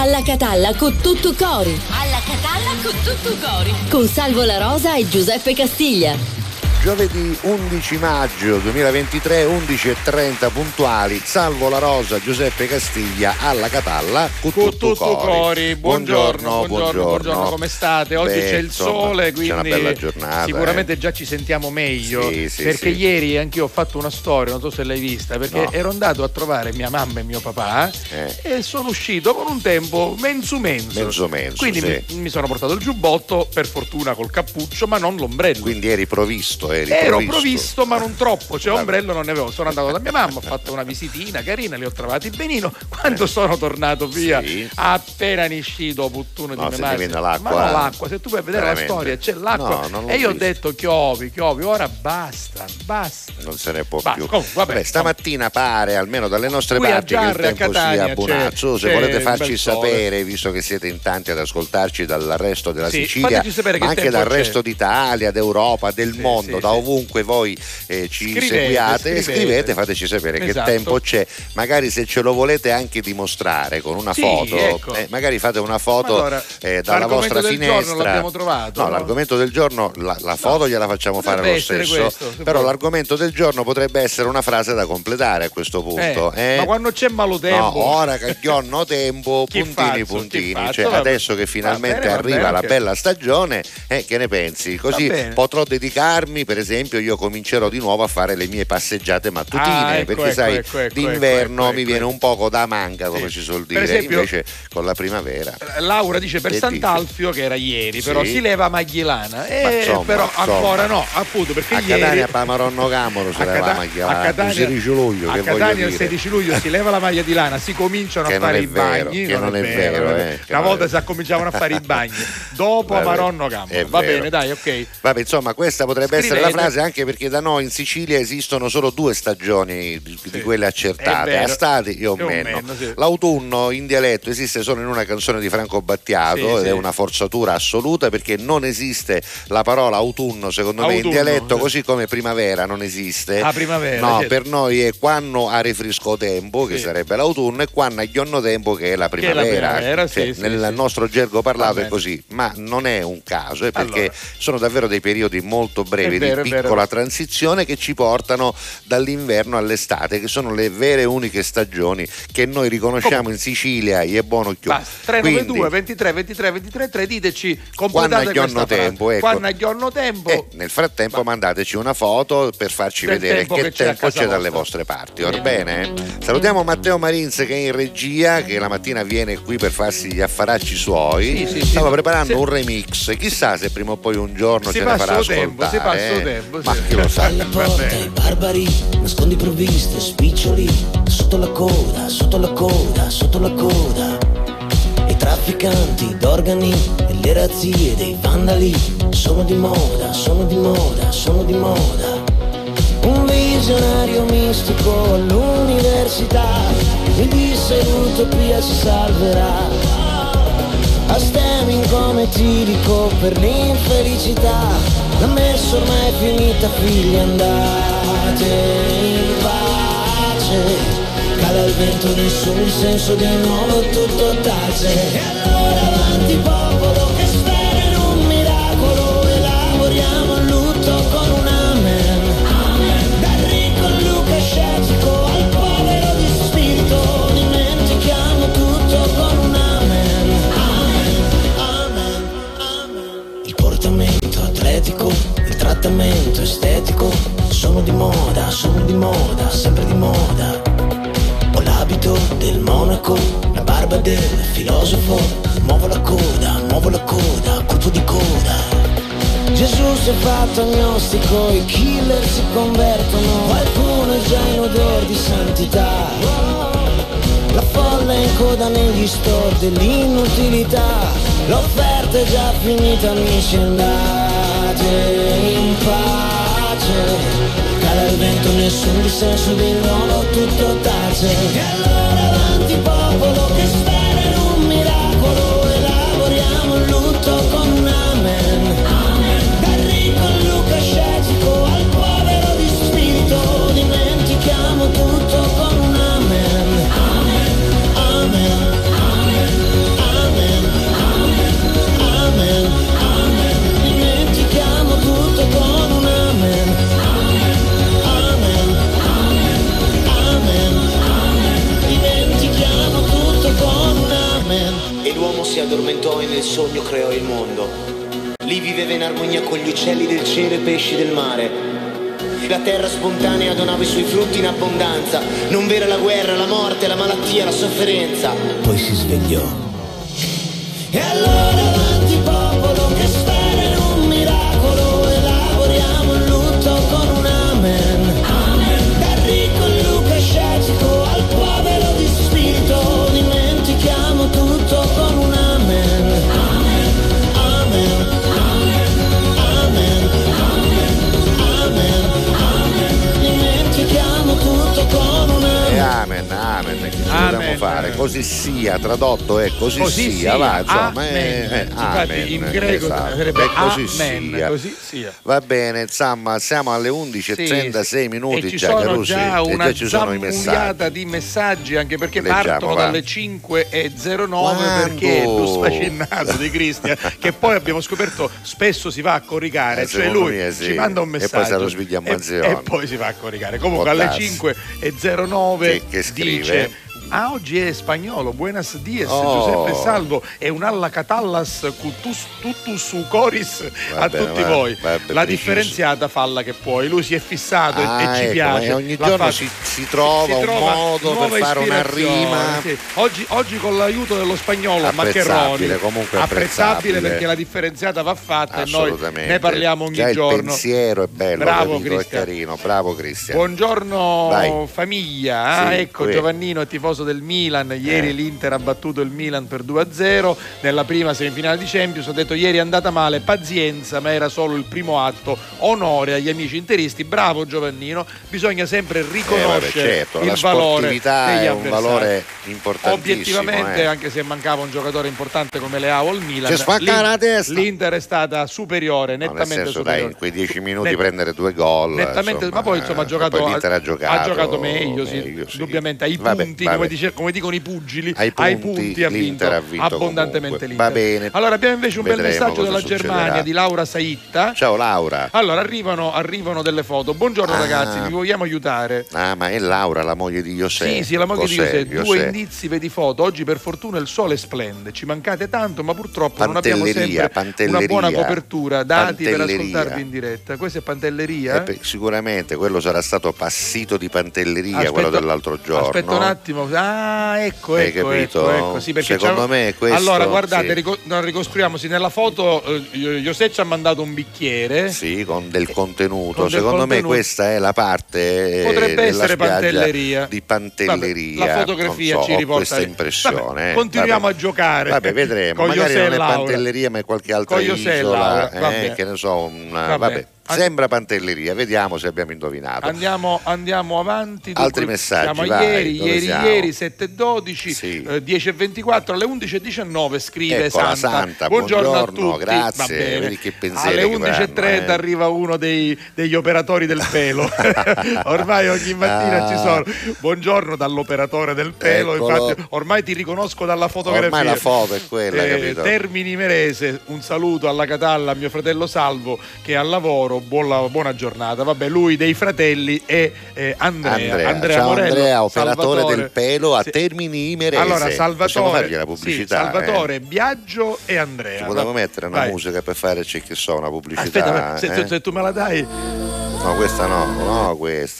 Alla Catalla con tutto cori. Alla Catalla con tutto cori. Con Salvo La Rosa e Giuseppe Castiglia. Giovedì 11 maggio 2023, 11:30 puntuali. Salvo La Rosa, Giuseppe Castiglia alla Catalla con tutto cori. Buongiorno, come state? Oggi Beh, c'è il insomma, sole, quindi c'è una bella giornata, sicuramente già ci sentiamo meglio. Sì, perché sì. ieri anch'io ho fatto una storia, non so se l'hai vista, perché ero andato a trovare mia mamma e mio papà e sono uscito con un tempo menso. Quindi sì. mi sono portato il giubbotto, per fortuna col cappuccio, ma non l'ombrello. Quindi eri provvisto. Ero provvisto, ma non troppo, cioè ombrello non ne avevo. Sono andato da mia mamma, ho fatto una visitina carina, li ho trovati benino. Quando sono tornato via, appena uscito puttuno di mia madre, viene l'acqua, ma no, l'acqua, se tu puoi vedere veramente. la storia, c'è l'acqua. No, e io ho detto chiovi, ora basta. Non se ne può più. Comunque, vabbè, stamattina pare, almeno dalle nostre qui parti, che il Giarre, tempo Catania, sia bonazzo. Se c'è volete un farci bel sole. sapere, visto che siete in tanti ad ascoltarci dall'arresto della Sicilia, fateci sapere che ma anche tempo dal c'è. resto d'Italia, d'Europa, del mondo, da ovunque voi ci seguiate, scrivete, fateci sapere che tempo c'è. Magari se ce lo volete anche dimostrare con una foto, ecco. magari fate una foto allora, dalla vostra del finestra. giorno l'abbiamo trovato. No, l'argomento del giorno, la foto gliela facciamo fare lo stesso, questo, però l'argomento del giorno potrebbe essere una frase da completare a questo punto. Ma quando c'è malo tempo? No, ora che ho tempo, Chi puntini. faccio? Cioè, Vabbè. adesso che finalmente Va bene, arriva la anche. bella stagione, che ne pensi? Così potrò dedicarmi, per esempio, io comincerò di nuovo a fare le mie passeggiate mattutine, perché sai, d'inverno mi viene un poco da manca, come si suol dire, esempio, invece con la primavera. Laura dice per Sant'Alfio, che era ieri, però si leva Maglielana, però ancora no, appunto, perché a ieri Catania a Maronno Camoro si leva la Maglielana, a Catania, il 16 luglio, a che Catania voglio il dire. 16 luglio si leva la maglia di lana, si cominciano Che a fare i vero, bagni, che non è vero, una volta si cominciavano a fare i bagni dopo a Maronno Camoro, va bene, dai, ok. Vabbè, insomma, questa potrebbe essere la frase, anche perché da noi in Sicilia esistono solo 2 stagioni di quelle accertate, Astati e Ommenno. L'autunno in dialetto esiste solo in una canzone di Franco Battiato ed è una forzatura assoluta, perché non esiste la parola autunno, secondo me, in dialetto, così come primavera non esiste. Primavera, no, per noi è quando a rifrisco tempo, che sarebbe l'autunno, e quando a ghiorno tempo, che è la primavera. Nel nostro gergo parlato è così, ma non è un caso, è perché sono davvero dei periodi molto brevi di piccola transizione che ci portano dall'inverno all'estate, che sono le vere uniche stagioni che noi riconosciamo in Sicilia. E è buono chiù. 392 23 3, diteci quando a giorno tempo, quando a giorno tempo, nel frattempo mandateci una foto per farci vedere che tempo c'è dalle vostre parti. Va bene? Salutiamo Matteo Marins, che è in regia, che la mattina viene qui per farsi gli affaracci suoi. Stava preparando un remix, chissà se prima o poi un giorno ce ne farà ascoltare. Si passa il tempo, ma chi lo sa. Alla porta i barbari, nascondi provviste, spiccioli, sotto la coda, sotto la coda, sotto la coda. I trafficanti d'organi e le razzie dei vandali sono di moda, sono di moda, sono di moda. Un visionario mistico all'università mi disse l'utopia si salverà. A stemming come tirico per l'infelicità, l'ha messo ormai finita, figli andate in pace. Cala il vento, nessun senso di nuovo, tutto tace. E allora avanti popolo che spera in un miracolo, elaboriamo il lutto con un amen. Dal ricco al lucascetico al povero di spirito, dimentichiamo tutto con un amen. Amen, amen. Il portamento atletico, il trattamento estetico sono di moda, sempre di moda. Ho l'abito del monaco, la barba del filosofo, muovo la coda, colpo di coda. Gesù si è fatto agnostico, i killer si convertono, qualcuno è già in odor di santità. La folla è in coda negli store dell'inutilità, l'offerta è già finita, amici, andate in pace. Cala il vento, nessun dissenso, di nuovo tutto tace. E allora avanti popolo che spera in un miracolo, elaboriamo il lutto con un amen. Dal ricco al lucascetico al povero di spirito, dimentichiamo tutto con un amen. Amen, amen, si addormentò e nel sogno creò il mondo. Lì viveva in armonia con gli uccelli del cielo e i pesci del mare. La terra spontanea donava i suoi frutti in abbondanza. Non vera la guerra, la morte, la malattia, la sofferenza. Poi si svegliò. E allora avanti popolo che spera in un miracolo, elaboriamo il lutto con un amen. Amen. Dal ricco il lucascetico al povero di spirito, dimentichiamo tutto con un amen. Amen. Amen. Amen. Amen. Amen. Dimentichiamo tutto con un amen. Amen, che ci dobbiamo fare? Così sia, tradotto è così sia, va, insomma, infatti in greco sarebbe così amen, sia. Così sia. Va bene, insomma, siamo alle 11:36 minuti, e ci già, sono Carusi, già una ci sono i messaggi. di messaggi, anche perché Leggiamo, partono va. dalle 5:09 perché lo sfacinnato di Cristian, che poi abbiamo scoperto spesso si va a coricare, cioè lui ci manda un messaggio e poi se lo sveglia a mansione e poi si va a coricare. Comunque alle 5:09 che scrive dice: oggi è spagnolo, buenas dies, Giuseppe Salvo e un alla catallas tuttus su coris a tutti voi. La differenziata falla che puoi, lui si è fissato e ci piace. E ogni giorno si trova un modo per fare una rima. Sì. Oggi con l'aiuto dello spagnolo Maccheroni, comunque apprezzabile perché la differenziata va fatta e noi ne parliamo ogni giorno. Il pensiero è bello, bravo, capito? È carino, bravo Cristian. Buongiorno. Vai. Famiglia, sì, ecco Giovannino è tifoso del Milan. Ieri l'Inter ha battuto il Milan per 2-0 nella prima semifinale di Champions. Ho detto ieri è andata male, pazienza, ma era solo il primo atto. Onore agli amici interisti. Bravo Giovannino, bisogna sempre riconoscere il valore degli è un avversari. Valore importantissimo. Obiettivamente, anche se mancava un giocatore importante come Leao al Milan, la testa. l'Inter è stata superiore, nettamente superiore. Dai, in quei 10 minuti prendere 2 gol nettamente, insomma, ma poi insomma ha giocato meglio, sì. Indubbiamente ai punti, come dicono i pugili, ai punti ha vinto abbondantemente l'Inter. Va bene. Allora abbiamo invece un bel messaggio dalla Germania di Laura Saitta. Ciao Laura. Allora arrivano delle foto. Buongiorno ragazzi, vi vogliamo aiutare. Ma è Laura, la moglie di José. Sì, la moglie di José. 2 indizi, vedi foto. Oggi per fortuna il sole splende, ci mancate tanto, ma purtroppo non abbiamo sempre una buona copertura, dati per ascoltarvi in diretta. Questa è Pantelleria? Sicuramente quello sarà stato passito di Pantelleria, quello dell'altro giorno. Aspetta un attimo. Ecco. Sì, perché secondo me è questo. Allora, guardate, ricostruiamo. Nella foto José ci ha mandato un bicchiere. Sì, con del contenuto. Secondo me questa è la parte potrebbe essere Pantelleria. Di Pantelleria. La fotografia ci riporta questa impressione. Continuiamo a giocare. Vabbè, vedremo. Magari non è Pantelleria, ma è qualche altra isola. Che ne so, vabbè. Sembra Pantelleria, vediamo se abbiamo indovinato. Andiamo avanti. Altri messaggi. Siamo ieri 7:12, sì. 10:24 alle 11:19 scrive Santa. Buongiorno a tutti. Grazie. Vedi che alle 11:30 arriva uno degli operatori del pelo. Ormai ogni mattina ci sono. Buongiorno dall'operatore del pelo. Infatti, ormai ti riconosco dalla fotografia. Ormai la foto è quella, capito? Termini Imerese, un saluto alla Catalla, a mio fratello Salvo che è al lavoro. Buona giornata. Vabbè, lui dei fratelli è Andrea ciao Morello, Andrea, operatore del pelo a Termini Imerese. Allora Salvatore, la pubblicità, Salvatore, Biagio e Andrea. Ci volevo mettere una musica per fare che so, una pubblicità. Aspetta, se tu me la dai. No, questa no.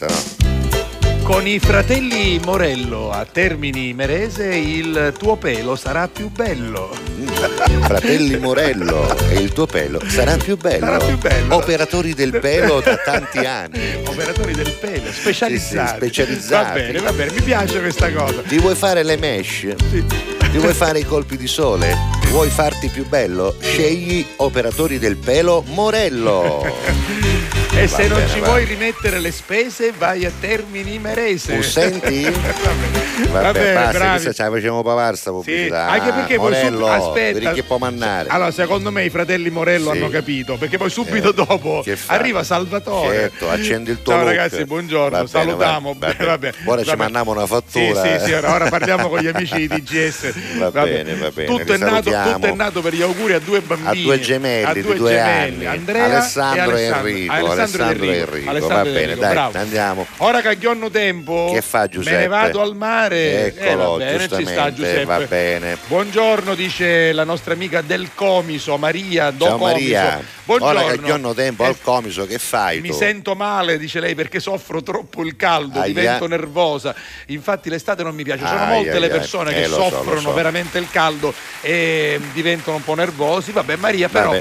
Con i fratelli Morello a Termini Imerese il tuo pelo sarà più bello. Fratelli Morello e il tuo pelo sarà più bello. Operatori del pelo da tanti anni. Operatori del pelo specializzati. Sì, specializzati. Va bene, mi piace questa cosa. Ti vuoi fare le mesh? Sì. Ti vuoi fare i colpi di sole? Vuoi farti più bello? Scegli Operatori del pelo Morello. E se non ci vuoi rimettere le spese, vai a Termini Imerese. Senti? Vabbè, basta, ci facciamo pavare sta pubblicità. Sì, anche perché Morello, poi aspetta, che può mannare. Allora, secondo me i fratelli Morello hanno capito, perché poi subito dopo arriva Salvatore. Certo, accendi il tuo Ciao look. Ragazzi, buongiorno, salutiamo. Vabbè. Ora ci mandiamo una fattura. Sì, ora parliamo con gli amici di DGS. Va bene. Tutto è nato per gli auguri a 2 bambini. A 2 gemelli di 2 anni. Alessandro e Enrico. Alessandro Enrico. Va bene, dai, bravo. Andiamo. Ora che ho tempo, che fa Giuseppe? Me ne vado al mare. Eccolo, va bene, ci sta Giuseppe. Va bene. Buongiorno, dice la nostra amica del Comiso, Maria. Ciao Maria. Buongiorno. Ora che ho tempo al Comiso, che fai tu? Mi sento male, dice lei, perché soffro troppo il caldo, divento nervosa. Infatti l'estate non mi piace. Sono molte le persone che soffrono veramente il caldo e diventano un po' nervosi. Vabbè, Maria, però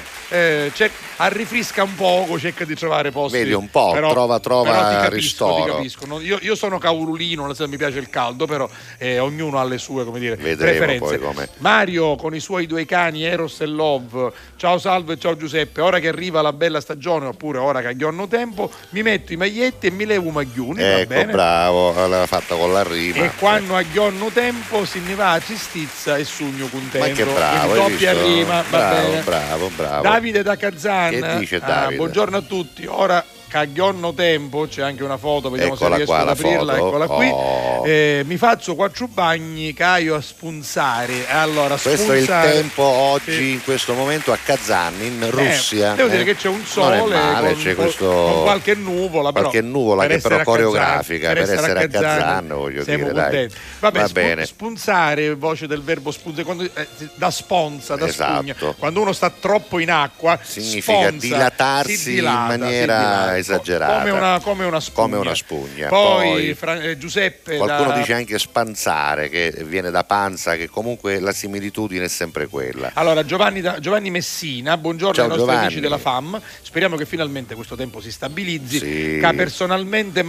arrifrisca un poco, cerca di trovare posti. Vedi un po', trova però ristoro. Ti capisco. Io sono caululino, mi piace il caldo, però ognuno ha le sue, come dire, vedremo preferenze. Poi come. Mario con i suoi 2 cani Eros e Love. Ciao Salve, ciao Giuseppe. Ora che arriva la bella stagione, oppure ora che ho tempo, mi metto i maglietti e mi levo i maglioni. Ecco, va bene? Bravo, l'aveva fatta con la rima. E quando ho tempo si ne va a Cistizza e sugno contento. Ma che bravo, doppia rima, va bene. Bravo. Davide da Kazan. Che dice Davide? Buongiorno a tutti. Ora Caglionno tempo, c'è anche una foto, vediamo eccola se riesco ad aprirla, eccola qui. Mi faccio 4 bagni, caio a spunzare. Allora, questo è il tempo oggi, in questo momento a Kazan, in Russia. Devo dire che c'è un sole, male, con qualche nuvola, però, che però coreografica, per essere a Kazan, voglio dire, dai. Va bene. Spunzare, voce del verbo spunzare, da sponza, da spugna. Esatto. Quando uno sta troppo in acqua, significa dilatarsi in maniera esagerata, come una spugna. Poi Giuseppe, qualcuno dice anche spanzare, che viene da panza, che comunque la similitudine è sempre quella. Allora Giovanni Messina, buongiorno. Ciao, ai nostri Giovanni. amici della FAM, speriamo che finalmente questo tempo si stabilizzi. Sì. Che personalmente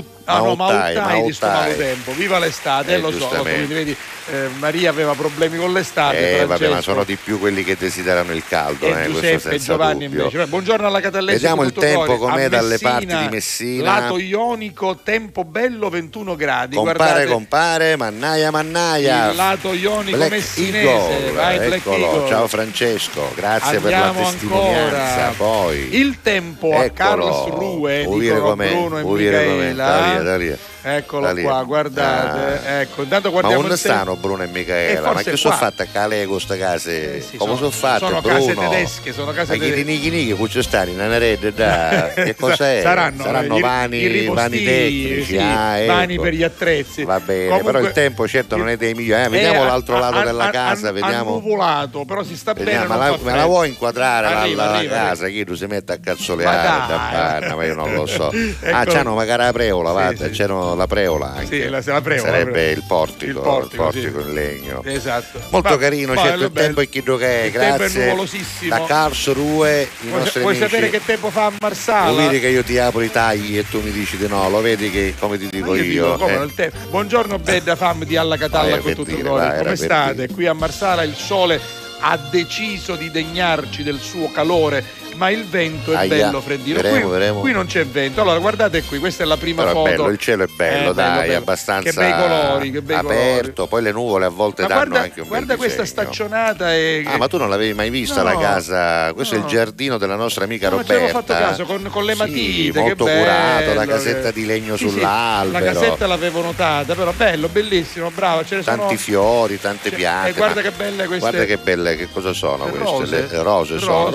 mauttai di sto malo tempo. Viva l'estate, lo so, vedi, Maria aveva problemi con l'estate, vabbè, ma sono di più quelli che desiderano il caldo, Giuseppe e Giovanni dubbio. Invece. Buongiorno alla Catallesi. Vediamo il tempo com'è dalle Messina, parti di Messina. Lato ionico, tempo bello, 21 gradi. Compare, mannaia. Il lato ionico Black messinese. Eagle, Vai, Black Eagle. Ciao Francesco, grazie Andiamo per la testimonianza. Ancora. Poi il tempo a Karlsruhe, dicono Bruno e Michaela. Eccolo qua, guardate. Ecco, intanto guardiamo. Ma non stanno Bruno e Michaela? Ma che sono fatte a Calego queste case? Come sono fatte? Sono Bruno? case tedesche, sono case tedesche. Ma chi poi stanno in Anerede, che cosa è? Saranno vani tecnici, vani per gli attrezzi. Va bene, però il tempo certo non è dei migliori. Vediamo l'altro lato della casa, vediamo. Annuvolato, però si sta bene. Ma la vuoi inquadrare la casa? Chi tu si mette a cazzoleare? Ma io non lo so. C'hanno magari la preola, c'hanno la preola anche. Sì, la preola sarebbe il portico in legno. Esatto. Molto carino, certo il tempo è chi che grazie. Il tempo è nuvolosissimo. Da Karlsruhe vuoi sapere che tempo fa a Marsala? Lo vedi che io ti apro i tagli e tu mi dici di no, lo vedi che come ti dico io. Buongiorno Bedda Fam di Alla Catalla con tutto il cuore. Come state? Qui a Marsala il sole ha deciso di degnarci del suo calore, ma il vento è bello freddino. Qui non c'è vento. Allora guardate qui, questa è la prima però foto. È bello, il cielo è bello, bello. Abbastanza che bei colori, aperto. Poi le nuvole a volte danno anche un guarda bel questa disegno. staccionata ma tu non l'avevi mai vista la casa? Questo è il giardino della nostra amica Roberta. Ci avevo fatto caso con le matite, molto che curato, la casetta di legno sull'albero. La casetta l'avevo notata, però bello, bellissimo, bravo. Tanti fiori, tante piante. Guarda che belle queste. Guarda che belle, che cosa sono queste? Le rose sono.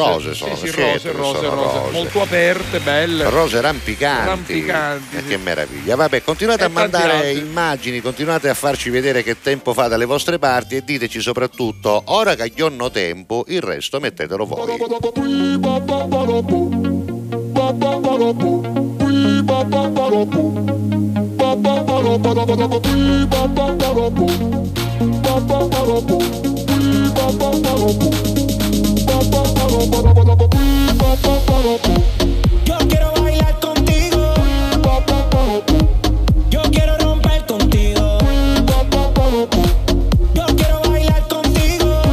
Rose. Molto aperte, belle. Rose rampicanti. Che meraviglia. Vabbè, continuate a mandare immagini, continuate a farci vedere che tempo fa dalle vostre parti e diteci soprattutto, ora che io ho tempo, il resto mettetelo voi. Yo quiero bailar contigo. Yo quiero romper contigo. Yo quiero bailar contigo.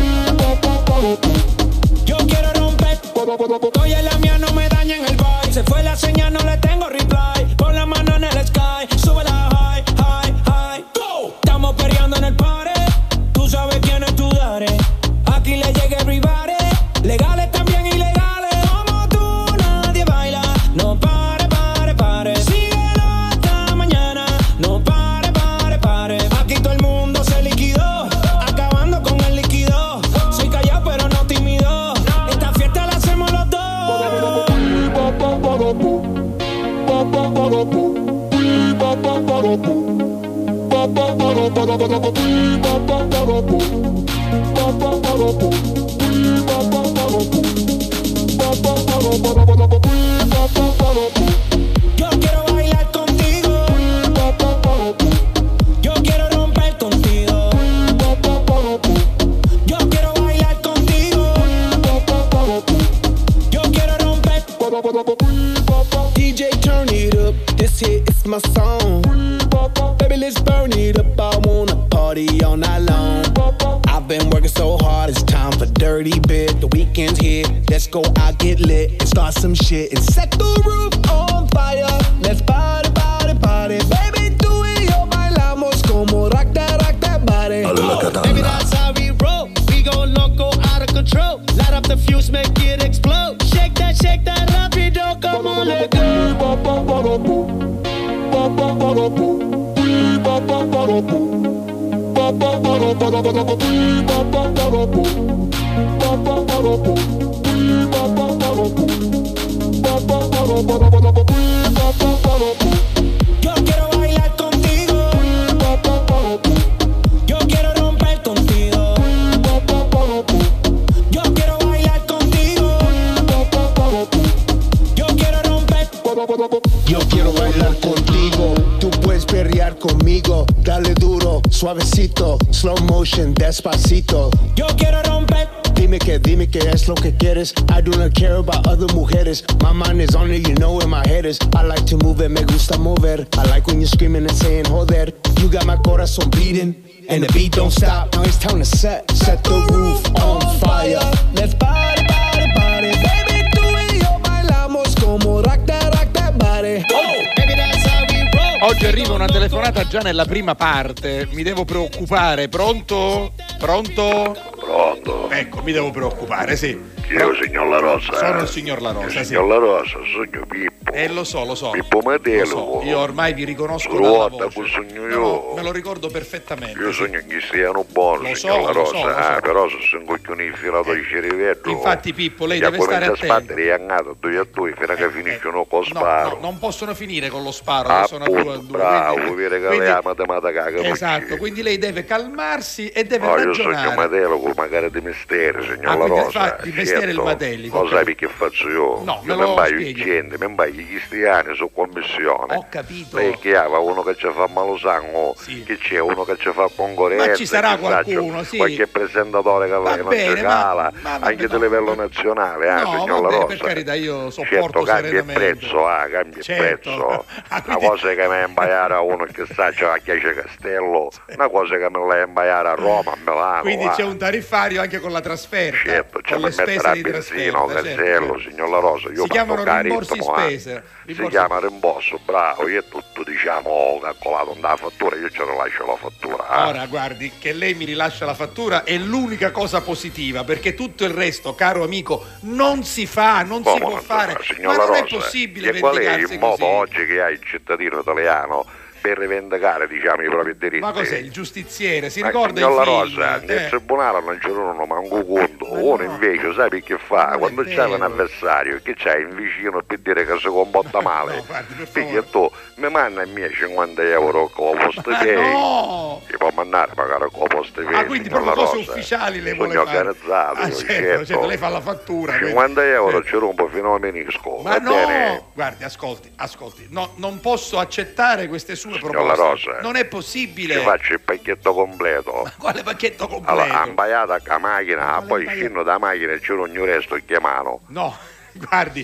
Yo quiero romper. Estoy en la mía, no me dañen el vibe. Se fue la señal, no le tengo reply. Pon la mano en el sky, sube la high, high, high. Go. Estamos perreando en el party. Tú sabes quién es tu daddy. Aquí le llega everybody. Legales también ilegales. Como tú nadie baila. No pare, pare, pare. Síguelo hasta mañana. No pare, pare, pare. Aquí todo el mundo se liquidó. Acabando con el líquido. Soy callado pero no tímido. Esta fiesta la hacemos los dos. Yo quiero bailar contigo. Yo quiero romper contigo. Yo quiero bailar contigo. Yo quiero romper. DJ, turn it up. This hit is my song. Baby, let's burn it up. I wanna party all night long. I've been working so hard, it's time for dirty bit. The weekend's here, let's go out, get lit and start some shit and set the roof on fire. Let's party, party, party. Baby, tú y yo bailamos como rock that body. Baby, that's how we roll. We go loco, out of control. Light up the fuse, make it explode. Shake that rapido, come on, let go. Yo quiero bailar contigo. Yo quiero romper contigo. Yo quiero bailar contigo. Yo quiero romper. Yo quiero bailar contigo. Tú puedes perrear conmigo. Dale duro, suavecito, slow motion, despacito. Yo quiero romper. Dime que es lo que quieres. I do not care about other mujeres. My mind is on it, you know where my head is. I like to move it, me gusta mover. I like when you're screaming and saying joder. You got my corazón beating, and the beat don't stop. Now it's time to set the roof on fire. Let's party, party, party. Baby, tú y yo bailamos como rock that body. Baby, that's how we roll. Oggi arriva una telefonata già nella prima parte. Mi devo preoccupare. Pronto? Pronto? Ecco, mi devo preoccupare, sì. Io, signor La Rosa. Sono il signor La Rosa, sì. Signor La Rosa, sogno Pippo. Lo so. Pippo Matelo. Lo so. Io ormai vi riconosco dalla voce. No, me lo ricordo perfettamente. Io sogno che siano buoni, signor La Rosa. Lo so. Però se sono coglioni infilato di cerivello. Infatti, Pippo, lei deve stare attento. Sbattere è andato 2 a 2 fino a che finiscono con sparo. No, non possono finire con lo sparo, sono a 2 a 2. Bravo, vuoi vedere che lei ha matematica. Esatto, quindi lei deve calmarsi e deve ragionare. Io sogno Matelo con magari di mestiere, signor La Rosa. Infatti, mestiere il Matelli. Lo sai che faccio io? No, io me lo spieghi. Gente, mi sbaglio gli cristiani su commissione. Ho capito. Lei che ha uno che ci fa malosango, sì. Che c'è uno che ci fa concorrenza. Ma ci sarà qualcuno, sì. Qualche presentatore che lei non ci cala, anche a livello nazionale, signor La Rosa. Per carità, io sopporto cambia il prezzo, cambia il prezzo. Una cosa che mi imbaiare a uno che sa c'è a Chiesa Castello, una cosa che me la imbaiare a Roma, a Milano. Quindi c'è un tariffario anche con la trasferta. Certo, c'è per mettere a benzina o casello, signor La Rosa. Io si chiamano rimborsi spese. Si chiama rimborso, bravo, io è tutto diciamo calcolato nella fattura, io ce la lascio la fattura. Ora guardi, che lei mi rilascia la fattura è l'unica cosa positiva, perché tutto il resto, caro amico, non si fa, non si può fare. Signor Ma La non Rosa, è possibile e qual è vendicarsi il modo così? oggi che ha il cittadino italiano per rivendicare, diciamo, i propri diritti? Ma cos'è il giustiziere? Si ma ricorda signor il La film? Rosa, nel tribunale non ce l'hanno manco conto. Uno invece, sai che fa? Quando c'è un avversario che c'è in vicino per dire che si comporta male, perché tu mi manda i miei 50 euro con la posta pay, ti può mandare magari con la posta pay. Quindi proprio cose ufficiali le vuole fare? Organizzato, certo, lei fa la fattura. 50 euro ci rompo fino a menisco. Ma no, bene? guardi, ascolti, no, non posso accettare queste sue Signor proposte. La Rosa, non è possibile. Ci faccio il pacchetto completo. Ma quale pacchetto completo? Allora, ambaiata a macchina, poi scendo da macchina e c'è ogni resto in chiamano. No, guardi,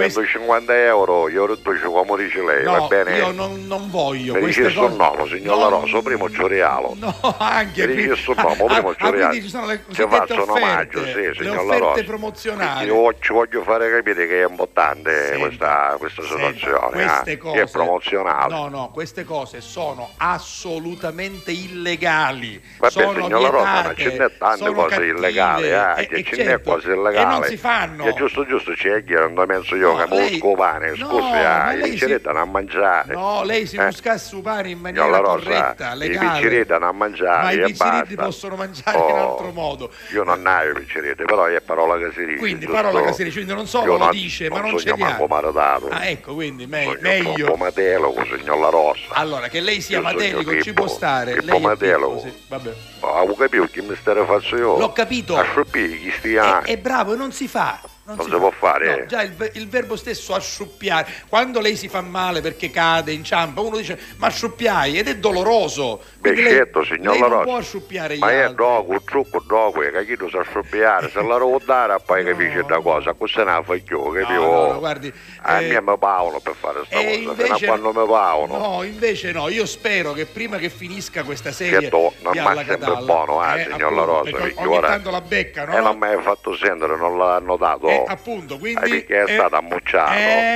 150 euro, io reduce come dice lei, no, va bene? Io non voglio. Mi dice il nome, signor La Rosa, primo Ciorialo. No, anche. Mi dice il nome, primo Ciorialo. Quindi ci sono le ci faccio un omaggio, sì, le signor La offerte Rosa. promozionali. Io ci voglio fare capire che è importante questa situazione, queste cose, che è promozionale. No, queste cose sono assolutamente illegali. Vabbè, sono signor La Rosa, ma vietate, ce n'è tante cose cattive, illegali, che ce n'è cose illegali. E non si fanno. È giusto, c'è a chiedere, non penso io che musco pane, scusi, i picciri danno a mangiare. No, lei si muscasse il pane in maniera corretta, legale. I picciri danno a mangiare, ma i picciri possono mangiare in altro modo. Io non ho i picciri, però è parola che si dice. Quindi parola che si dice, quindi non solo lo dice, ma non ce li ha. Ecco, quindi meglio. Un matelico, signor La Rosa. Allora, che lei sia matelico ci può stare. Pippo Matelico. Vabbè. Ho capito che mistero faccio io. L'ho capito. A sciuppi, chi stia. È bravo e non si fa. Non si può fare. No, già il verbo stesso asciuppiare. Quando lei si fa male perché cade, inciampa, uno dice ma asciuppiai ed è doloroso. Certo, signor lei La non Rosa. può asciuppiare gli altri. Ma altri. è dopo, un trucco dopo, che chi lo sa asciuppiare, se la rodare poi capisce da cosa, così non la fa più, capito? No, guardi. A me mi pagano per fare sta cosa, invece, fino a quando mi pagano. No, invece no, io spero che prima che finisca questa serie certo, non mi è sempre buono, signor La Rosa, perché ogni tanto la becca, no? E non mi hai fatto sentire, non l'hanno dato. Appunto, quindi perché è stato ammucciato.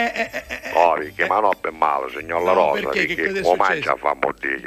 Perché ma no per male, signor La Rosa, perché come mangia fa mordire,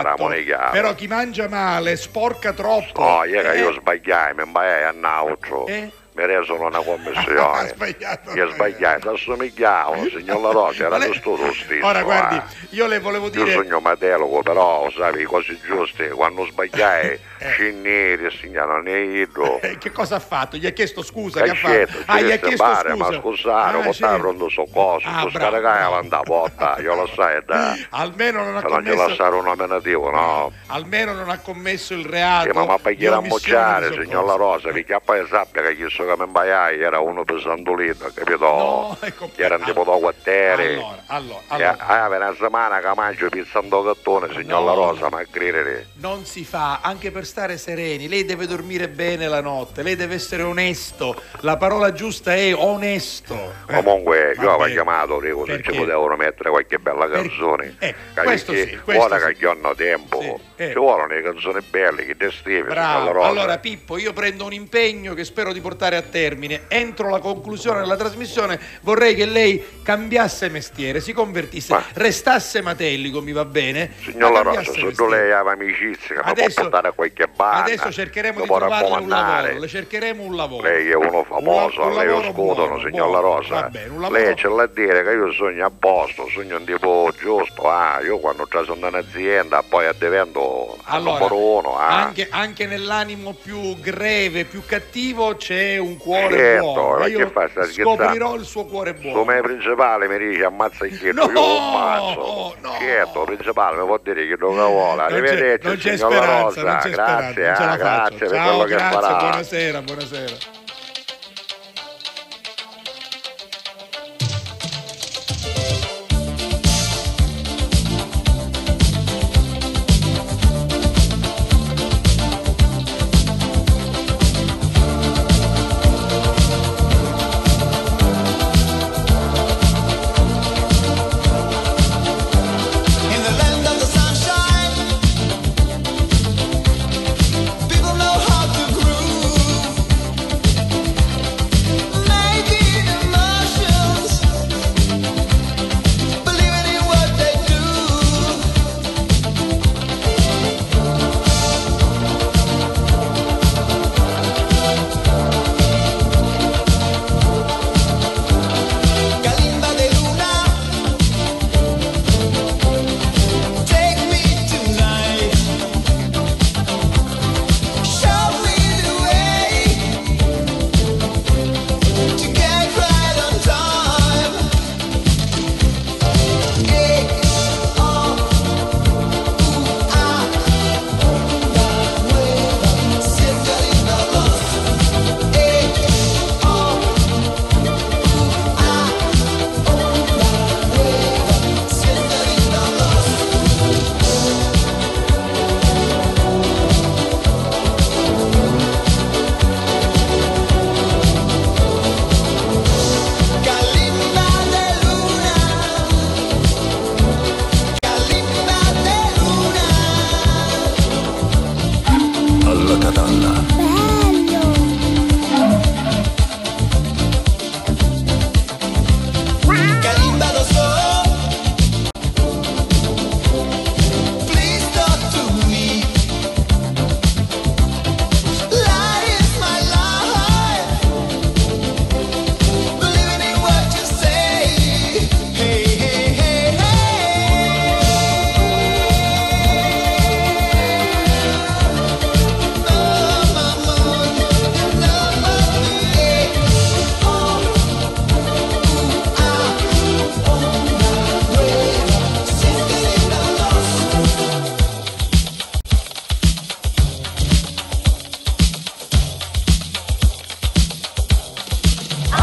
però chi mangia male sporca troppo. No, io sbagliai, mi sbagliai a nautro. Mi resero una commissione. Io sbagliai, assomigliavo, signor La Rosa, era giusto lo stesso. Ora guardi, io le volevo dire. Io sono matelico, però, sai, cose giuste, quando sbagliai, scinneri, signor Neido. Che cosa ha fatto? Gli ha chiesto scusa? Che ha fatto? Gli ha chiesto scusa. Ma scusate, ho portato pronto soccorso, tu scaricavi avanti la porta, io lo sai, dai. Almeno non ha commesso. Non ci lasciare un nominativo, no? Almeno non ha commesso il reato. Ma paghi a mocciare, signor La Rosa, perché poi sappia che chi so che mi imbaiai era uno pesantolino, capito? No, che era un tipo da quartiere. Allora. Per una settimana che mangio pizzando gattone, signor La Rosa, ma credere. Non si fa, anche per stare sereni, lei deve dormire bene la notte, lei deve essere onesto, la parola giusta è onesto. Comunque io avevo chiamato, dico, se ci potevano mettere qualche bella canzone. Questo sì, ora che io hanno tempo, ci vogliono le canzoni belle, che te stime, signor La Rosa. Allora Pippo, io prendo un impegno che spero di portare a termine. Entro la conclusione della trasmissione vorrei che lei cambiasse mestiere, si convertisse, restasse matelico, mi va bene? Signor La Rosa, se tu lei aveva amicizia che mi può portare a qualche bar. Adesso cercheremo di trovarle un lavoro, le cercheremo un lavoro. Lei è uno famoso, lei lo scudono, signor La Rosa. Lei ce l'ha a dire che io sogno a posto, sogno un tipo giusto, io quando sono in un'azienda poi divento numero uno. Anche nell'animo più greve, più cattivo c'è un cuore buono. Io scoprirò il suo cuore buono. Come principale mi dice ammazza il chiedo, io ammazzo. Certo, principale mi può dire che lo vuole. Arrivederci, non c'è signor La Rosa. Non c'è grazie, grazie per ciao, quello che farà. Buonasera. People know how to groove.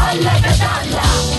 alla Catalla.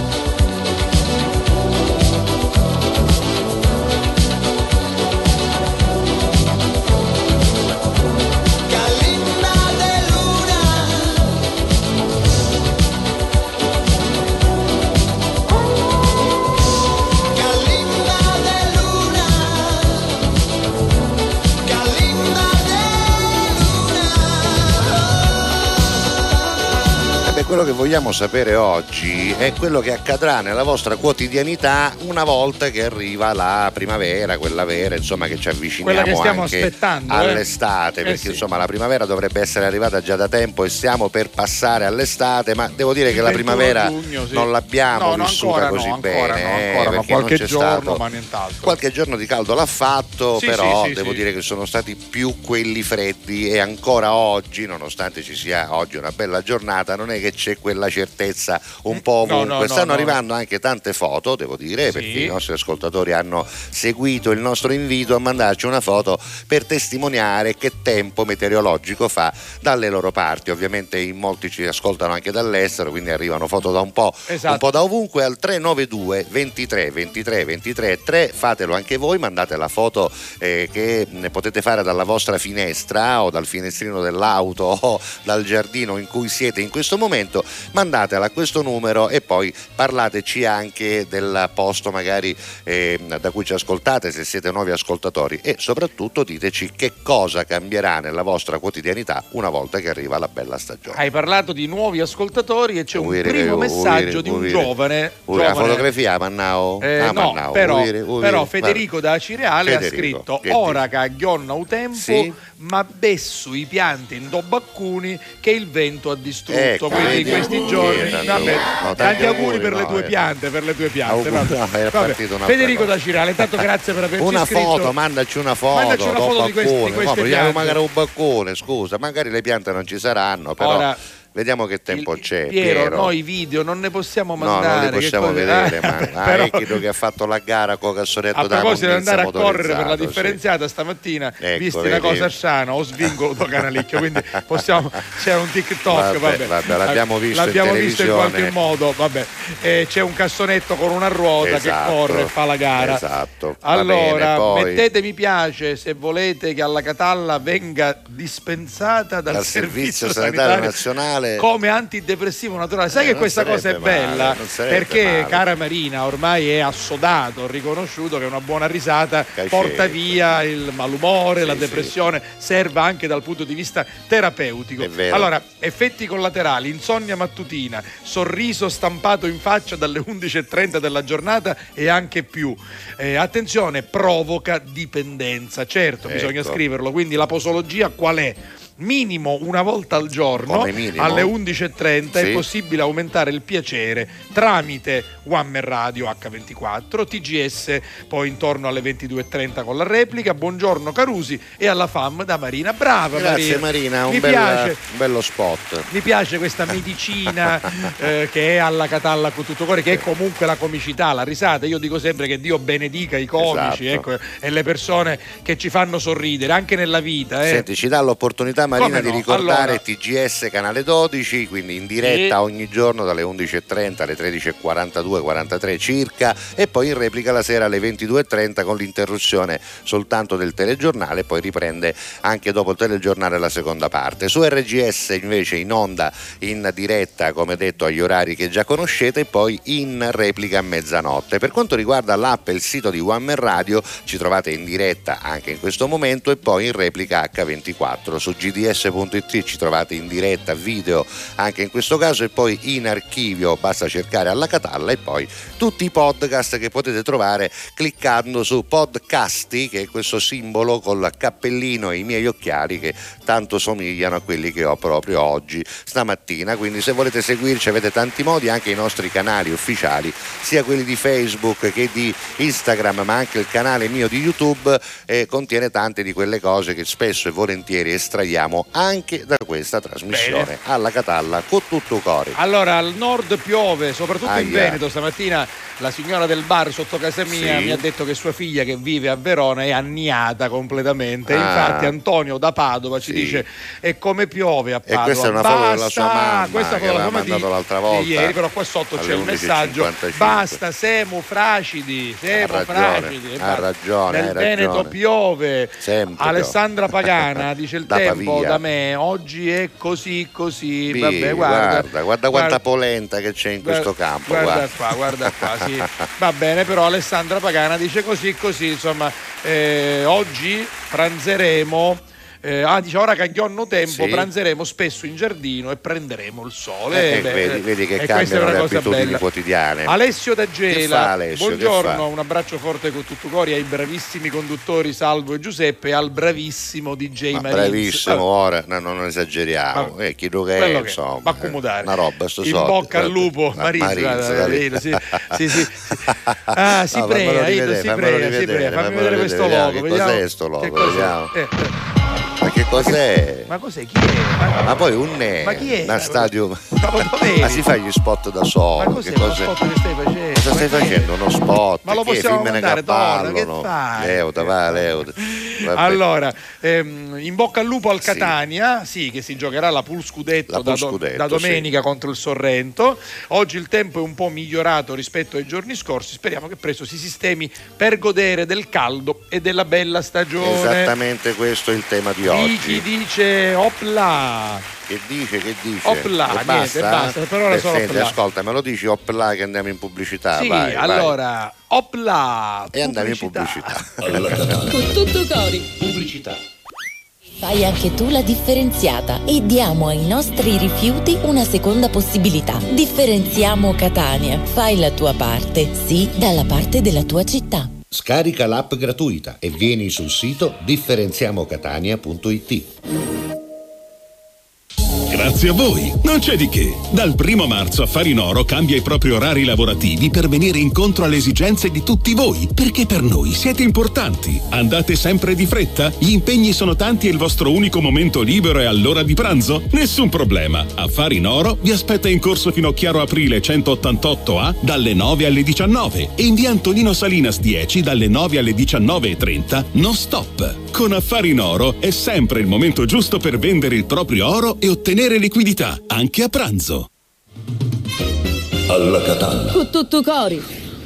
Quello che vogliamo sapere oggi è quello che accadrà nella vostra quotidianità una volta che arriva la primavera, quella vera, insomma, che ci avviciniamo che stiamo anche aspettando, all'estate, perché sì. Insomma la primavera dovrebbe essere arrivata già da tempo e stiamo per passare all'estate, ma devo dire che la primavera giugno, sì. non l'abbiamo vissuta così bene, ma qualche giorno, ma nient'altro. Qualche giorno di caldo l'ha fatto, sì, però sì, devo dire che sono stati più quelli freddi, e ancora oggi, nonostante ci sia oggi una bella giornata, non è che c'è quella certezza un po' ovunque. Stanno arrivando anche tante foto, devo dire, perché i nostri ascoltatori hanno seguito il nostro invito a mandarci una foto per testimoniare che tempo meteorologico fa dalle loro parti. Ovviamente in molti ci ascoltano anche dall'estero, quindi arrivano foto da un po' da ovunque. Al 392 23 23 23 3 fatelo anche voi, mandate la foto che ne potete fare dalla vostra finestra o dal finestrino dell'auto o dal giardino in cui siete in questo momento, mandatela a questo numero e poi parlateci anche del posto magari da cui ci ascoltate, se siete nuovi ascoltatori, e soprattutto diteci che cosa cambierà nella vostra quotidianità una volta che arriva la bella stagione. Hai parlato di nuovi ascoltatori e c'è un primo messaggio di un giovane. La fotografia Mannao? No, però Federico da Cireale ha scritto: ora che aghionna un tempo, ma bessu i pianti in dobaccuni che il vento ha distrutto. Quindi in questi giorni tanti auguri per le tue piante, Federico da Cireale, intanto grazie per averci scritto. Mandaci una foto di queste piante. Magari un baccone, scusa, magari le piante non ci saranno, però ora, vediamo che tempo c'è. Piero, noi i video non ne possiamo mandare. No, non li possiamo vedere, ma è quello che ha fatto la gara con Cassoretto da proposito di andare a correre per la differenziata stamattina, visti una cosa sana, ho svincolato Canalicchio, quindi c'era un TikTok, vabbè, l'abbiamo visto in qualche modo, c'è un cassonetto con una ruota che corre e fa la gara. Esatto. Allora, mettete mi piace se volete che alla Catalla venga dispensata dal Servizio Sanitario Nazionale come antidepressivo naturale. Sai che questa cosa è bella, perché cara Marina ormai è assodato, riconosciuto che una buona risata porta via il malumore, la depressione, serve anche dal punto di vista terapeutico. Allora, effetti collaterali: insonnia mattutina, sorriso stampato in faccia dalle 11:30 della giornata e anche più. Attenzione, provoca dipendenza. Certo, bisogna scriverlo. Quindi la posologia qual è? Minimo una volta al giorno alle 11:30 è possibile aumentare il piacere tramite One Man Radio H24, TGS poi intorno alle 22:30 con la replica. Buongiorno Carusi, e alla FAM da Marina. Brava. Grazie Marina, un bello spot. Mi piace questa medicina che è alla Catalla con tutto cuore, che è comunque la comicità, la risata. Io dico sempre che Dio benedica i comici, e le persone che ci fanno sorridere anche nella vita. Senti, ci dà l'opportunità Marina di ricordare TGS canale 12, quindi in diretta ogni giorno dalle 11:30 alle 13:42 43 circa, e poi in replica la sera alle 22:30 con l'interruzione soltanto del telegiornale, poi riprende anche dopo il telegiornale la seconda parte. Su RGS invece in onda in diretta, come detto, agli orari che già conoscete, e poi in replica a mezzanotte. Per quanto riguarda l'app e il sito di One Man Radio, ci trovate in diretta anche in questo momento e poi in replica H24. Su gds.it ci trovate in diretta video anche in questo caso, e poi in archivio basta cercare alla Catalla, e poi tutti i podcast che potete trovare cliccando su Podcasti, che è questo simbolo col cappellino e i miei occhiali che tanto somigliano a quelli che ho proprio oggi stamattina. Quindi se volete seguirci avete tanti modi, anche i nostri canali ufficiali, sia quelli di Facebook che di Instagram, ma anche il canale mio di YouTube contiene tante di quelle cose che spesso e volentieri estraiamo salutiamo anche da questa trasmissione. Bene. Alla Catalla con tutto cori. Allora, al nord piove, soprattutto in Veneto. Stamattina la signora del bar sotto casa mia mi ha detto che sua figlia, che vive a Verona, è anniata completamente. Infatti Antonio da Padova ci dice: e come piove a Padova. E questa è una foto della sua mamma, questa che l'ha mandato l'altra volta ieri, però qua sotto c'è il messaggio: basta semu fracidi, ha ragione, nel Veneto piove. Sempre Alessandra Pagana dice: il tempo da me oggi è così. Vabbè, guarda quanta polenta che c'è in questo campo. Guarda qua, sì. Va bene, però Alessandra Pagana dice così, insomma, oggi pranzeremo. Dice: ora che aggionno tempo, pranzeremo spesso in giardino e prenderemo il sole. Vedi che cambiano le abitudini quotidiane. Alessio da Gela, Alessio, buongiorno, un abbraccio forte con tutto cuore ai bravissimi conduttori Salvo e Giuseppe e al bravissimo DJ Marins. Bravissimo, ora non esageriamo, chiedo che insomma, va accomodare una roba in bocca al lupo. Marins, sì. Si prega, fammi vedere questo logo. Che cos'è sto logo? Vediamo. Ma che cos'è? Ma cos'è? Chi è? Ma poi ma chi è? Una stadio. Ma si fa gli spot da solo. Ma cos'è? Che cos'è? Spot che stai facendo? Cosa stai facendo? Uno spot? Ma lo possiamo mandare, che fai? Leuta. Allora, in bocca al lupo al Catania, che si giocherà la Pool Scudetto da domenica contro il Sorrento. Oggi il tempo è un po' migliorato rispetto ai giorni scorsi. Speriamo che presto si sistemi per godere del caldo e della bella stagione. Esattamente questo è il tema di oggi. Chi dice opla? Che dice? Opla, basta. Per ora solo opla. Ascolta, me lo dici opla che andiamo in pubblicità? Sì, vai. Opla. E andiamo in pubblicità. Con tutto cori. Pubblicità. Fai anche tu la differenziata e diamo ai nostri rifiuti una seconda possibilità. Differenziamo Catania. Fai la tua parte, dalla parte della tua città. Scarica l'app gratuita e vieni sul sito differenziamocatania.it. Grazie a voi, non c'è di che. Dal 1 marzo Affari in Oro cambia i propri orari lavorativi per venire incontro alle esigenze di tutti voi, perché per noi siete importanti. Andate sempre di fretta? Gli impegni sono tanti e il vostro unico momento libero è all'ora di pranzo? Nessun problema. Affari in Oro vi aspetta in corso Finocchiaro Aprile 188A dalle 9 alle 19 e in via Antonino Salinas 10 dalle 9 alle 19:30 non stop. Con Affari in Oro è sempre il momento giusto per vendere il proprio oro e ottenere liquidità, anche a pranzo. Alla Catalla. Con tutto cori.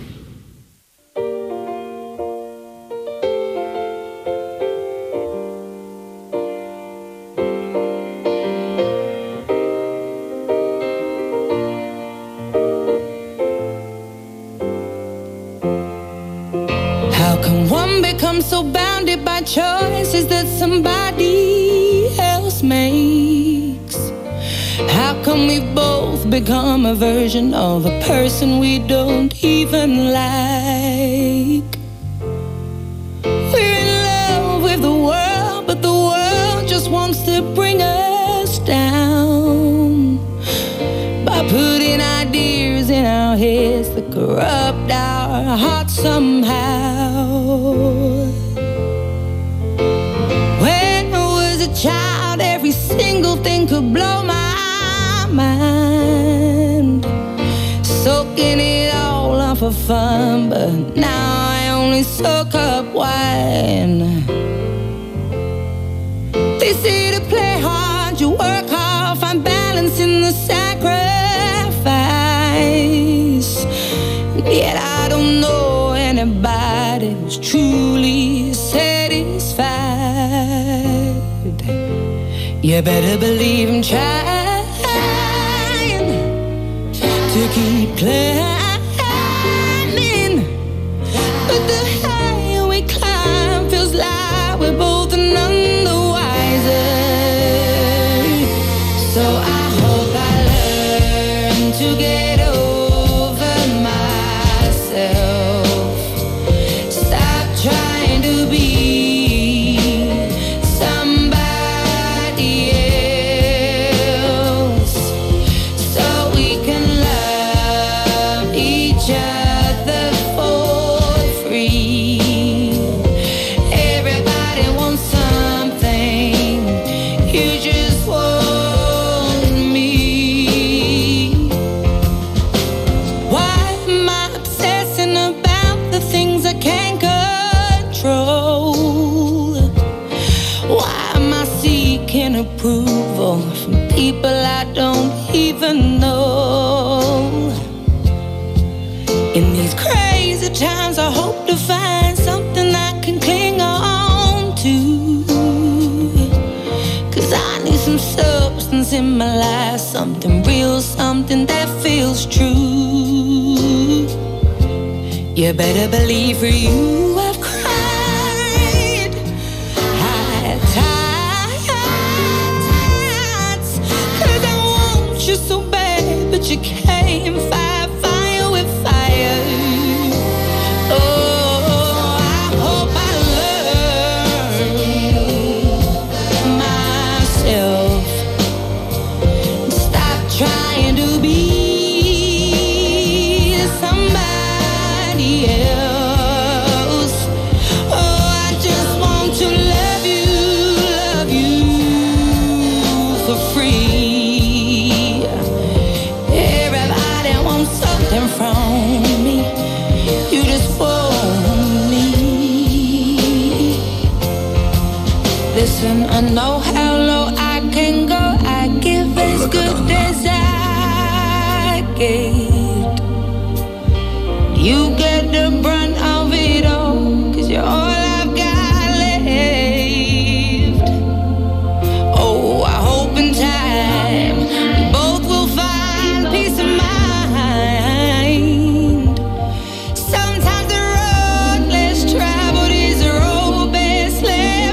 How can one become so bounded by choices that somebody else makes? How come we both become a version of a person we don't even like? We're in love with the world, but the world just wants to bring us down by putting ideas in our heads that corrupt our hearts somehow. When I was a child, every single thing could blow my mind, soaking it all up for fun, but now I only soak up wine. They say to play hard, you work hard, find balance in the sacrifice, yet I don't know anybody who's truly satisfied. You better believe I'm trying to keep climbing, but the higher we climb feels like we're both none the wiser. So I hope I learn to get over myself, stop trying to be somebody else, so we can love each other for free. Everybody wants something, you people I don't even know. In these crazy times I hope to find something I can cling on to, 'cause I need some substance in my life, something real, something that feels true. You better believe for you I've cried, had times, 'cause I want you so bad, but you can't fight fire with fire. Oh, I hope I learn myself, stop trying to be somebody else. Oh, I just want to love you for free. Everybody wants something from me, you just want me. Listen, I know how low I can go, I give as good as I get. You get the brunt of it all, 'cause you're all I've got left. Oh, I hope in time we both will find peace of mind. Sometimes the road less traveled is the road best left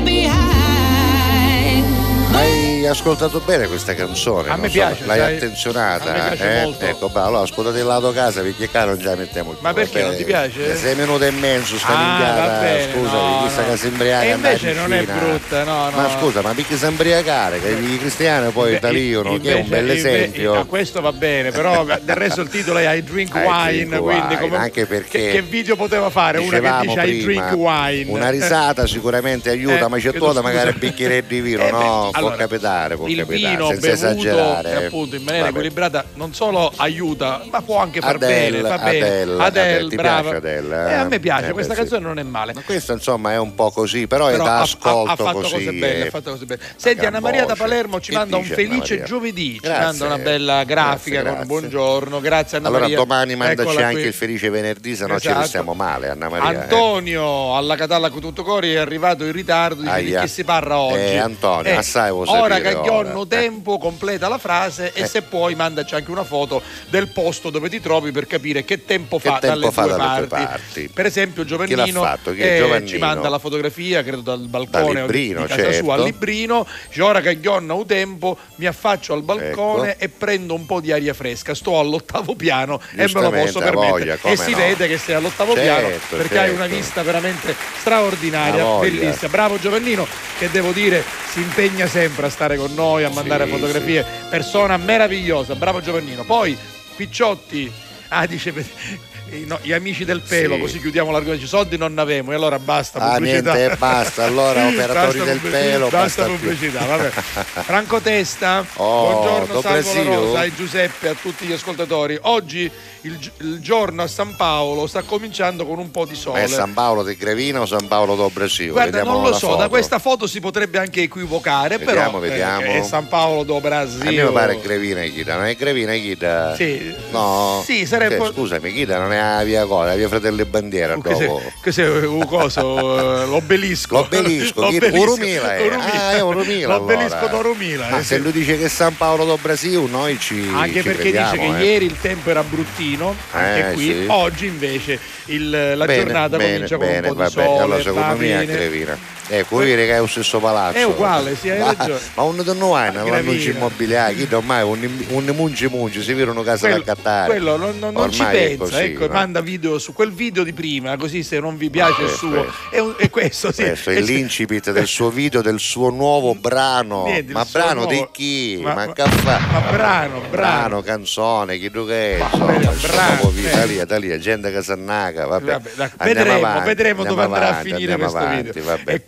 behind. Hai ascoltato bene questa canzone? A me piace, l'hai sai? attenzionata? A me piace molto. Ecco, bravo, allora ascoltate il lato casa perché qua non ce la mettiamo più. Ma perché non ti piace? 6 minuti e mezzo sta minchiata, va bene, scusami, no, chissà no. che si imbriaca. E invece andare non è vicina. brutta, no. Ma scusa, ma perché si imbriacare? Che i cristiani poi tagliano, che è un bel esempio. A questo va bene, però del resto il titolo è I Drink Wine, Drink quindi Wine, come, anche perché che video poteva fare una che dicevamo dice I prima, Drink Wine? una risata sicuramente aiuta, ma c'è chiedo tutta scusa. magari un bicchiere di vino, no? allora, può capitare, il vino senza bevuto esagerare. appunto in maniera Vabbè. equilibrata non solo aiuta, ma può anche far Adele, bene, fa bene. Adele, ti brava. piace Adele? A me piace, questa sì. canzone non è male. Ma questo insomma è un po' così, però è da ha ascolto fatto così. cose belle, ha fatto cose belle. Senti, Anna Maria da Palermo ci Che manda un dice Anna felice Maria? giovedì, Grazie. ci manda una bella grafica Grazie. con buongiorno, grazie Anna Allora Maria. domani mandaci Eccola anche qui. il felice venerdì, se no ci Esatto. restiamo male, Anna Maria. Antonio alla Catalla con tutto cori è arrivato in ritardo, dice di Aia. chi si parla oggi. Antonio, assai vuoi ora sapere che ora. ho tempo completa la frase e se puoi mandaci anche una foto del posto dove ti trovi per capire che tempo fa dalle due parti. Per esempio Giovannino Chi l'ha fatto? Chi è Giovannino? ci manda la fotografia, credo dal balcone Librino, di casa certo. sua al Librino, dice ora che ho tempo mi affaccio al balcone Ecco. e prendo un po' di aria fresca, sto all'8° piano e me lo posso Giustamente, permettere voglia, come e si no. vede che sei all'8° piano perché hai una vista veramente straordinaria, bellissima. Bravo Giovannino, che devo dire si impegna sempre a stare con noi, a mandare fotografie, persona meravigliosa, bravo Giovannino. Poi Picciotti dice gli amici del pelo, così chiudiamo l'argomento, soldi non ne avemo e allora basta pubblicità. Niente, basta, allora operatori Basta del pelo, basta più. pubblicità, vabbè. Franco Testa, buongiorno Salvo La Rosa e Giuseppe, a tutti gli ascoltatori. Oggi il giorno a San Paolo sta cominciando con un po' di sole. Ma è San Paolo di Grevina o San Paolo do Brasil? Guarda, Vediamo non lo la so, foto. da questa foto si potrebbe anche equivocare, Vediamo. però è San Paolo do Brasil. A me mi pare Grevina e Ghida, non è Grevina e Ghida? Sì. No. Sì, sarebbe. Scusami, Ghida non è la via cosa, la via Fratelli Bandiera dopo. Cos'è un coso? L'obelisco. L'obelisco, Urumila è Urumila. L'obelisco d'Orumila. Ma se lui dice che è San Paolo do Brasil, noi ci anche ci perché vediamo, dice che ieri il tempo era bruttino, anche qui. Sì. Oggi invece la giornata comincia con un po' di sole. Allora secondo me è Grevina. Ecco, che è lo stesso palazzo. È uguale, sì, hai ragione. Ma un non è l'annuncio immobiliare, chi ormai un munci si virano casa da accattare. Quello non ci pensa, ecco, manda video su quel video di prima, così se non vi piace il suo. È questo, sì. Questo è l'incipit del suo video, del suo nuovo brano. Niente, ma brano nuovo... di chi? Ma brano, canzone, chi tu che è? Brano. Talia, gente che s'annaga, vabbè. Vedremo dove andrà a finire questo video. Vabbè. E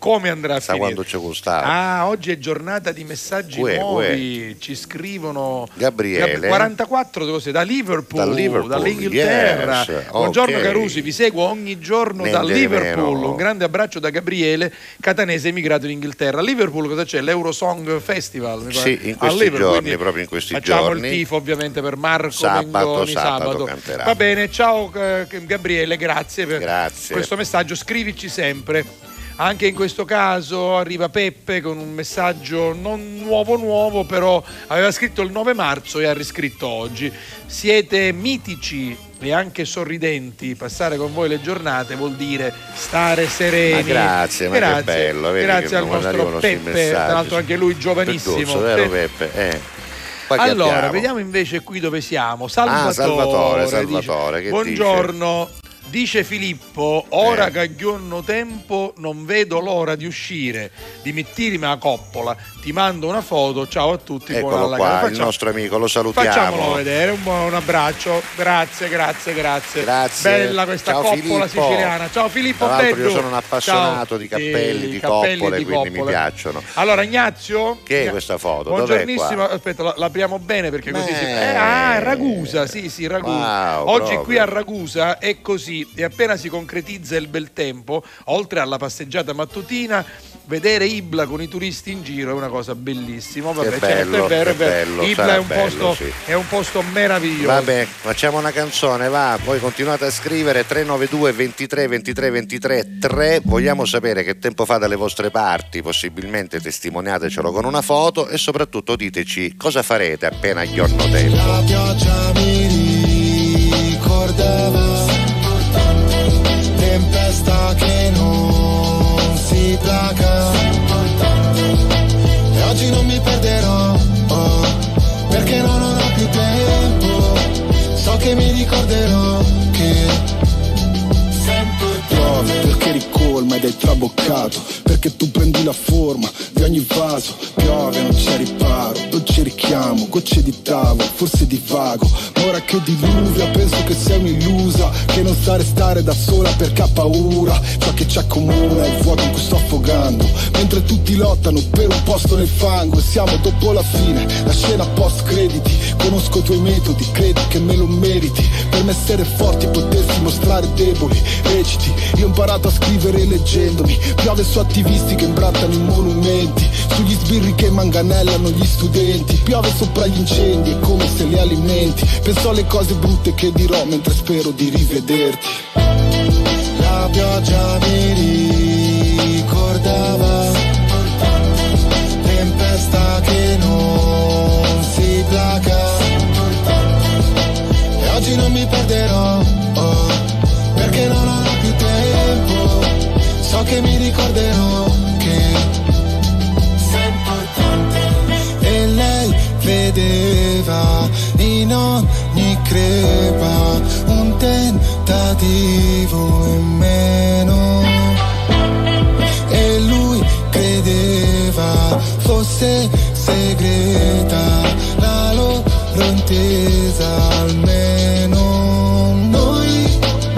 come andrà a finire? Quando ci costava. Oggi è giornata di messaggi nuovi. Ci scrivono Gabriele 44 da Liverpool, dall'Inghilterra. Yes. Buongiorno Okay. Carusi, vi seguo ogni giorno da Liverpool. Un grande abbraccio da Gabriele, catanese emigrato in Inghilterra. A Liverpool cosa c'è? L'Eurosong Festival, mi pare. Sì, in questi giorni, proprio in questi facciamo giorni. Il tifo ovviamente per Marco sabato Mengoni. canterà. Va bene, ciao Gabriele, grazie per Grazie. questo messaggio. Scrivici sempre. Anche in questo caso arriva Peppe con un messaggio non nuovo, però aveva scritto il 9 marzo e ha riscritto oggi. Siete mitici e anche sorridenti, passare con voi le giornate vuol dire stare sereni. Ma grazie, che bello. Grazie al nostro Peppe, tra l'altro anche lui giovanissimo. Vero Peppe? Allora, vediamo invece qui dove siamo. Salvatore che buongiorno. Dice Filippo, ora che aggiorno tempo non vedo l'ora di uscire, di mettermi a coppola, ti mando una foto, ciao a tutti. Eccolo qua, il nostro amico, lo salutiamo. Facciamolo vedere, un abbraccio, grazie. Bella questa ciao, coppola Filippo. Siciliana. Ciao Filippo. Tra l'altro io sono un appassionato di cappelli, di coppole, quindi mi piacciono. Allora Ignazio, che è questa foto? Buongiornissimo, aspetta, l'apriamo bene perché così si... Ragusa, sì, Ragusa. Wow, oggi proprio. Qui a Ragusa è così. E appena si concretizza il bel tempo, oltre alla passeggiata mattutina, vedere Ibla con i turisti in giro è una cosa bellissima. Vabbè, è bello, è vero. Ibla è un posto meraviglioso. Vabbè, facciamo una canzone, va. Voi continuate a scrivere 392 23 23 23 3. Vogliamo sapere che tempo fa dalle vostre parti, possibilmente testimoniatecelo con una foto e soprattutto diteci cosa farete appena giorno tempo. La pioggia mi ricordava tempesta che non si placa e oggi non mi perderò perché non ho più tempo, so che mi ricorderò che sempre piove perché ricolma ed è traboccato, perché tu prendi la forma di ogni vaso, piove non c'è riparo, dolce richiamo, gocce di tavolo, forse divago, ma ora che diluvia penso che sei un'illusa, che non sa restare da sola perché ha paura, ciò che ci accomuna è il vuoto in cui sto affogando, mentre tutti lottano per un posto nel fango, e siamo dopo la fine, la scena post crediti, conosco i tuoi metodi, credi che me lo meriti, per me essere forti potersi mostrare deboli, reciti, io ho imparato a scrivere leggendomi, piove su attivisti che imbrattano i monumenti, sugli sbirri che manganellano gli studenti, piove sopra gli incendi, è come se li alimenti, penso alle cose brutte che dirò mentre spero di rivederti. La pioggia mi ricordava tempesta che non si placa e oggi non mi perderò perché non ho più tempo, so che mi ricorderò che sei importante. E lei vedeva in ogni crepa un tentativo in meno e lui credeva fosse segreta la loro intesa, almeno noi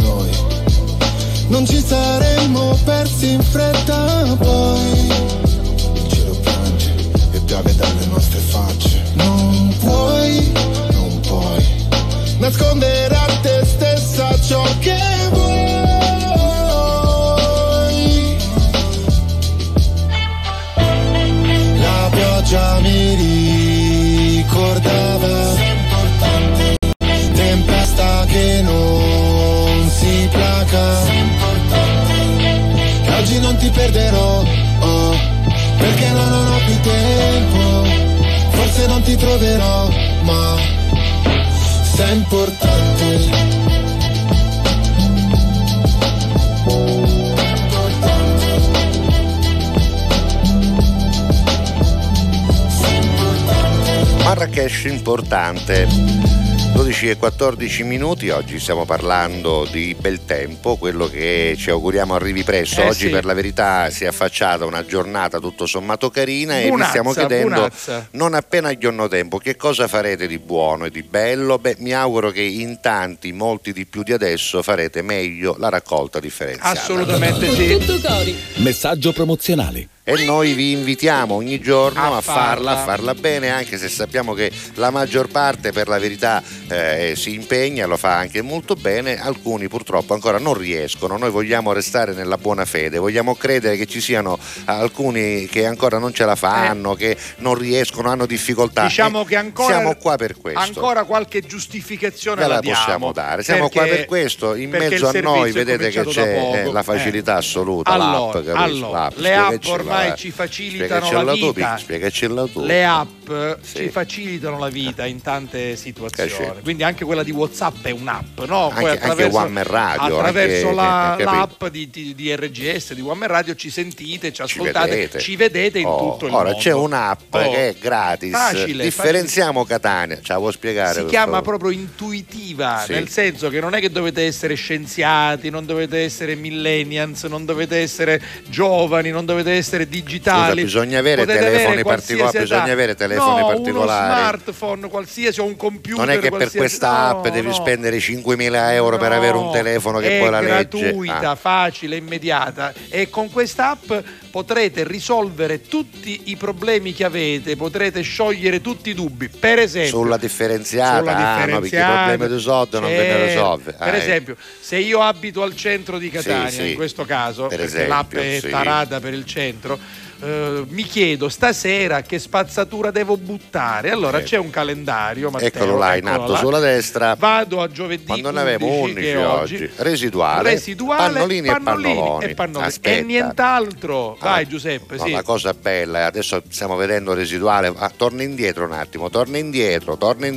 non ci saremmo persi in fretta, poi il cielo piange e piove dalle nostre facce. Non puoi nascondere a te stessa ciò che vuoi. La pioggia mi ricordava tempesta che non si placa, e oggi non ti perderò perché non ho più tempo, forse non ti troverò, ma sei importante. Marrakesh importante. 12:14. Oggi stiamo parlando di bel tempo, quello che ci auguriamo arrivi presto. Oggi per la verità si è affacciata una giornata tutto sommato carina e vi stiamo chiedendo, non appena giorno tempo, che cosa farete di buono e di bello? Beh, mi auguro che in tanti, molti di più di adesso, farete meglio la raccolta differenziata. Assolutamente sì. Tutto cori. Messaggio promozionale. E noi vi invitiamo ogni giorno a farla bene, anche se sappiamo che la maggior parte per la verità si impegna, lo fa anche molto bene, alcuni purtroppo ancora non riescono. Noi vogliamo restare nella buona fede, vogliamo credere che ci siano alcuni che ancora non ce la fanno, che non riescono, hanno difficoltà. Diciamo che ancora siamo qua per questo. Ancora qualche giustificazione la possiamo dare, siamo qua per questo. In mezzo a noi vedete che c'è la facilità assoluta, l'app, le app ormai ci facilitano la vita. Spiegacela tu. Le app ci facilitano la vita in tante situazioni. Quindi anche quella di WhatsApp è un'app, no? Poi anche One Man Radio, attraverso l'app di RGS, di One Man Radio, ci sentite, ci ascoltate, ci vedete in tutto il mondo. Ora c'è un'app che è gratis. Facile, differenziamo Catania. Ce la vuoi spiegare? Si chiama proprio intuitiva, nel senso che non è che dovete essere scienziati, non dovete essere millennials, non dovete essere giovani, non dovete essere digitali. Scusa, bisogna avere telefoni particolari, bisogna avere telefoni particolari. Uno smartphone qualsiasi o un computer. Non è che per questa app devi spendere 5.000 euro per avere un telefono che poi la legge. È gratuita, facile, immediata, e con questa app potrete risolvere tutti i problemi che avete, potrete sciogliere tutti i dubbi. Per esempio sulla differenziata, perché i problemi di soldi non ve ne risolve. Per esempio, se io abito al centro di Catania, in questo caso, perché l'app è tarata per il centro, mi chiedo stasera che spazzatura devo buttare. Allora c'è un calendario, Matteo, eccolo là in alto sulla destra. Vado a giovedì, quando ne avevo 11 oggi. Residuale, pannolini e pannoloni. Aspetta. E nient'altro. Vai Giuseppe. No, la cosa bella, adesso stiamo vedendo residuale. Torna indietro un attimo, torna indietro.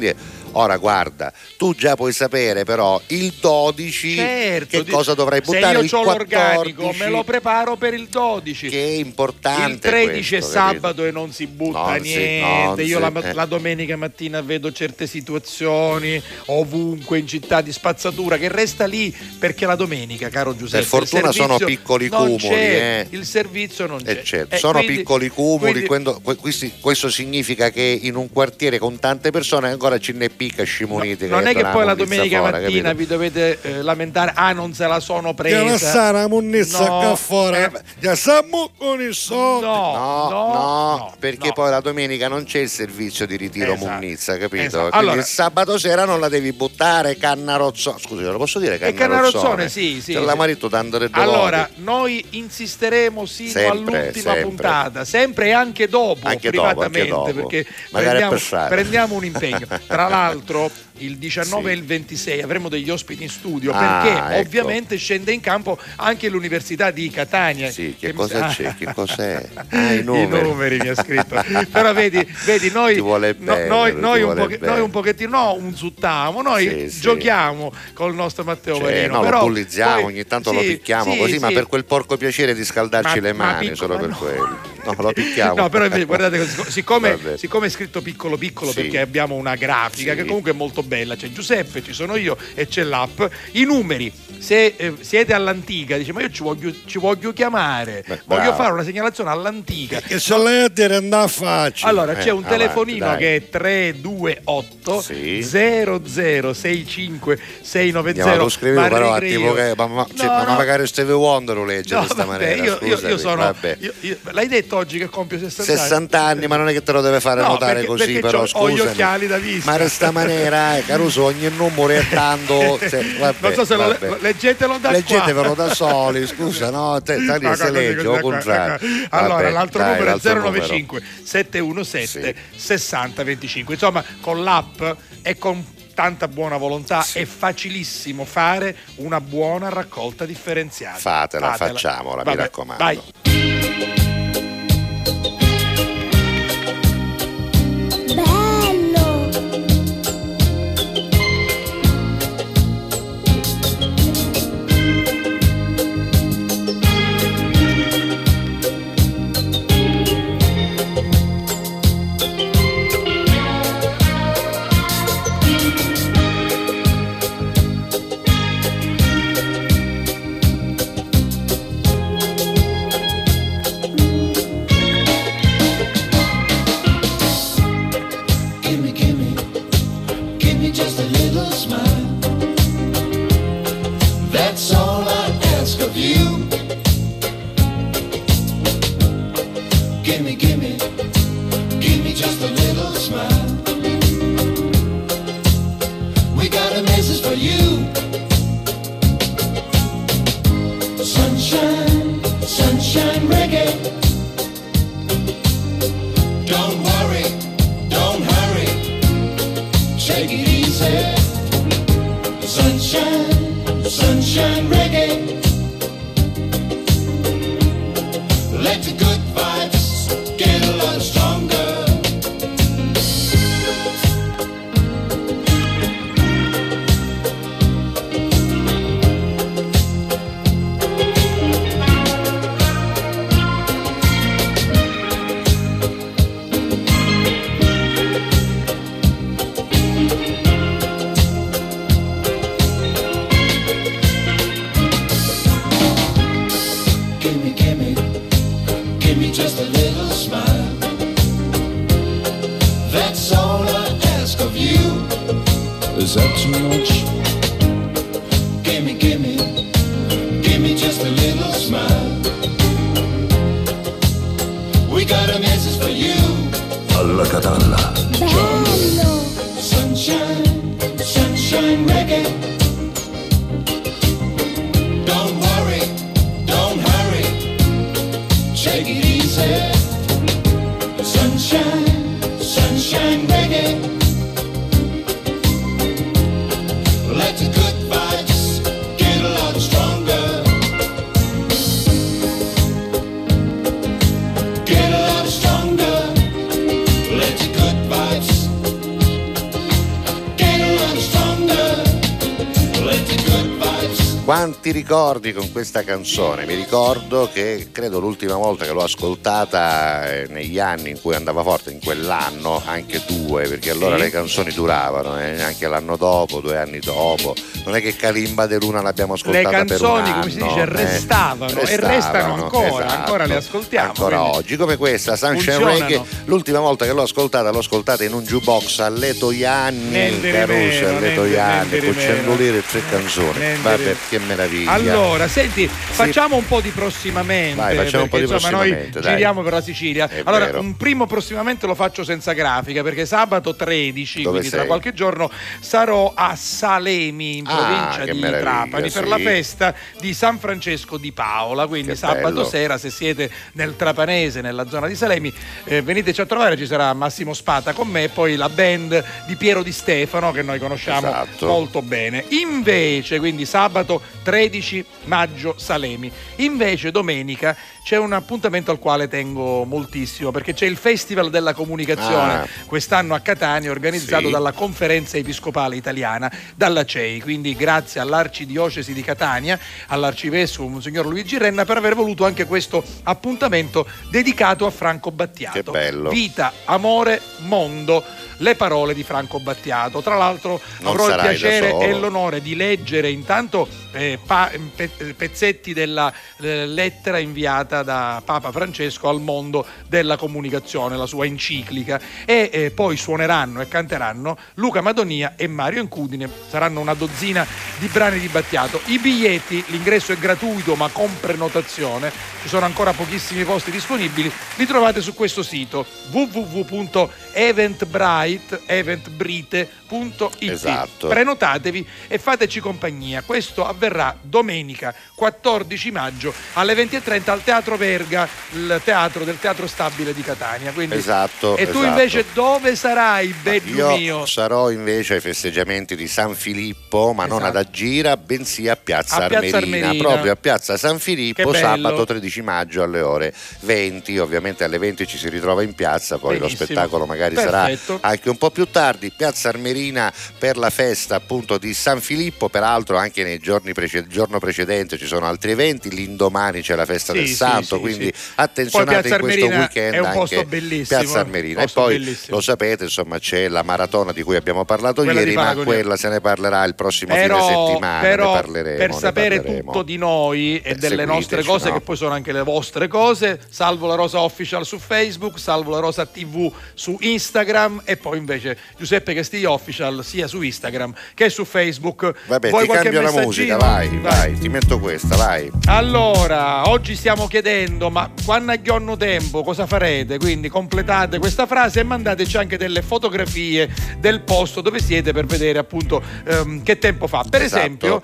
Ora guarda, tu già puoi sapere però il 12 che cosa dovrai buttare. Se io ho l'organico me lo preparo per il 12. Che è importante. Il 13 questo, è sabato e non si butta niente. Io la domenica mattina vedo certe situazioni ovunque in città di spazzatura che resta lì perché la domenica, caro Giuseppe, per fortuna sono piccoli cumuli. Il servizio non c'è. Certo. Sono piccoli cumuli. Questo significa che in un quartiere con tante persone ancora ce n'è scimuniti. Non è che poi la domenica mattina vi dovete lamentare, non se la sono presa. La munnizza qua fuori. No, perché poi la domenica non c'è il servizio di ritiro munnizza, capito? Quindi il sabato sera non la devi buttare, cannarozzone. Scusi, lo posso dire cannarozzone? Sì. La marito tanto allora, noi insisteremo sino all'ultima puntata, sempre e anche dopo, privatamente, perché prendiamo un impegno. Tra l'altro il 19 e il 26 avremo degli ospiti in studio, perché ovviamente scende in campo anche l'Università di Catania. Che cos'è? I numeri mi ha scritto. Però vedi noi un pochettino noi giochiamo col nostro Matteo Marino, però lo pullizziamo, ogni tanto lo picchiamo così, ma per quel porco piacere di scaldarci le mani, solo per quello. No, lo picchiamo. No, però guardate, siccome è scritto piccolo perché abbiamo una grafica che comunque è molto bella, c'è Giuseppe, ci sono io e c'è l'app. I numeri, se siete all'antica, dice ma io ci voglio chiamare, voglio fare una segnalazione all'antica, che se lei a dire andà facile. Allora c'è un telefonino che è 328 0065 690. Lo scrivevo però tipo che magari Steve Wonder lo legge di questa maniera. Io sono l'hai detto oggi che compio 60 anni, ma non è che te lo deve fare notare così, però ho gli occhiali da vista. Ma resta maniera, Caruso, ogni numero è tanto. Non so se leggetelo da leggetevelo da soli, scusa, no? Se legge o contrario. Allora, l'altro numero è 095 717 6025. Insomma, con l'app e con tanta buona volontà è facilissimo fare una buona raccolta differenziata. Fatela. Facciamola, mi raccomando. Vai. little smile. That's all I ask of you. Gimme, gimme, gimme just a little smile. We got a message for you. Sunshine, sunshine reggae. Don't worry, don't hurry. Take it easy. Sunshine, sunshine reggae. Let the good vibes get a lot stronger. Just a little smile. That's all I ask of you. Is that too much? Gimme, gimme, gimme just a little smile. We got a message for you. Alla Catalla. Bello. Sunshine, sunshine reggae. Don't worry, don't hurry. Take it easy. Sunshine, sunshine reggae. Let the good vibes get a lot stronger. Get a lot stronger. Let the good vibes get a lot stronger. Let the good vibes. Quanti ricordi con questa canzone? Mi ricordo che credo l'ultima volta che l'ho ascoltata negli anni in cui andava forte, in quell'anno, anche 2, perché allora le canzoni duravano, anche l'anno dopo, 2 anni dopo. Non è che Kalimba de Luna l'abbiamo ascoltata per un anno. Le canzoni, come si dice, restavano e restano ancora, esatto, ancora le ascoltiamo. Ancora quindi oggi, come questa, Sunshine Reggae. L'ultima volta che l'ho ascoltata in un jukebox a Letoianni, Caruso, a Letoianni, con 100 lire e 3 canzoni. Vabbè, che meraviglia. Allora, senti, facciamo un po' di prossimamente. Vai, facciamo un po' di prossimamente, noi giriamo per la Sicilia. Allora, un primo prossimamente lo faccio senza grafica, perché sabato 13, dove quindi sei? Tra qualche giorno, sarò a Salemi, in provincia di Trapani, per la festa di San Francesco di Paola. Quindi che sabato bello. sera, se siete nel Trapanese, nella zona di Salemi, veniteci a trovare. Ci sarà Massimo Spata con me, e poi la band di Piero Di Stefano, che noi conosciamo molto bene. Invece, quindi sabato 13 maggio Salemi. Invece domenica c'è un appuntamento al quale tengo moltissimo, perché c'è il Festival della Comunicazione quest'anno a Catania, organizzato dalla Conferenza Episcopale Italiana, dalla CEI. Quindi grazie all'Arcidiocesi di Catania, all'Arcivescovo Monsignor Luigi Renna, per aver voluto anche questo appuntamento dedicato a Franco Battiato. Che bello. Vita, amore, mondo. Le parole di Franco Battiato. Tra l'altro avrò il piacere e l'onore di leggere intanto pezzetti della lettera inviata da Papa Francesco al mondo della comunicazione, la sua enciclica, e poi suoneranno e canteranno Luca Madonia e Mario Incudine. Saranno una dozzina di brani di Battiato. I biglietti, l'ingresso è gratuito ma con prenotazione, ci sono ancora pochissimi posti disponibili, li trovate su questo sito www.eventbrite.it. Esatto. Prenotatevi e fateci compagnia. Questo avverrà domenica 14 maggio alle 20:30 al Teatro Verga, il teatro del Teatro Stabile di Catania. Quindi, esatto. E tu invece dove sarai, bello mio? Io sarò invece ai festeggiamenti di San Filippo, ma non ad Agira, bensì a Piazza Armerina, proprio a Piazza San Filippo, sabato 13 maggio alle ore 20. Ovviamente alle 20 ci si ritrova in piazza, poi lo spettacolo magari sarà anche un po' più tardi. Piazza Armerina per la festa appunto di San Filippo. Peraltro anche nei giorno precedente ci sono altri eventi, l'indomani c'è la festa del Santo, quindi attenzionate in questo weekend, è un posto anche bellissimo, Piazza Armerina. E poi bellissimo. Lo sapete, insomma, c'è la maratona di cui abbiamo parlato ieri, ma quella se ne parlerà il prossimo fine settimana. Però ne parleremo, per sapere tutto di noi e delle nostre cose, che poi sono anche le vostre cose, Salvo la Rosa Official su Facebook, Salvo la Rosa TV su Instagram, e poi invece Giuseppe Castiglia Official sia su Instagram che su Facebook. Vabbè, vuoi ti qualche cambio la musica, vai, ti metto questa, vai. Allora, oggi stiamo chiedendo, ma quando aggionno tempo cosa farete? Quindi completate questa frase e mandateci anche delle fotografie del posto dove siete per vedere appunto che tempo fa. Per esempio,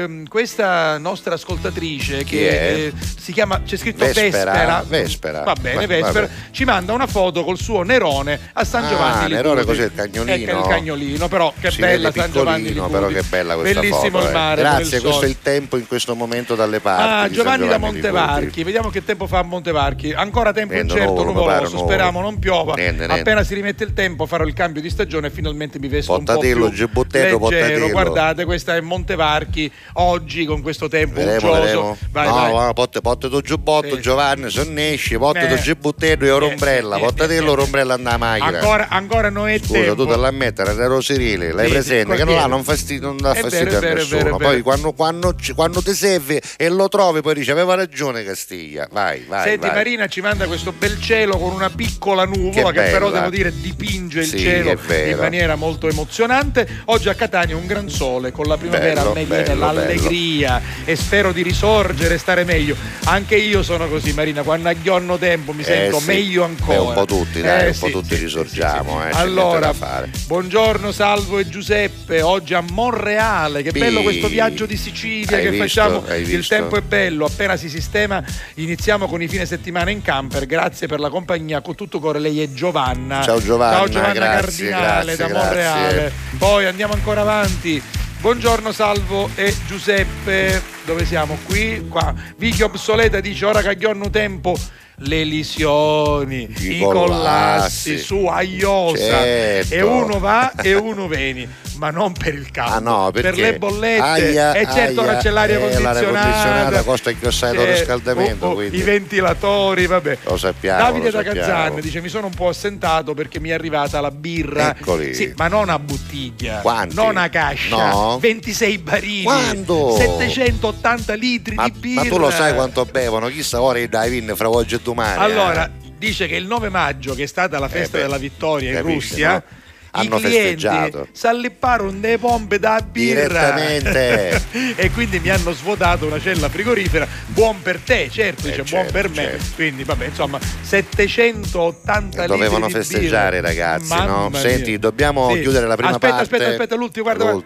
questa nostra ascoltatrice che si chiama, c'è scritto Vespera. Va bene, Vespera, ci manda una foto col suo Nerone a San Giovanni. Nerone così il cagnolino. Il cagnolino, però che bella San Giovanni Liturdi. Però che bella questa bellissimo foto. Il mare. Grazie, questo è il tempo in questo momento dalle parti. Giovanni da Montevarchi, vediamo che tempo fa a Montevarchi. Ancora tempo incerto, nuvoloso, speriamo non piova. Appena si rimette il tempo farò il cambio di stagione e finalmente mi vesto un po' più leggero. Guardate, questa è Montevarchi oggi con questo tempo uggioso. Vai. Potte tu giubbotto, Giovanni, sonnesci, potte tu giubbottello e orombrella, pottatello orombrella andava macchina. Ancora non è tempo. Scusa, tu te l'ammettere, ero Cirile, l'hai presente, che non dà fastidio a nessuno. Poi quando ti serve e lo trovi poi dice aveva ragione Castiglia. Vai. Senti, Marina ci manda questo bel cielo con una piccola nuvola che però devo dire dipinge il cielo in maniera molto emozionante. Oggi a Catania un gran sole, con la primavera a me viene l'allegria e spero di risorgere e stare meglio. Anche io sono così, Marina, quando aggionno tempo mi sento meglio ancora. Un po' tutti, dai, un po' tutti risorgiamo. Allora, buongiorno Salvo e Giuseppe, oggi a Monreale, che bello questo viaggio di Sicilia che facciamo, il tempo è bello, appena si sistema iniziamo con i fine settimana in camper, grazie per la compagnia, con tutto cuore. Lei è Giovanna. Ciao Giovanna, grazie, Cardinale da Monreale. Poi andiamo ancora avanti. Buongiorno Salvo e Giuseppe, dove siamo? Qua Vichio Obsoleta dice ora che aggionno tempo le lesioni, i collassi su Aiosa, e uno va e uno vieni, ma non per il caldo, per le bollette. E certo ora c'è l'aria condizionata costa ingrossare il riscaldamento, i ventilatori, vabbè. Lo sappiamo. Davide da Kazan dice mi sono un po' assentato perché mi è arrivata la birra. Sì, ma non a bottiglia. Quanti? Non a cascia. No. 26 barili. Quando? 780 litri di birra. Ma tu lo sai quanto bevono? Chissà ora i Davin fra oggi e domani. Allora, dice che il 9 maggio, che è stata la festa della vittoria in Russia, no? Hanno i clienti festeggiato, s'allipparono delle pompe da birra direttamente e quindi mi hanno svuotato una cella frigorifera. Buon per te, certo, dice buon per me, quindi vabbè, insomma 780 litri dovevano festeggiare birra. Ragazzi, no? Senti, dobbiamo chiudere la prima parte. Aspetta, l'ultima, guarda,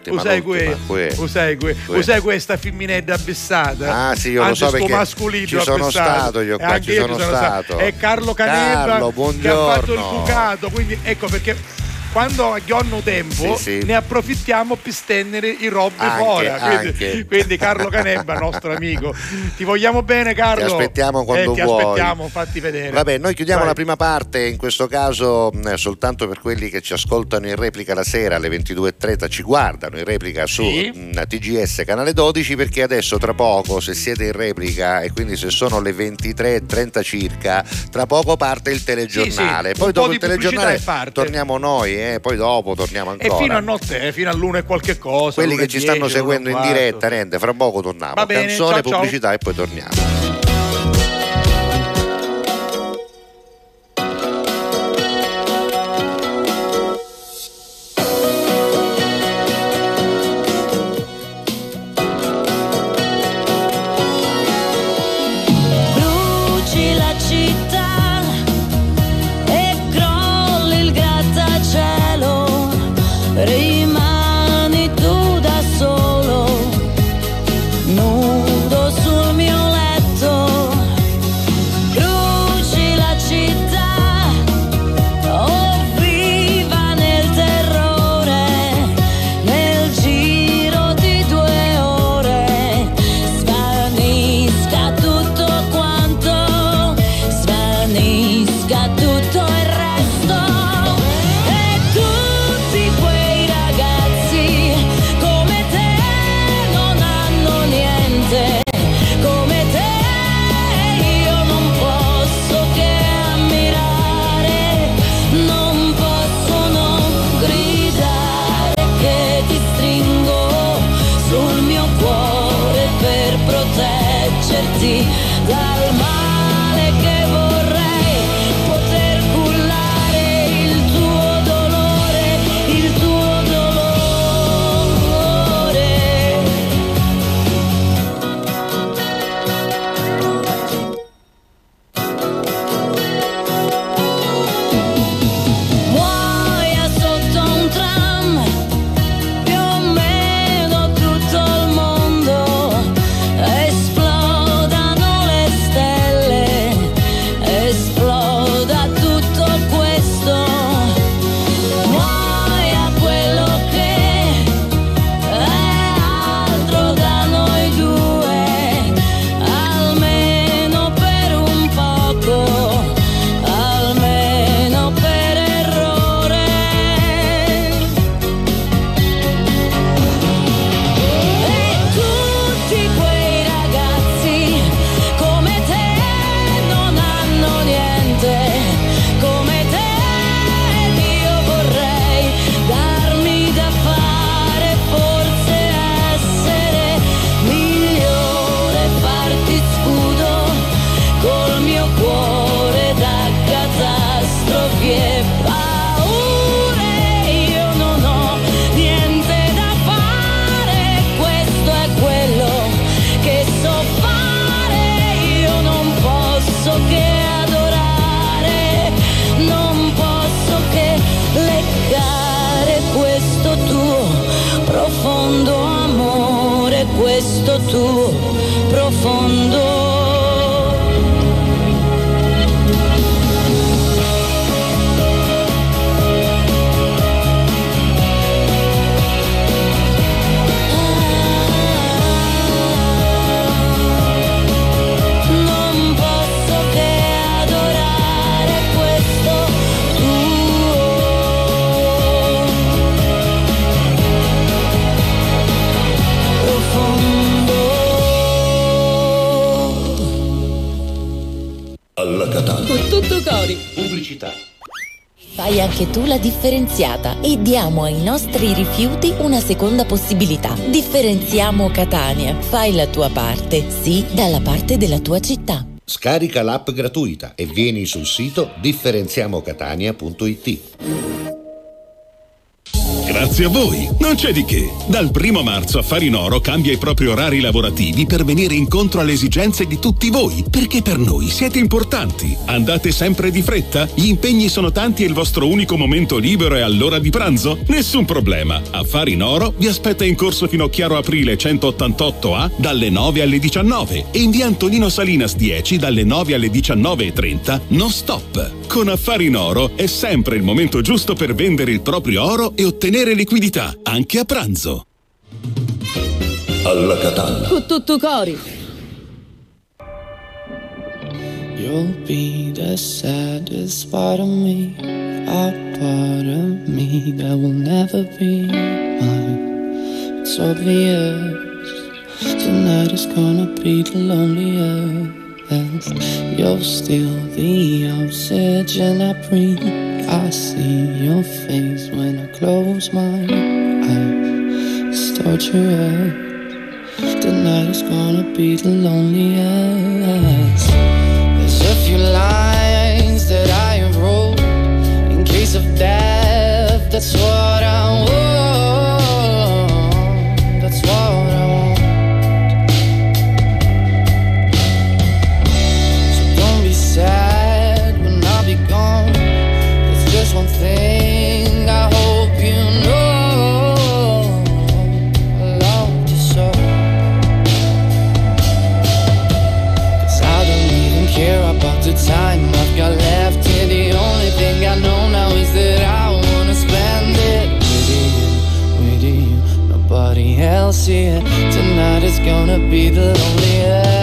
usai questa femminetta abissata. Ah sì, io lo so perché ci sono stato io qua, ci sono stato. È Carlo Caneva che ha fatto il bucato, quindi ecco perché quando aggionno tempo ne approfittiamo per stendere i robbi fuori. Quindi Carlo Canebba, nostro amico, ti vogliamo bene Carlo, ti aspettiamo quando vuoi, aspettiamo, fatti vedere. Vabbè, noi chiudiamo la prima parte, in questo caso soltanto per quelli che ci ascoltano in replica la sera alle 22:30, ci guardano in replica su TGS canale 12, perché adesso tra poco, se siete in replica e quindi se sono le 23:30 circa, tra poco parte il telegiornale, poi dopo il telegiornale torniamo noi. Poi dopo torniamo ancora. E fino a notte, fino all'1 e qualche cosa. Quelli che ci stanno seguendo in diretta, niente, fra poco torniamo. Va bene, canzone, ciao, pubblicità e poi torniamo. Dal male che vorrei poter cullare il tuo dolore. tuo profondo. Tutto cori. Pubblicità. Fai anche tu la differenziata e diamo ai nostri rifiuti una seconda possibilità. Differenziamo Catania. Fai la tua parte, sì, dalla parte della tua città. Scarica l'app gratuita e vieni sul sito differenziamocatania.it. Grazie a voi, non c'è di che. Dal 1 marzo Affari in Oro cambia i propri orari lavorativi per venire incontro alle esigenze di tutti voi, perché per noi siete importanti. Andate sempre di fretta? Gli impegni sono tanti e il vostro unico momento libero è all'ora di pranzo? Nessun problema. Affari in Oro vi aspetta in corso Finocchiaro Aprile 188A dalle 9 alle 19 e in via Antonino Salinas 10 dalle 9 alle 19:30 non stop. Con Affari in Oro è sempre il momento giusto per vendere il proprio oro e ottenere liquidità, anche a pranzo. Alla Catalla. Tutto cori. You'll be the saddest part of me, a part of me that will never be mine. It's obvious, tonight is gonna be the loneliest. You're still the oxygen I breathe. I see your face when I close my eyes. It's torturous. Tonight is gonna be the loneliest. There's a few lines that I wrote in case of death. That's what I want. That's what I want. Sad when I'll be gone. There's just one thing I hope you know. I love you so. 'Cause I don't even care about the time I've got left here. The only thing I know now is that I wanna spend it with you, nobody else here. Tonight is gonna be the loneliest.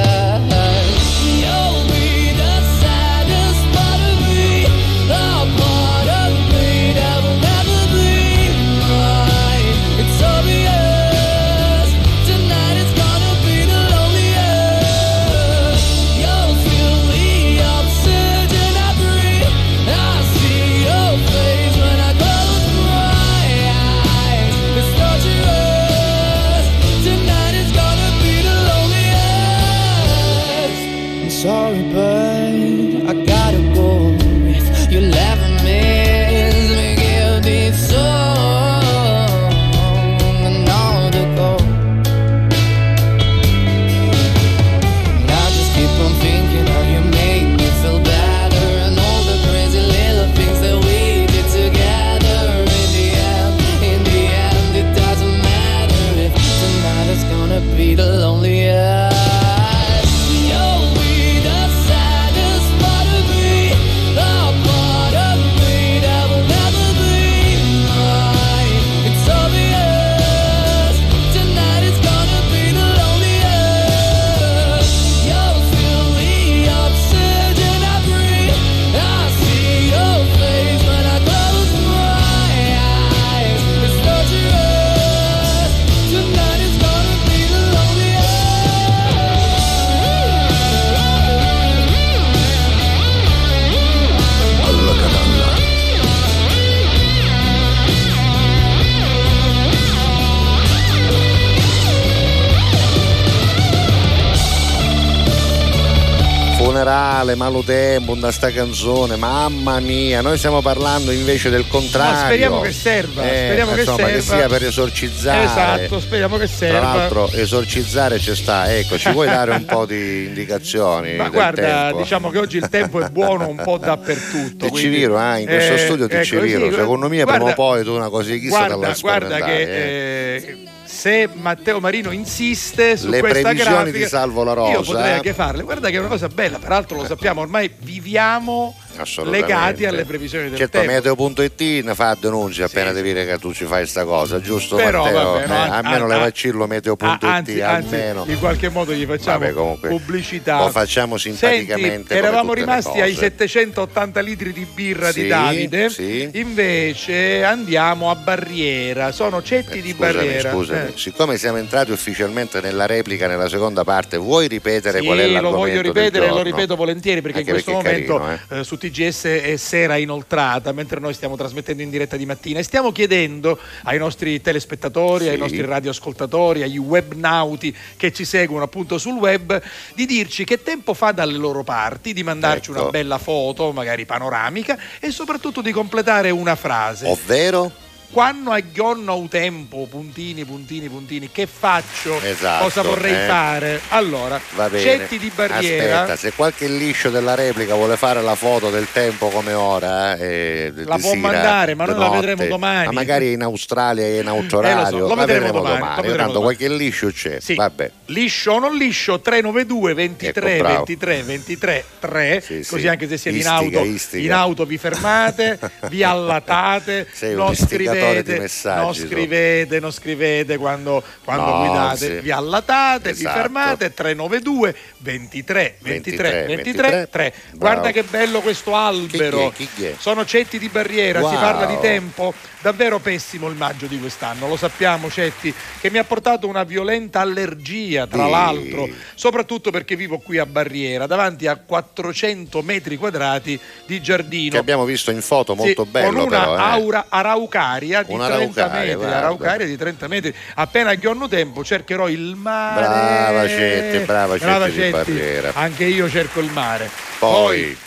Tonight is gonna be the loneliest. temporale, malo tempo, da sta canzone, mamma mia, noi stiamo parlando invece del contrario. Ma speriamo che serva, che sia per esorcizzare. Esatto, speriamo che serva. Tra l'altro esorcizzare ci sta, ecco, ci vuoi dare un po' di indicazioni? Ma guarda, diciamo che oggi il tempo è buono un po' dappertutto. Ti ci viro, in questo studio ti ci viro, secondo me prima o poi tu una cosa chissà dalla guarda che se Matteo Marino insiste su le questa previsioni grafica, di Salvo La Rosa, io potrei anche farle. Guarda che è una cosa bella, peraltro lo sappiamo, ormai viviamo legati alle previsioni del tempo. Meteo.it ne fa denunce appena devi dire che tu ci fai sta cosa, giusto? Però, Matteo? vabbè, almeno le vacillo Meteo.it, almeno in qualche modo gli facciamo pubblicità. Lo facciamo simpaticamente. Senti, eravamo rimasti ai 780 litri di birra di Davide, invece andiamo a Barriera, sono cetti di Barriera. Scusami. Siccome siamo entrati ufficialmente nella replica, nella seconda parte, vuoi ripetere qual è l'argomento? Lo voglio ripetere e del lo ripeto volentieri perché anche in questo momento carino, su TGS è sera inoltrata, mentre noi stiamo trasmettendo in diretta di mattina e stiamo chiedendo ai nostri telespettatori, ai nostri radioascoltatori, agli webnauti che ci seguono appunto sul web, di dirci che tempo fa dalle loro parti, di mandarci una bella foto, magari panoramica, e soprattutto di completare una frase. Ovvero? Quando aggionno un tempo, puntini, che faccio? Esatto, cosa vorrei fare? Allora, cetti di Barriera. Aspetta, se qualche liscio della replica vuole fare la foto del tempo come ora, la può mandare, ma noi la vedremo domani. Ma magari in Australia e in autoradio, lo vedremo domani. Tanto qualche liscio c'è. Sì. Vabbè. Liscio o non liscio, 392 23 23 23 3, così anche se siete in auto vi fermate, vi allatate, non scrivete quando guidate, vi allatate, vi fermate, 392 23 23 23 3. Guarda che bello questo albero. Chi è? Sono cetti di Barriera, si parla di tempo davvero pessimo il maggio di quest'anno, lo sappiamo Cetti, che mi ha portato una violenta allergia tra l'altro, soprattutto perché vivo qui a Barriera davanti a 400 metri quadrati di giardino che abbiamo visto in foto, molto bello, con una però, araucaria di 30 metri, araucaria di 30 metri. Appena che ho tempo cercherò il mare. Brava Cetti di Barriera. Anche io cerco il mare. Poi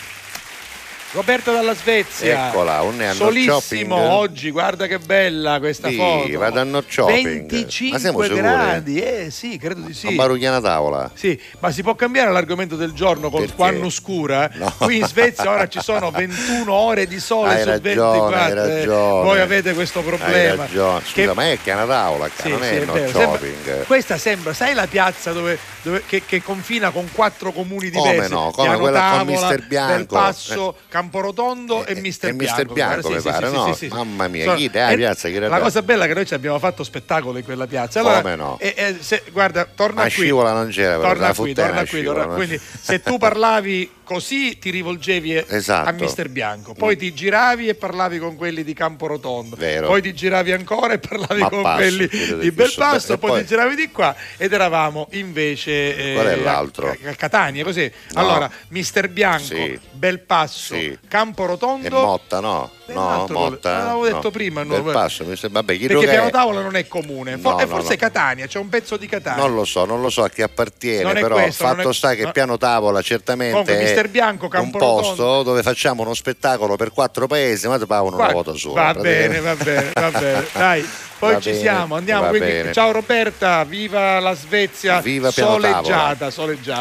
Roberta dalla Svezia, eccola, solissimo oggi, guarda che bella questa foto. Vado a no shopping. 25 gradi, sì, credo di sì. A Barugliana tavola. Sì, ma si può cambiare l'argomento del giorno con quando scura? No. Qui in Svezia ora ci sono 21 ore di sole su 24. Hai ragione. Voi avete questo problema. Scusa, ma è che è una tavola, non è no shopping. Questa sembra, sai la piazza che confina con 4 comuni diversi? Come quella con Mister Bianco. Del Passo, Camporotondo e Mister Bianco, mi pare, no? Sì. Mamma mia, piazza, la cosa bella è che noi ci abbiamo fatto spettacolo in quella piazza. Allora, come no? Guarda, torna qui. Scivola non c'era, torna qui. Quindi se tu parlavi così ti rivolgevi a Mister Bianco, poi ti giravi e parlavi con quelli di Camporotondo, poi ti giravi ancora e parlavi con quelli di Belpasso, poi ti giravi di qua ed eravamo invece qual è l'altro? A Catania, così. Allora, Mister Bianco, Belpasso, Camporotondo e Motta, Motta. L'avevo detto prima, Belpasso, vabbè, perché Piano Tavola non è comune, forse Catania, c'è un pezzo di Catania. Non lo so a chi appartiene, però fatto sta che Piano Tavola certamente è Bianco, un posto dove facciamo uno spettacolo per 4 paesi, ma ti pagano una quota sola. Va bene. Dai, poi ci siamo, andiamo. Quindi, ciao Roberta, viva la Svezia, viva soleggiata.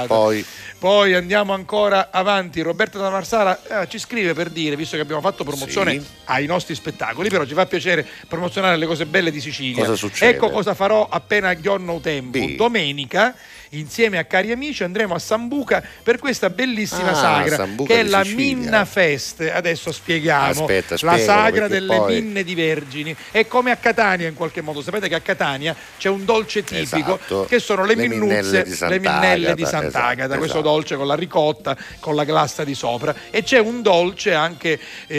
Poi andiamo ancora avanti. Roberta da Marsala ci scrive per dire, visto che abbiamo fatto promozione ai nostri spettacoli, però ci fa piacere promozionare le cose belle di Sicilia. Cosa succede? Ecco cosa farò appena aggionno tempo. Domenica, insieme a cari amici, andremo a Sambuca per questa bellissima sagra Sambuca che è la Sicilia. Minna Fest. Adesso spieghiamo. Spiegalo, la sagra delle minne di vergini. È come a Catania in qualche modo. Sapete che a Catania c'è un dolce tipico che sono le minnuzze, le minnelle di Sant'Agata. Questo dolce con la ricotta, con la glassa di sopra, e c'è un dolce anche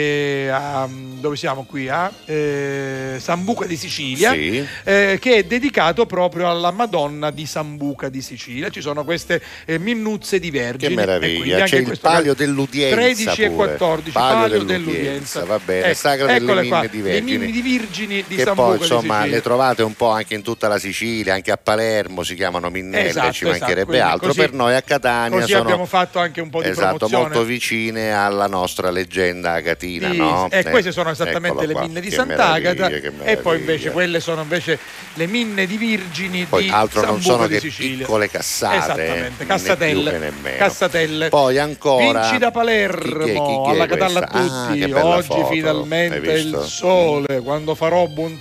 dove siamo qui a Sambuca di Sicilia, che è dedicato proprio alla Madonna di Sambuca di Sicilia. Ci sono queste minnuzze di vergini. Che meraviglia, c'è il palio dell'udienza 13 e 14 palio dell'udienza, va bene, sagra delle minne di vergini, le minne di Virgini di che Sambuca poi insomma insomma le trovate un po' anche in tutta la Sicilia, anche a Palermo si chiamano minnelle, ci mancherebbe altro. Così, per noi a Catania così sono, abbiamo fatto anche un po' di promozione, molto vicine alla nostra leggenda agatina, no? E queste sono esattamente le minne di Sant'Agata, e poi invece quelle sono invece le minne di Virgini poi di altro non sono che Sicilia. piccole cassate, esattamente, cassatelle. Poi ancora Vinci da Palermo, alla Catalla a tutti, oggi foto. Finalmente il sole, quando farà buon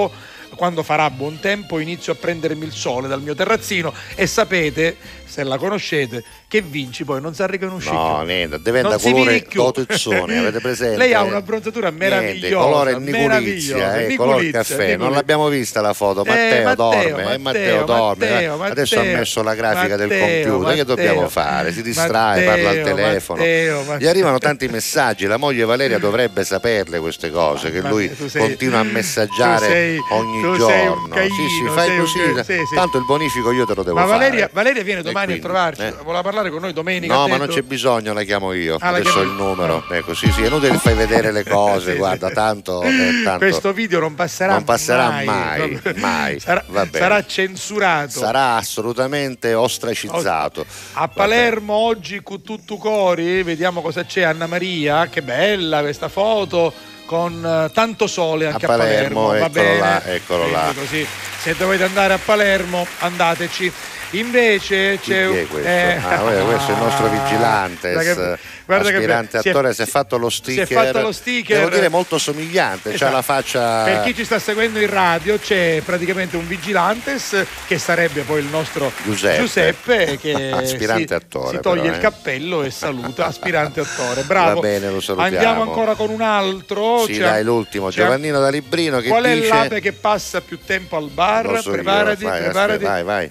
tempo inizio a prendermi il sole dal mio terrazzino, e sapete, se la conoscete, che Vinci poi non si riconosce più. No, niente, diventa colore totuzzone, avete presente? Lei ha un'abbronzatura meravigliosa, colore Niculizia, colore caffè. Non l'abbiamo vista la foto. Matteo dorme. Adesso ha messo la grafica del computer. Che dobbiamo fare? Si distrae, parla al telefono. Gli arrivano tanti messaggi. La moglie Valeria dovrebbe saperle queste cose, che lui continua a messaggiare ogni giorno. Fai così. Tanto il bonifico io te lo devo fare. Valeria viene domani a trovarci. Vuole parlare con noi domenica? No, ma non c'è bisogno, la chiamo io. Adesso ho il numero. Così è inutile che fai vedere le cose. Guarda, tanto questo video non passerà mai. Sarà censurato. Sarà assolutamente ostracizzato. A Palermo oggi con tutto cori, vediamo cosa c'è. Anna Maria, che bella questa foto con tanto sole anche a Palermo. Va bene. Eccolo là. Così, se dovete andare a Palermo, andateci. Invece c'è questo è il nostro vigilante, aspirante attore, si è fatto lo sticker, devo dire molto somigliante, c'ha la faccia. Per chi ci sta seguendo in radio, c'è praticamente un vigilantes che sarebbe poi il nostro Giuseppe che aspirante attore, si toglie il cappello e saluta. Aspirante attore, bravo. Va bene, lo salutiamo. Andiamo ancora con un altro. Sì, dai, l'ultimo, Giovannino da Librino, che qual dice: è l'ape che passa più tempo al bar? Preparati. Vai.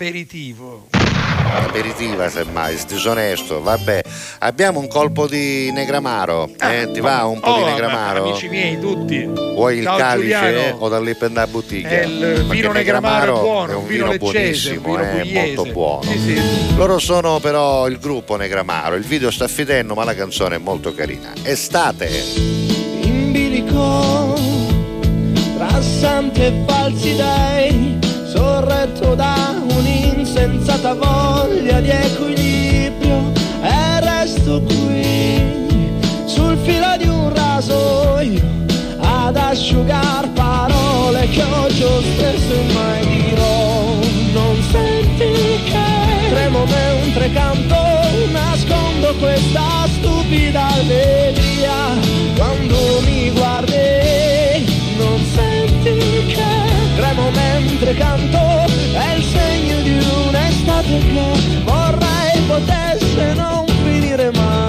L'aperitiva, semmai, disonesto. Vabbè, abbiamo un colpo di Negramaro. Ti va un po' di Negramaro? Amici miei tutti. Vuoi il calice Giuliano. o dall'Ipenda Boutique? Il vino Negramaro è buono, è un vino buonissimo, molto buono. Sì. Loro sono però il gruppo Negramaro. Il video sta fidendo, ma la canzone è molto carina. Estate. In bilico, tra santi e falsi dei, sorretto da un'insensata voglia di equilibrio, e resto qui sul filo di un rasoio ad asciugar parole che oggi ho stesso e mai dirò. Non senti che tremo mentre canto, nascondo questa stupida allegria quando mi guardi. Non senti che tremo mentre canto, è il segno di un'estate che vorrei potesse non finire mai.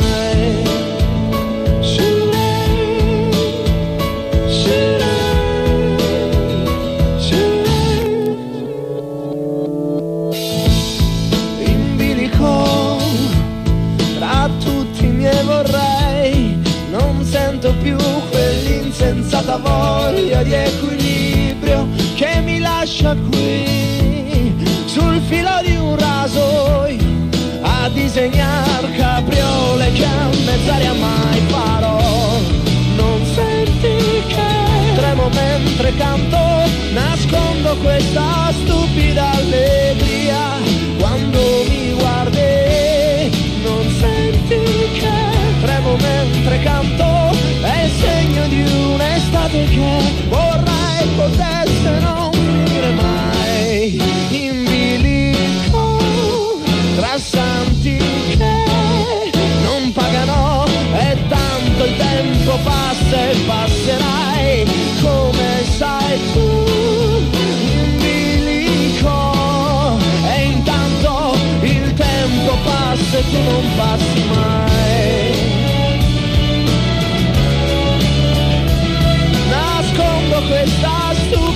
In bilico, tra tutti i miei vorrei, non sento più quell'insensata voglia di equilibrio che mi lascia qui sul filo di un rasoio a disegnar capriole che a mezz'aria mai farò. Non senti che tremo mentre canto, nascondo questa stupida allegria quando mi guardi. Non senti che tremo mentre canto, è il segno di un'estate che vorrei potesse non finire mai. In bilico, tra santi che non pagano, e tanto il tempo passa e passerai, come sai tu. In bilico, e intanto il tempo passa e tu non passi mai. Nascondo questa stupida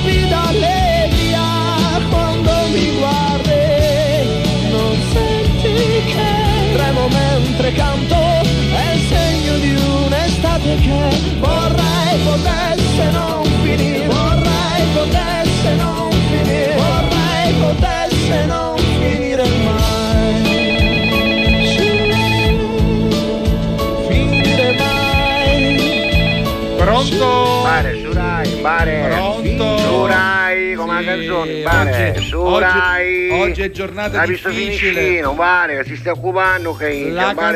canzoni, vale, su Rai. Oggi è giornata difficile. Vicino, vale, che si sta occupando che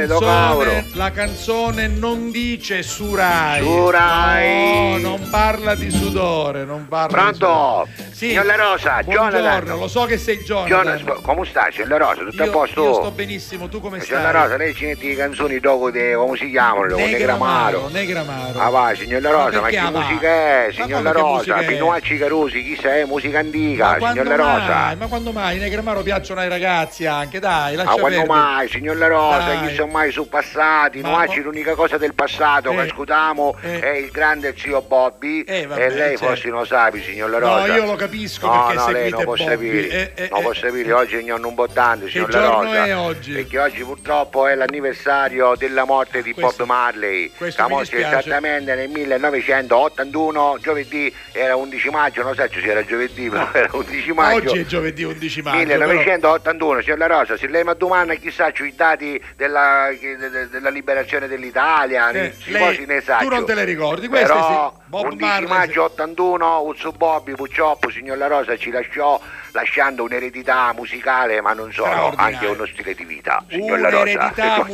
la canzone non dice su Rai. Su Rai. No, non parla di sudore, non parla. Pronto? Sì. Signor La Rosa, Jonathan. Lo so che sei Jonathan. Come stai, signor La Rosa? Tutto a posto? Io sto benissimo, tu come stai? Signor La Rosa, lei ci mette le canzoni dopo di, come si chiamano? Negramaro. Ah vai, signor La Rosa, ma che musica è, signor La Rosa? Pinuacci Carusi, chi sei? Musica antica, signor La Rosa. Ma quando mai? I Negramaro piacciono ai ragazzi anche, dai, lascia perdere. Ma quando mai, signor La Rosa? Chi sono mai su passati? Nuacci l'unica cosa del passato che ascoltiamo è il grande zio Bobby e lei forse non sa, signor La Rosa. No, io lo capisco perché seguite lei non può sapere. Non può sapere, oggi è un importante, signor La Rosa. Che giorno è oggi? Perché oggi purtroppo è l'anniversario della morte di Bob Marley. Che morse esattamente nel 1981, giovedì, era 11 maggio, non so se era giovedì, però era 11 maggio. Oggi è giovedì 11 maggio. 1981, signor La Rosa, se lei mi domanda chissà i dati della liberazione dell'Italia, cose ne sa. Tu non te le ricordi, però Bob 11 Marley, maggio 81, Uzzo Bobby purtroppo, signor La Rosa, ci lasciò lasciando un'eredità musicale, ma non solo, anche uno stile di vita, signor La Rosa.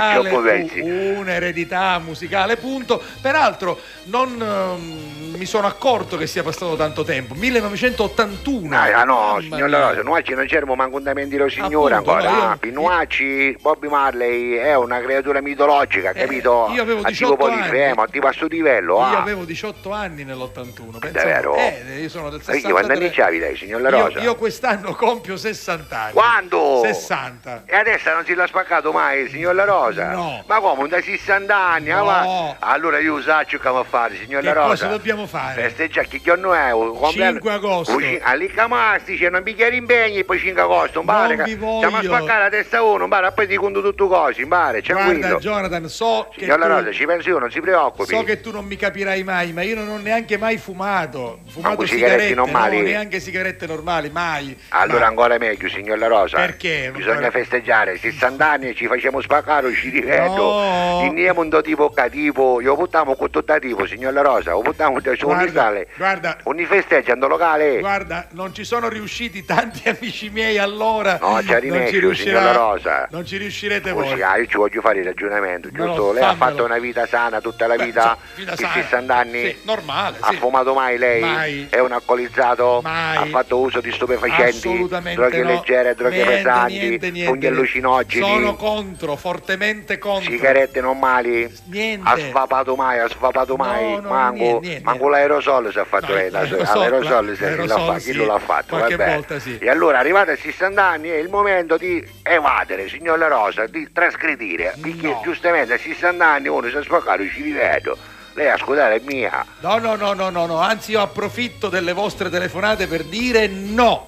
Un'eredità musicale, punto. Peraltro non mi sono accorto che sia passato tanto tempo. 1981. No, signor La Rosa, Nuacci non c'erano manco un lo signore ancora. Nuacci, Bobby Marley è una creatura mitologica, capito? Io avevo 18 anni. Tipo a sto livello. Io avevo 18 anni nell'81. Davvero? Io sono del 63. Quanti anni c'avi lei, signor La Rosa? Io quest'anno compio 60 anni. Quando? 60. E adesso non si l'ha spaccato mai, signor La Rosa? No. Ma come, da 60 anni? No. Allora io saccio che a fare, signor La Rosa. Cosa dobbiamo fare? Festeggiare che giorno è? 5 agosto. All'Icamasti c'è un bicchiere impegni e poi 5 agosto, stiamo a spaccare la testa uno, poi ti conto tutto così, tranquillo. Guarda Jonathan, signor La Rosa, ci penso io, non si preoccupi. So che tu non mi capirai mai, ma io non ho neanche mai fumato sigarette normali? No, neanche sigarette normali, mai. Allora ancora meglio, signor La Rosa. Perché? Bisogna festeggiare 60 anni e ci facciamo spaccare, ci rivedo. No. In mondo tipo cattivo, io portiamo con tutto tipo, signor La Rosa, lo portiamo su un locale. Guarda. Un festeggiando locale. Guarda, non ci sono riusciti tanti amici miei allora. No, ci ha rimesso, signor La Rosa. Non ci riuscirete voi. Io ci voglio fare il ragionamento, giusto? Lei ha fatto una vita sana tutta la vita? Vita sana. 60 anni? Sì, normale. Ha fumato mai lei? Mai. È un alcolizzato? Mai. Ha fatto uso di stupefacenti? Assolutamente droghe no. leggere, droghe pesanti? Niente. Funghi allucinogeni? Sono contro, fortemente contro. Sigarette normali? Niente. Ha svapato mai? No, niente. Manco l'aerosol si è fatto lei. L'aerosol chi lo l'ha fatto? Qualche volta sì. E allora arrivate a 60 anni è il momento di evadere, signor La Rosa, di trasgredire, perché giustamente a 60 anni uno si è spaccato, ci rivedo. Lei ascoltare è mia. No, anzi io approfitto delle vostre telefonate per dire no.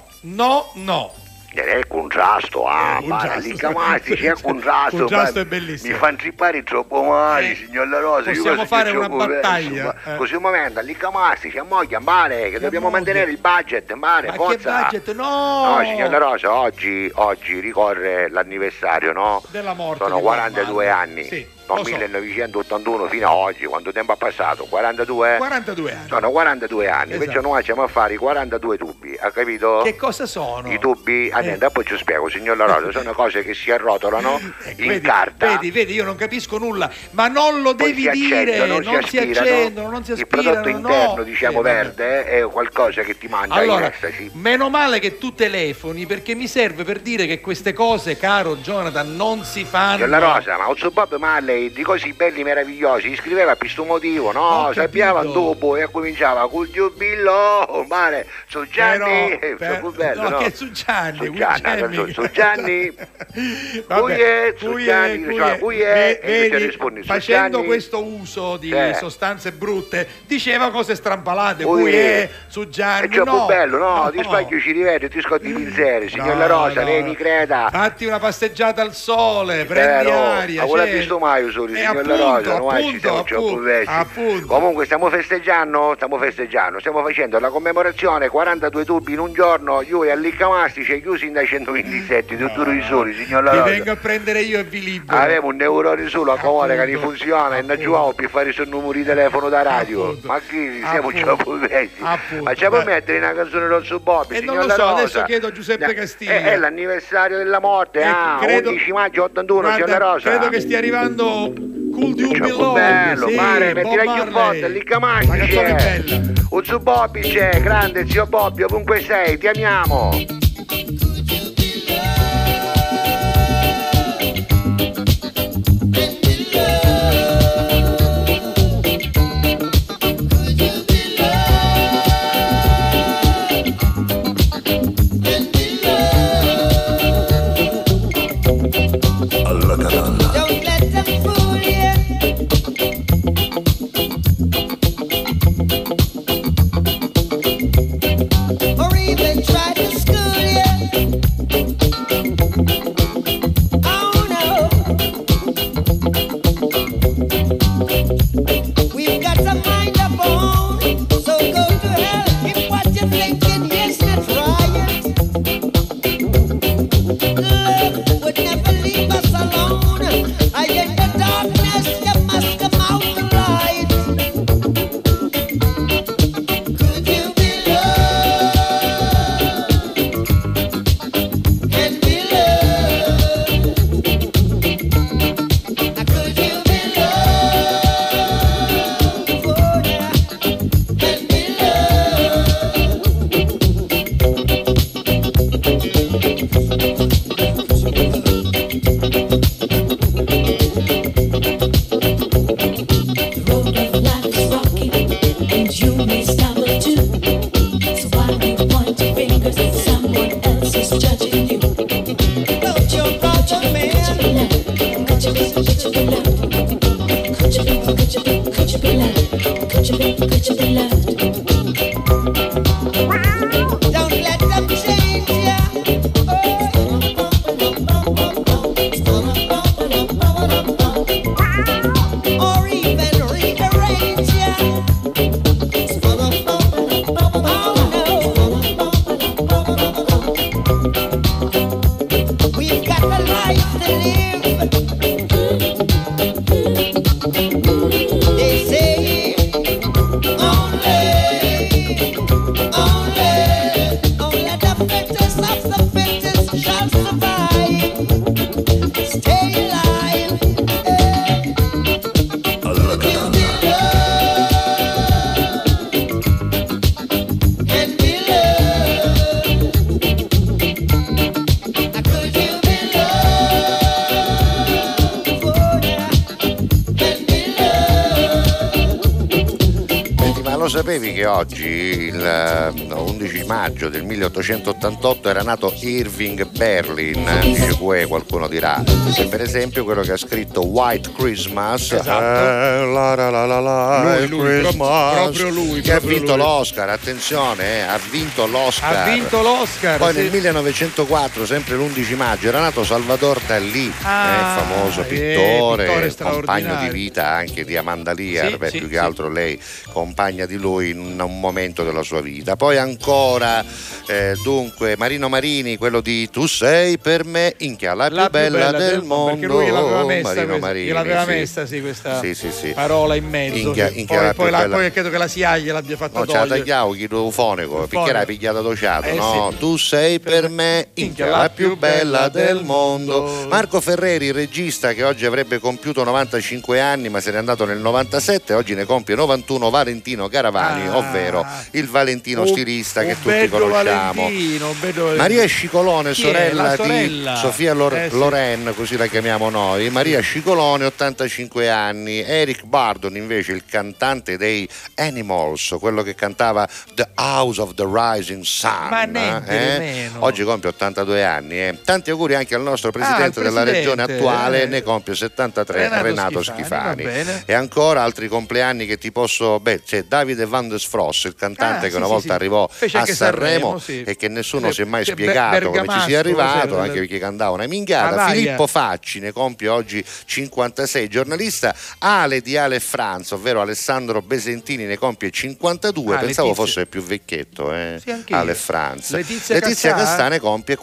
È il contrasto, c'è il contrasto è bellissimo. Mi fanno trippare troppo male, signor La Rosa. Possiamo fare una battaglia. Così un momento, all'Icamasti c'è moglie, mare, che dobbiamo mantenere il budget, mare, forza. Ma che budget? No, signor La Rosa, oggi ricorre l'anniversario, no? Della morte. Sono 42 anni. Sì. No, 1981 fino a oggi, quanto tempo è passato? 42? 42 anni. Sono 42 anni, esatto. Perciò noi facciamo a fare i 42 tubi, ha capito? Che cosa sono? I tubi, poi ci spiego, signor La Rosa, sono cose che si arrotolano in carta. Vedi, io non capisco nulla, ma non lo devi dire, non si accendono, non si aspirano. Il prodotto interno, verde, è qualcosa che ti manda in estasi. Meno male che tu telefoni, perché mi serve per dire che queste cose, caro Jonathan, non si fanno. Signor La Rosa, ma Ozzo Bob Marley di così belli meravigliosi scriveva per questo motivo, no? Sappiava dopo e cominciava col giubillo, mare, su Gianni, che su Gianni, su Gianni, facendo questo uso di sostanze brutte, diceva cose strampalate, su Gianni. È troppo bello, no? Ti sbaglio, ci rivedo, ti scotti il pensiero, signor La Rosa, lei mi creda. Fatti una passeggiata al sole, prendi aria. Ma l'ha visto mai i soli, signor La Rosa, non ci siamo troppo vecchi. Comunque stiamo festeggiando, stiamo facendo la commemorazione 42 tubi in un giorno, io e Allicamasti c'è chiusi da 127, tutti i soli, signor La Rosa. Vi vengo a prendere io e vi libero. Avevo un neurone solo a comune che ne funziona e non giocavo per fare i numeri di telefono da radio. Ma chi siamo troppo vecchi? Ma ci può mettere una canzone Rosso Bobby, signor La Rosa? Non lo so, adesso chiedo a Giuseppe Castiglia. È l'anniversario della morte, 11 maggio 81, signor La Rosa. Credo che stia arrivando Cool Dude Below. Bello, sì, pare, mettila più forte, lì Camassi c'è. Uzzu Bobby c'è, grande zio Bobby, ovunque sei, ti amiamo. Alla Catalla. Or even try to school you. Oh no. We've got to mind our own. So go to hell if what you're thinking is not right. Love would never leave us alone. I in the darkness you must come out the light. Could you be loved and be loved? Could you be loved, oh yeah, and be don't let them change ya. Or even rearrange ya. We've got a life to live. They say only the fittest of the fittest shall survive. Stay alive. Alla Catalla. And be loved. Could you be loved? Oh yeah. And be loved. Senti, ma lo sapevi che oggi, il 11 maggio del 1888, era nato Irving Berlin? Dice qualcuno dirà. E per esempio quello che ha scritto White Christmas, Lui, proprio lui, che ha proprio vinto lui. l'Oscar, attenzione, ha vinto l'Oscar. Ha vinto l'Oscar. Poi sì. nel 1904, sempre l'11 maggio, era nato Salvador Dalì, famoso pittore, compagno straordinario. di vita anche di Amanda Lear, più che altro lei compagna di lui in un momento della sua vita. Poi ancora, dunque, Marino Marini, quello di Tu sei per me, inchia, la più bella del mondo. Perché lui l'aveva messa, Marino Marini, gliel'aveva sì. messa questa Sì. parola in mezzo. Poi credo che la SIAE gliel'abbia fatta No, c'è togliere. la tagliavo chiedo fonico, perché era pigliata dociato, no? Sì. Tu sei per me la più bella del mondo. Marco Ferreri, regista che oggi avrebbe compiuto 95 anni, ma se n'è andato nel 97, oggi ne compie 91, Valentino Garavani, ovvero il Valentino stilista che tutti conosciamo. Maria Scicolone, sorella di Sofia Loren, così la chiamiamo noi. Maria Scicolone, 85 anni. Eric Burdon, invece, il cantante dei Animals, quello che cantava The House of the Rising Sun. Ma meno. Oggi compie 82 anni. Tanti auguri anche al nostro presidente della regione attuale, ne compie 73, Renato Schifani. E ancora altri compleanni che ti posso... c'è Davide Le Van der Sfross, il cantante che una volta arrivò a Sanremo e che nessuno si è mai spiegato come ci sia arrivato, anche perché cantava una minchiata. Filippo Facci ne compie oggi 56, giornalista. Ale di Ale e Franz, ovvero Alessandro Besentini, ne compie 52. Pensavo fosse più vecchietto, Ale e Franz. Letizia Castà ne compie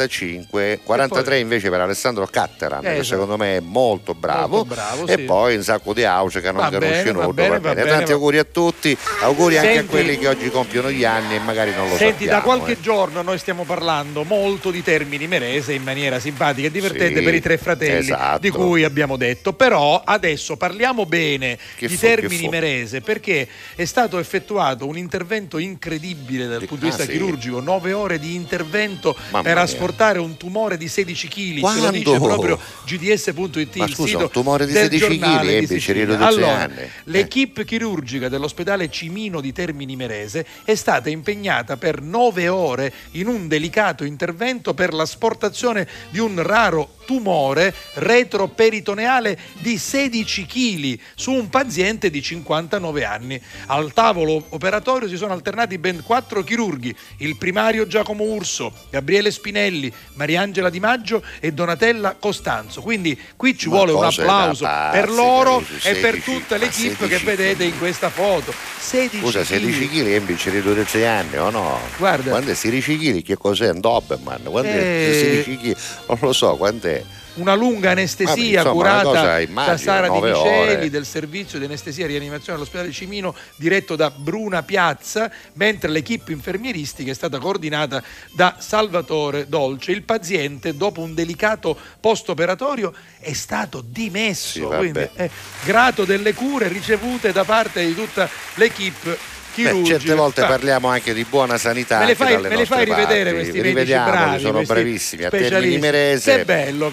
45, 43 invece per Alessandro Catteran, che secondo me è molto bravo, e poi un sacco di auce che non conosciuto. Tanti auguri a tutti, auguri anche a quelli che oggi compiono gli anni e magari non lo sappiamo. Da qualche giorno noi stiamo parlando molto di Termini Imerese in maniera simpatica e divertente per i tre fratelli di cui abbiamo detto, però adesso parliamo bene di Termini Imerese perché è stato effettuato un intervento incredibile dal punto di vista chirurgico, 9 ore di intervento per asportare un tumore di 16 kg, ce lo dice proprio GDS.it, il sito un tumore di 16 kg. Allora, l'equipe chirurgica dell'ospedale Cimino di Termini Imerese è stata impegnata per 9 ore in un delicato intervento per l'asportazione di un raro tumore retroperitoneale di 16 kg su un paziente di 59 anni. Al tavolo operatorio si sono alternati ben 4 chirurghi: il primario Giacomo Urso, Gabriele Spinelli, Mariangela Di Maggio e Donatella Costanzo. Quindi qui ci vuole un applauso per loro e per tutta l'equipe che vedete in questa foto. 16 kg è invece di 6 anni o no? Guarda, quando è 16 kg che cos'è? Un Doberman? Quando è 16 kg? Non lo so, quant'è? Una lunga anestesia curata da Sara Di Micheli del servizio di anestesia e rianimazione all'ospedale Cimino, diretto da Bruna Piazza, mentre l'equipe infermieristica è stata coordinata da Salvatore Dolce. Il paziente, dopo un delicato post-operatorio, è stato dimesso, quindi è grato delle cure ricevute da parte di tutta l'equipe. Certe volte parliamo anche di buona sanità. Me le fai rivedere questi medici bravi, sono bravissimi. A Termini Imerese, che bello.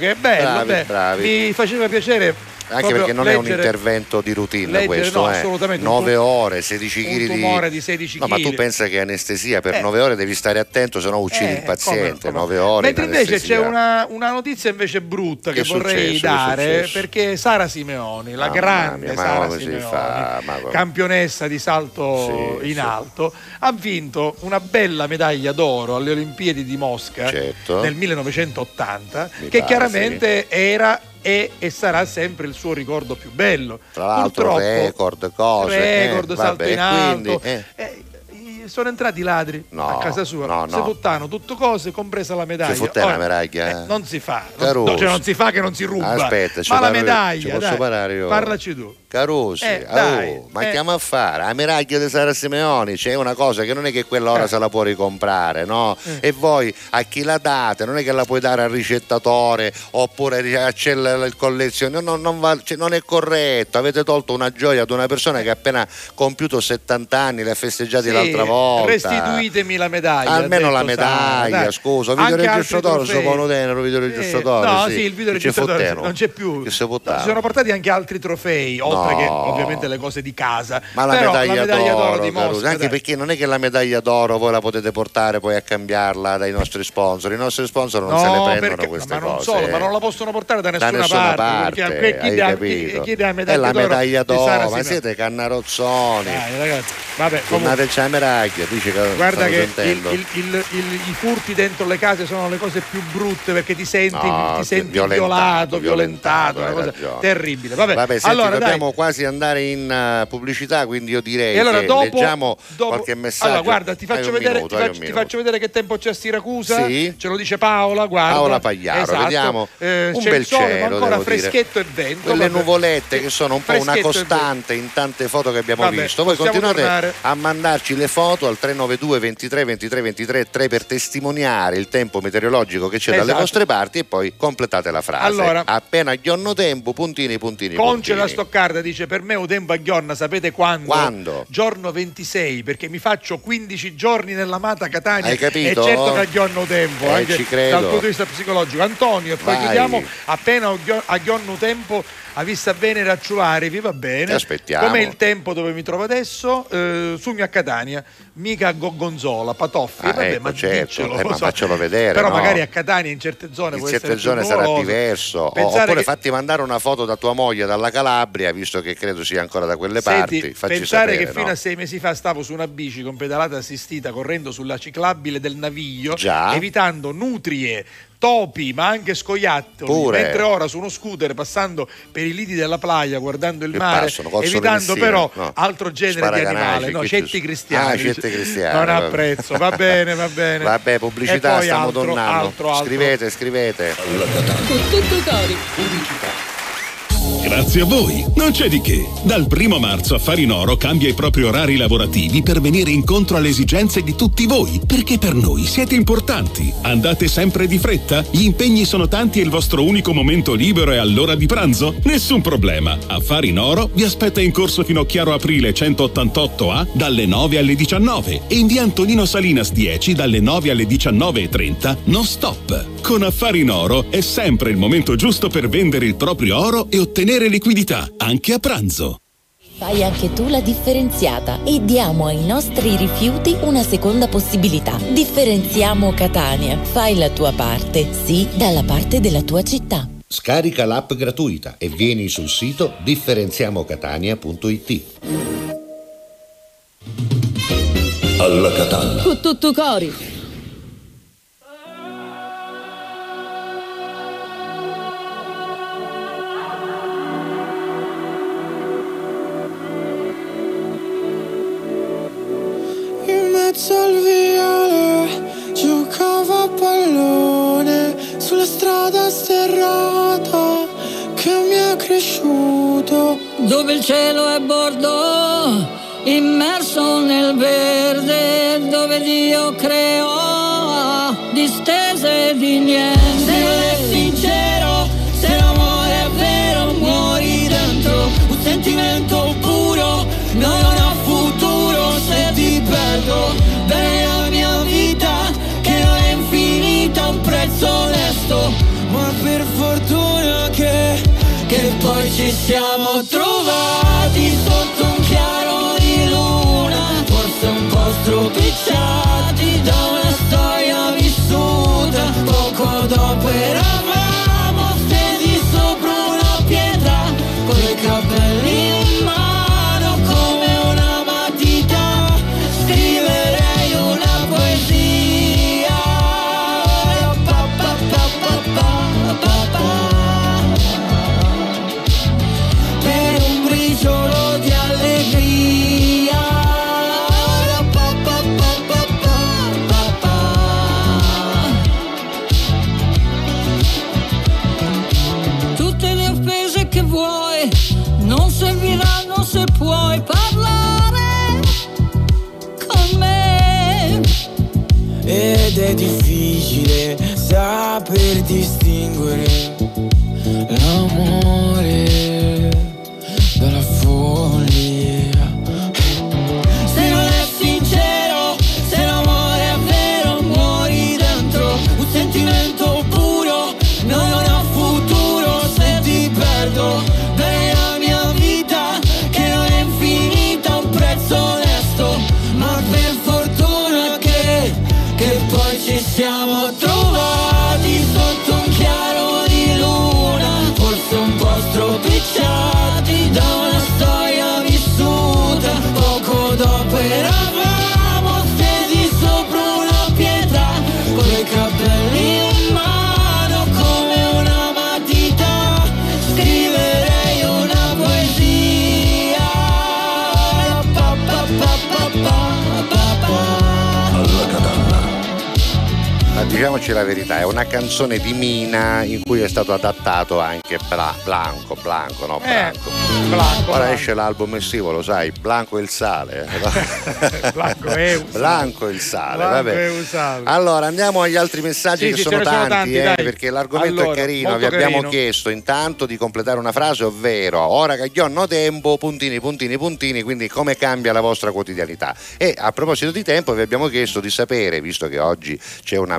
Bravi. Mi faceva piacere anche perché non è un intervento di routine questo, assolutamente 9 ore, 16 kg un tumore di 16 kg. No, ma tu pensa che anestesia per 9 ore devi stare attento, se no uccidi il paziente. 9 ore. Mentre invece c'è una notizia invece brutta che vorrei dare, perché Sara Simeoni, la grande Sara Simeoni, campionessa di salto in alto, ha vinto una bella medaglia d'oro alle Olimpiadi di Mosca nel 1980, che chiaramente era e sarà sempre il suo ricordo più bello. Tra l'altro record salto in alto. Sono entrati i ladri a casa sua, si buttano tutto cose, compresa la medaglia. Si fotte la medaglia? Non si fa, non si fa che non si ruba. Aspetta, ma la medaglia, posso parlare io? Parlaci tu. Carusi, ma chiama a fare la medaglia di Sara Simeoni, c'è una cosa che non è che quella ora se la può ricomprare, no? E voi a chi la date? Non è che la puoi dare al ricettatore oppure c'è il collezionista, non è corretto. Avete tolto una gioia ad una persona che ha appena compiuto 70 anni, le ha festeggiati l'altra volta. Restituitemi la medaglia. Almeno la medaglia, scusa. Videoregistratore, il videoregistratore non c'è più. Si sono portati anche altri trofei, oltre che ovviamente le cose di casa. Ma la medaglia d'oro di Mosca, anche perché non è che la medaglia d'oro voi la potete portare poi a cambiarla dai nostri sponsor. I nostri sponsor non se ne prendono queste cose. Ma non la possono portare da nessuna parte. Chi dà è la medaglia d'oro? Ma siete cannarozzoni. Ragazzi, vabbè, tornateci la medaglia. Guarda che i furti dentro le case sono le cose più brutte, perché ti senti violentato, una cosa terribile. Vabbè, allora dobbiamo quasi andare in pubblicità, quindi io direi che leggiamo qualche messaggio. Allora guarda, ti faccio vedere che tempo c'è a Siracusa. Ce lo dice Paola, guarda. Paola Pagliaro, esatto. Vediamo un c'è bel il sole, cielo, ma ancora freschetto e vento. Quelle nuvolette che sono un po' una costante in tante foto che abbiamo visto. Voi continuate a mandarci le foto al 392 23 23 23 3 per testimoniare il tempo meteorologico che c'è dalle vostre parti, e poi completate la frase. Allora, appena giorno tempo, puntini. Conce la Stoccarda dice: per me o tempo a Ghionna, sapete quando? Giorno 26, perché mi faccio 15 giorni nell'amata Catania. Hai capito? E certo che a Ghionna o tempo, anche ci credo. dal punto di vista psicologico. Antonio, e poi chiudiamo: appena a Ghionna o tempo a vista bene Racciularevi, va bene. Aspettiamo. Com'è il tempo dove mi trovo adesso? Sugno a Catania, mica a Gorgonzola, Patoffi. Vabbè, ecco, ma certo. diccelo, Ma faccelo vedere. Però no? magari a Catania in certe zone in può certe essere zone più sarà nuvoloso. diverso. Pensare Oppure che... fatti mandare una foto da tua moglie dalla Calabria, visto che credo sia ancora da quelle Senti, parti. Facci pensare sapere, che fino no? a 6 mesi fa stavo su una bici con pedalata assistita correndo sulla ciclabile del Naviglio, Già. evitando nutrie, topi ma anche scoiattoli, Pure. mentre ora su uno scooter passando per i lidi della playa guardando il Che mare, passano col evitando sole però no. altro genere di Sparacanaci, animale, no, che cetti ci- cristiani. cetti cristiani, Non vabbè. apprezzo, va bene, va bene. Vabbè, E pubblicità, poi stiamo altro, tornando. altro. Scrivete. Tutto cori. Grazie a voi, non c'è di che. Dal 1 marzo Affari in Oro cambia i propri orari lavorativi per venire incontro alle esigenze di tutti voi, perché per noi siete importanti. Andate sempre di fretta? Gli impegni sono tanti e il vostro unico momento libero è all'ora di pranzo? Nessun problema. Affari in Oro vi aspetta in corso Fino Chiaro Aprile 188A dalle 9 alle 19 e in via Antonino Salinas 10 dalle 9 alle 19:30 non stop. Con Affari in Oro è sempre il momento giusto per vendere il proprio oro e ottenere liquidità, anche a pranzo. Fai anche tu la differenziata e diamo ai nostri rifiuti una seconda possibilità. Differenziamo Catania. Fai la tua parte, sì, dalla parte della tua città. Scarica l'app gratuita e vieni sul sito differenziamocatania.it. Alla Catalla. Con tutto cori. In mezzo al viale giocavo a pallone sulla strada sterrata che mi è cresciuto, dove il cielo è bordo, immerso nel verde, dove Dio creò distese di niente. Se non è sincero, se l'amore è vero, muori dentro un sentimento puro, non ha futuro se ti perdo. Bene la mia vita, che non è infinita, un prezzo onesto, ma per fortuna che poi ci siamo trovati sotto un chiaro di luna, forse un po' stropicciati da una storia vissuta. Poco dopo eravamo stesi sopra una pietra, con i capelli in mano come una matita. Scriverei una poesia. Pa, pa, pa, pa, pa, pa, pa. Per un briciolo di allegria. Pa, pa, pa, pa, pa, pa, pa. Tutte le offese che vuoi non serviranno se puoi parlare con me. ed è difficile saper distinguere l'amore dalla follia. Se non è sincero, se l'amore è vero, muori dentro un sentimento puro, non ha futuro se ti perdo. Bene la mia vita, che non è infinita, un prezzo onesto, ma per fortuna che poi ci siamo trovati sotto un chiaro di luna, forse un po' stropicciati da una storia vissuta. Poco dopo eravamo stesi sopra una pietra, con i capelli in mano come una matita. Scriverei una poesia. Pa, pa, pa, pa, pa, pa, pa. Alla Catalla. Ma diciamoci la verità, è una canzone di Mina in cui è stato adattato anche Blanco. Ora esce l'album estivo, lo sai, Blanco e il sale. Blanco e il sale. Blanco e il sale, Blanco vabbè. e il sale. Allora andiamo agli altri messaggi che sono tanti, dai. perché l'argomento Allora, è carino. Vi molto abbiamo carino. chiesto intanto di completare una frase, ovvero ora che io ho tempo, puntini, quindi come cambia la vostra quotidianità. E a proposito di tempo vi abbiamo chiesto di sapere, visto che oggi c'è una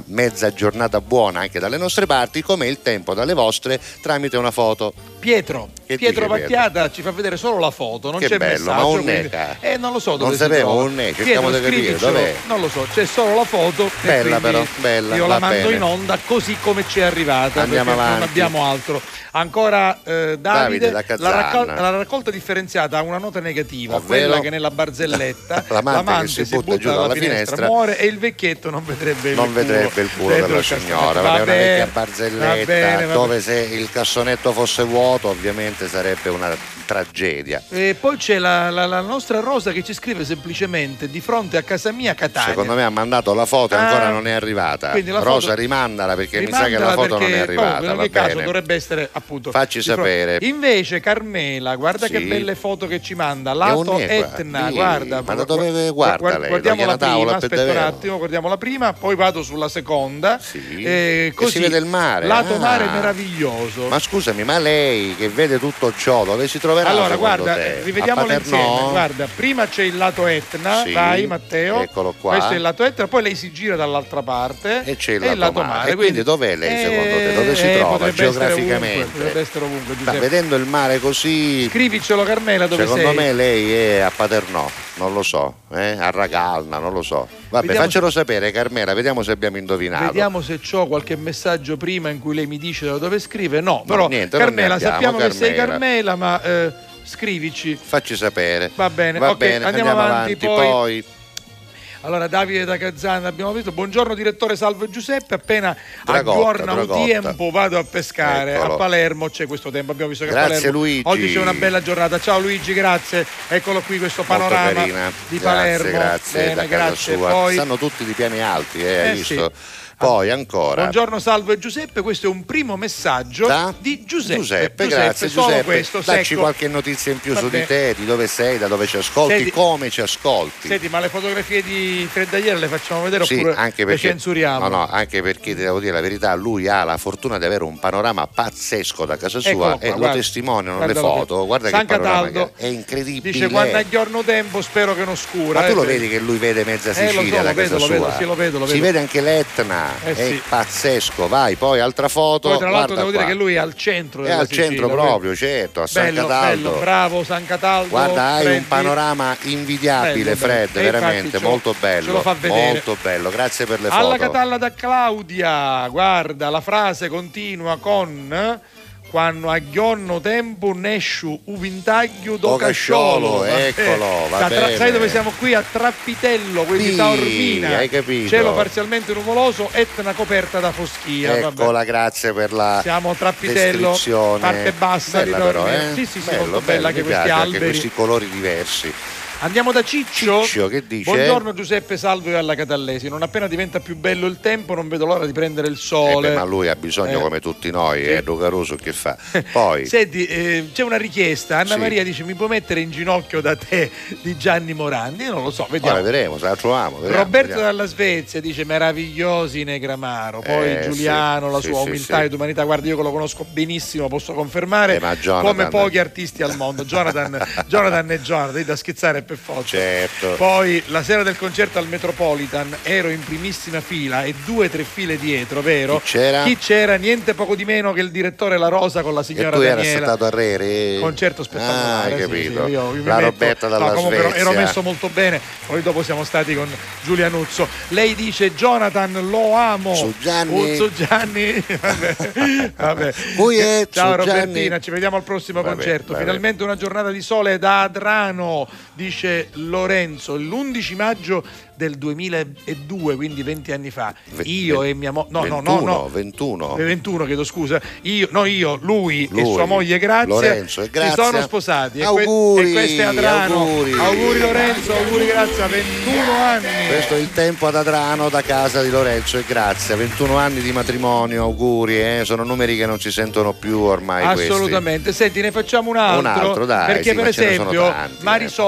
mezza giornata buona anche dalle nostre parti, come il tempo dalle vostre tramite una foto. Pietro Pacchiata ci fa vedere solo la foto, non che c'è bello, messaggio. Ma un quindi... neca. non lo so dove non si sapevo trova. un ne, cerchiamo di capire dov'è. Non lo so, c'è solo la foto. Bella però, bella. Io la mando bene. in onda così come ci è arrivata. Andiamo avanti. Non abbiamo altro. Ancora Davide, da la raccolta differenziata ha una nota negativa, ovvero quella che nella barzelletta l'amante che si butta giù dalla finestra muore e il vecchietto non vedrebbe il culo della signora. È una vecchia barzelletta dove se il cassonetto fosse vuoto ovviamente sarebbe una tragedia. E poi c'è la nostra Rosa che ci scrive semplicemente: di fronte a casa mia Catania. Secondo me ha mandato la foto e ancora non è arrivata. Rosa, rimandala perché mi sa che la foto non è arrivata. In ogni caso dovrebbe essere appunto. Facci sapere. Invece Carmela, guarda che belle foto che ci manda. Lato Etna, guarda. Ma da dove guarda lei? Guardiamo la prima, aspetta un attimo, guardiamo la prima, poi vado sulla seconda. Così si vede il mare. Lato mare meraviglioso. Ma scusami, ma lei che vede tutto ciò dove si troverà? Allora guarda, rivediamolo insieme. Guarda, prima c'è il lato Etna, vai Matteo. Eccolo qua. Questo è il lato Etna, poi lei si gira dall'altra parte e c'è il lato mare. Quindi dov'è lei secondo te? Dove si trova geograficamente? Potrebbe essere ovunque. Vedendo il mare così. Scrivicelo Carmela dove secondo sei. Me lei è a Paternò, non lo so, a Ragalna, non lo so. Vabbè, vediamo faccelo sapere Carmela, vediamo se abbiamo indovinato. Vediamo se c'ho qualche messaggio prima in cui lei mi dice da dove scrive. No, però niente, Carmela, sappiamo che sei Carmela, ma scrivici. Facci sapere. Va bene, andiamo avanti poi. Allora Davide da Cazzana abbiamo visto. Buongiorno direttore, salve Giuseppe, appena aggiorna un tempo vado a pescare. Eccolo. A Palermo c'è questo tempo, abbiamo visto che grazie, a Palermo Luigi. Oggi c'è una bella giornata. Ciao Luigi, grazie. Eccolo qui questo panorama di Palermo. Grazie, bene, da grazie. Sua. Poi stanno tutti di piani alti, hai visto? Sì. Poi ancora. Buongiorno, salve Giuseppe, questo è un primo messaggio di Giuseppe. Grazie Giuseppe. Questo, dacci qualche notizia in più su di te, di dove sei, da dove ci ascolti, come ci ascolti. Senti, ma le fotografie di Fred Ayer le facciamo vedere oppure anche perché, le censuriamo? No, anche perché ti devo dire la verità, lui ha la fortuna di avere un panorama pazzesco da casa sua e lo testimoniano le foto. Guarda San che panorama Cataldo è incredibile. Dice quando aggiorno tempo spero che non scura. Ma tu lo vedi che lui vede mezza Sicilia da casa sua? Lo vedo. Si vede anche l'Etna. Pazzesco, vai, poi altra foto. Poi tra l'altro devo dire che lui è al centro della Sicilia, centro proprio, certo, a San Cataldo. Bello, bravo San Cataldo. Guarda, hai un panorama invidiabile, Fred, veramente molto bello. Ce lo fa vedere. Molto bello, grazie per le foto. Alla Catalla da Claudia, guarda, la frase continua con quando a ghionno tempo nesciu uvintaglio do casciolo. Eccolo, va bene. Sai dove siamo qui? A Trappitello, quindi Taormina. Hai capito. Cielo parzialmente nuvoloso, Etna coperta da foschia. Eccola, grazie per la siamo Trappitello, parte bassa di Taormina. Sì, molto bella anche questi alberi. Anche questi colori diversi. Andiamo da Ciccio. Che dice? Buongiorno Giuseppe, salve alla Catallesi. Non appena diventa più bello il tempo non vedo l'ora di prendere il sole. Ma lui ha bisogno come tutti noi, è Caruso che fa. Poi senti, c'è una richiesta. Anna Maria dice mi puoi mettere in ginocchio da te di Gianni Morandi? Io non lo so, vediamo. Ora vedremo, se la troviamo. Roberto dalla Svezia dice meravigliosi Negramaro. Poi Giuliano, la sua umiltà ed umanità. Guarda, io che lo conosco benissimo, posso confermare come pochi artisti al mondo. Jonathan è Jonathan, da schizzare per forza. Certo. Poi la sera del concerto al Metropolitan ero in primissima fila e 2-3 file dietro, vero? Chi c'era? Niente poco di meno che il direttore La Rosa con la signora Daniela. E tu eri stato a Rere? Concerto spettacolare. Hai capito. Sì, io la Roberta dalla Svezia. Ero messo molto bene. Poi dopo siamo stati con Giulia Nuzzo. Lei dice Jonathan lo amo. Su Gianni. Vabbè. Ciao Robertina, ci vediamo al prossimo concerto. Finalmente una giornata di sole da Adrano, dice Lorenzo, l'11 maggio del 2002, quindi 20 anni fa. Io e mia moglie 21, chiedo scusa. Lui e sua moglie Lorenzo, si sono sposati. Auguri, e questo è Adrano. Auguri Lorenzo, auguri Grazia, 21 anni. Questo è il tempo ad Adrano da casa di Lorenzo e Grazia, 21 anni di matrimonio, auguri, sono numeri che non si sentono più ormai. Assolutamente. Questi. Senti, ne facciamo un altro dai, perché per esempio Marisol ci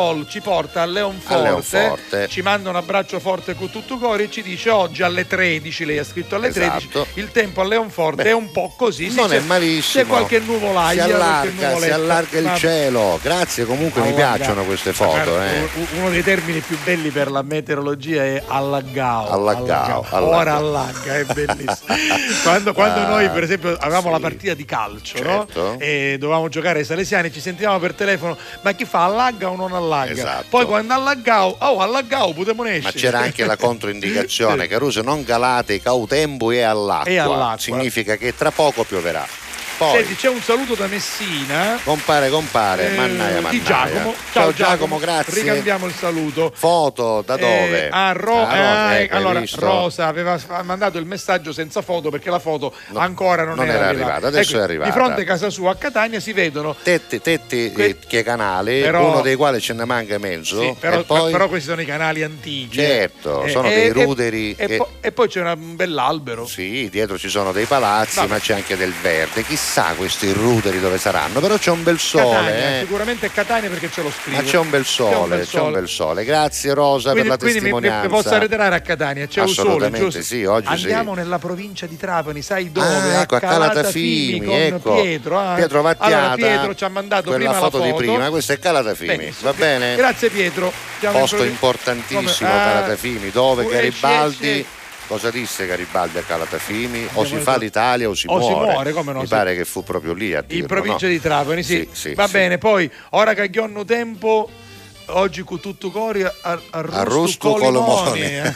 porta a Leonforte, ci manda un abbraccio forte con tutto cori e ci dice oggi alle 13, lei ha scritto alle 13, il tempo a Leonforte è un po' così, non è malissimo, c'è qualche nuvolaia, si allarga il cielo. Grazie, comunque mi piacciono queste foto. Uno dei termini più belli per la meteorologia è allagao. Ora allagga, è bellissimo. quando noi per esempio avevamo la partita di calcio, certo, no? E dovevamo giocare ai salesiani, ci sentivamo per telefono, ma chi fa, allagga o non allagga? Esatto. Poi quando allagao potremmo esce. Ma c'era anche la controindicazione, Caruso, non calate cautempo e all'acqua. Significa che tra poco pioverà. Poi, senti, c'è un saluto da Messina. Compare, mannaia. Di Giacomo. Ciao Giacomo, grazie. Ricambiamo il saluto. Foto da dove? Allora, Rosa aveva mandato il messaggio senza foto perché la foto ancora non era arrivata. Adesso è arrivata. Di fronte a casa sua a Catania si vedono tetti che canali, uno dei quali ce ne manca mezzo. Sì, però questi sono i canali antichi. Certo, sono dei ruderi. E poi c'è un bell'albero. Sì, dietro ci sono dei palazzi, ma c'è anche del verde. Chissà questi ruderi dove saranno, però c'è un bel sole. Catania, sicuramente Catania perché ce lo scrivo. Ma c'è un bel sole, Grazie Rosa per la testimonianza. Mi posso arretrare a Catania, c'è un sole, giusto? Sì, oggi andiamo nella provincia di Trapani, sai dove? A Calatafimi, con Pietro Vattiata. Allora Pietro ci ha mandato quella prima foto la di prima, questa è Calatafimi. Benissimo. Va bene? Grazie Pietro. Posto importantissimo Calatafimi, dove Garibaldi. Cosa disse Garibaldi a Calatafimi? O si fa l'Italia o si muore. Come no? Mi pare che fu proprio lì a dirlo, in provincia di Trapani, sì. Va bene, poi ora che hanno tempo oggi con tutto cori arrosto con limone.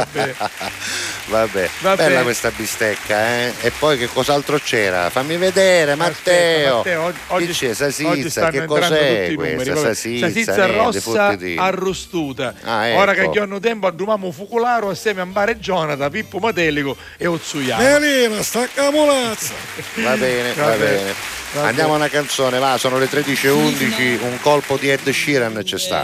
Vabbè. Bella questa bistecca, E poi che cos'altro c'era? Fammi vedere, Matteo. Oggi c'è salsiccia, che cos'è questa? Salsiccia rossa arrostuta. Ora che hanno tempo aggiungiamo un focolaro assieme a Mbare Jonathan, Pippo Matelico e Ozzuyano. Melina, stacca molazza. Va bene. Andiamo a una canzone, va, sono le 13:11, un colpo di Ed Sheeran ci sta.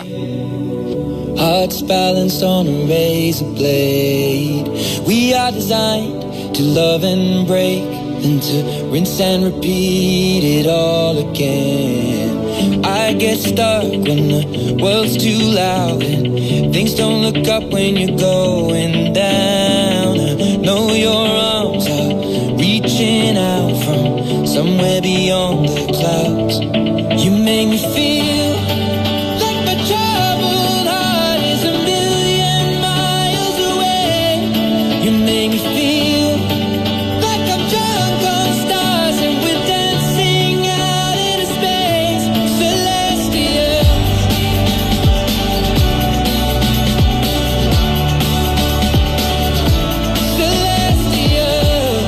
Hearts balanced on a razor blade. We are designed to love and break, and to rinse and repeat it all again. I get stuck when the world's too loud and things don't look up when you're going down. I know your arms are reaching out from somewhere beyond the clouds. You make me feel like my troubled heart is a million miles away. You make me feel like I'm drunk on stars and we're dancing out into space, celestial. Celestial.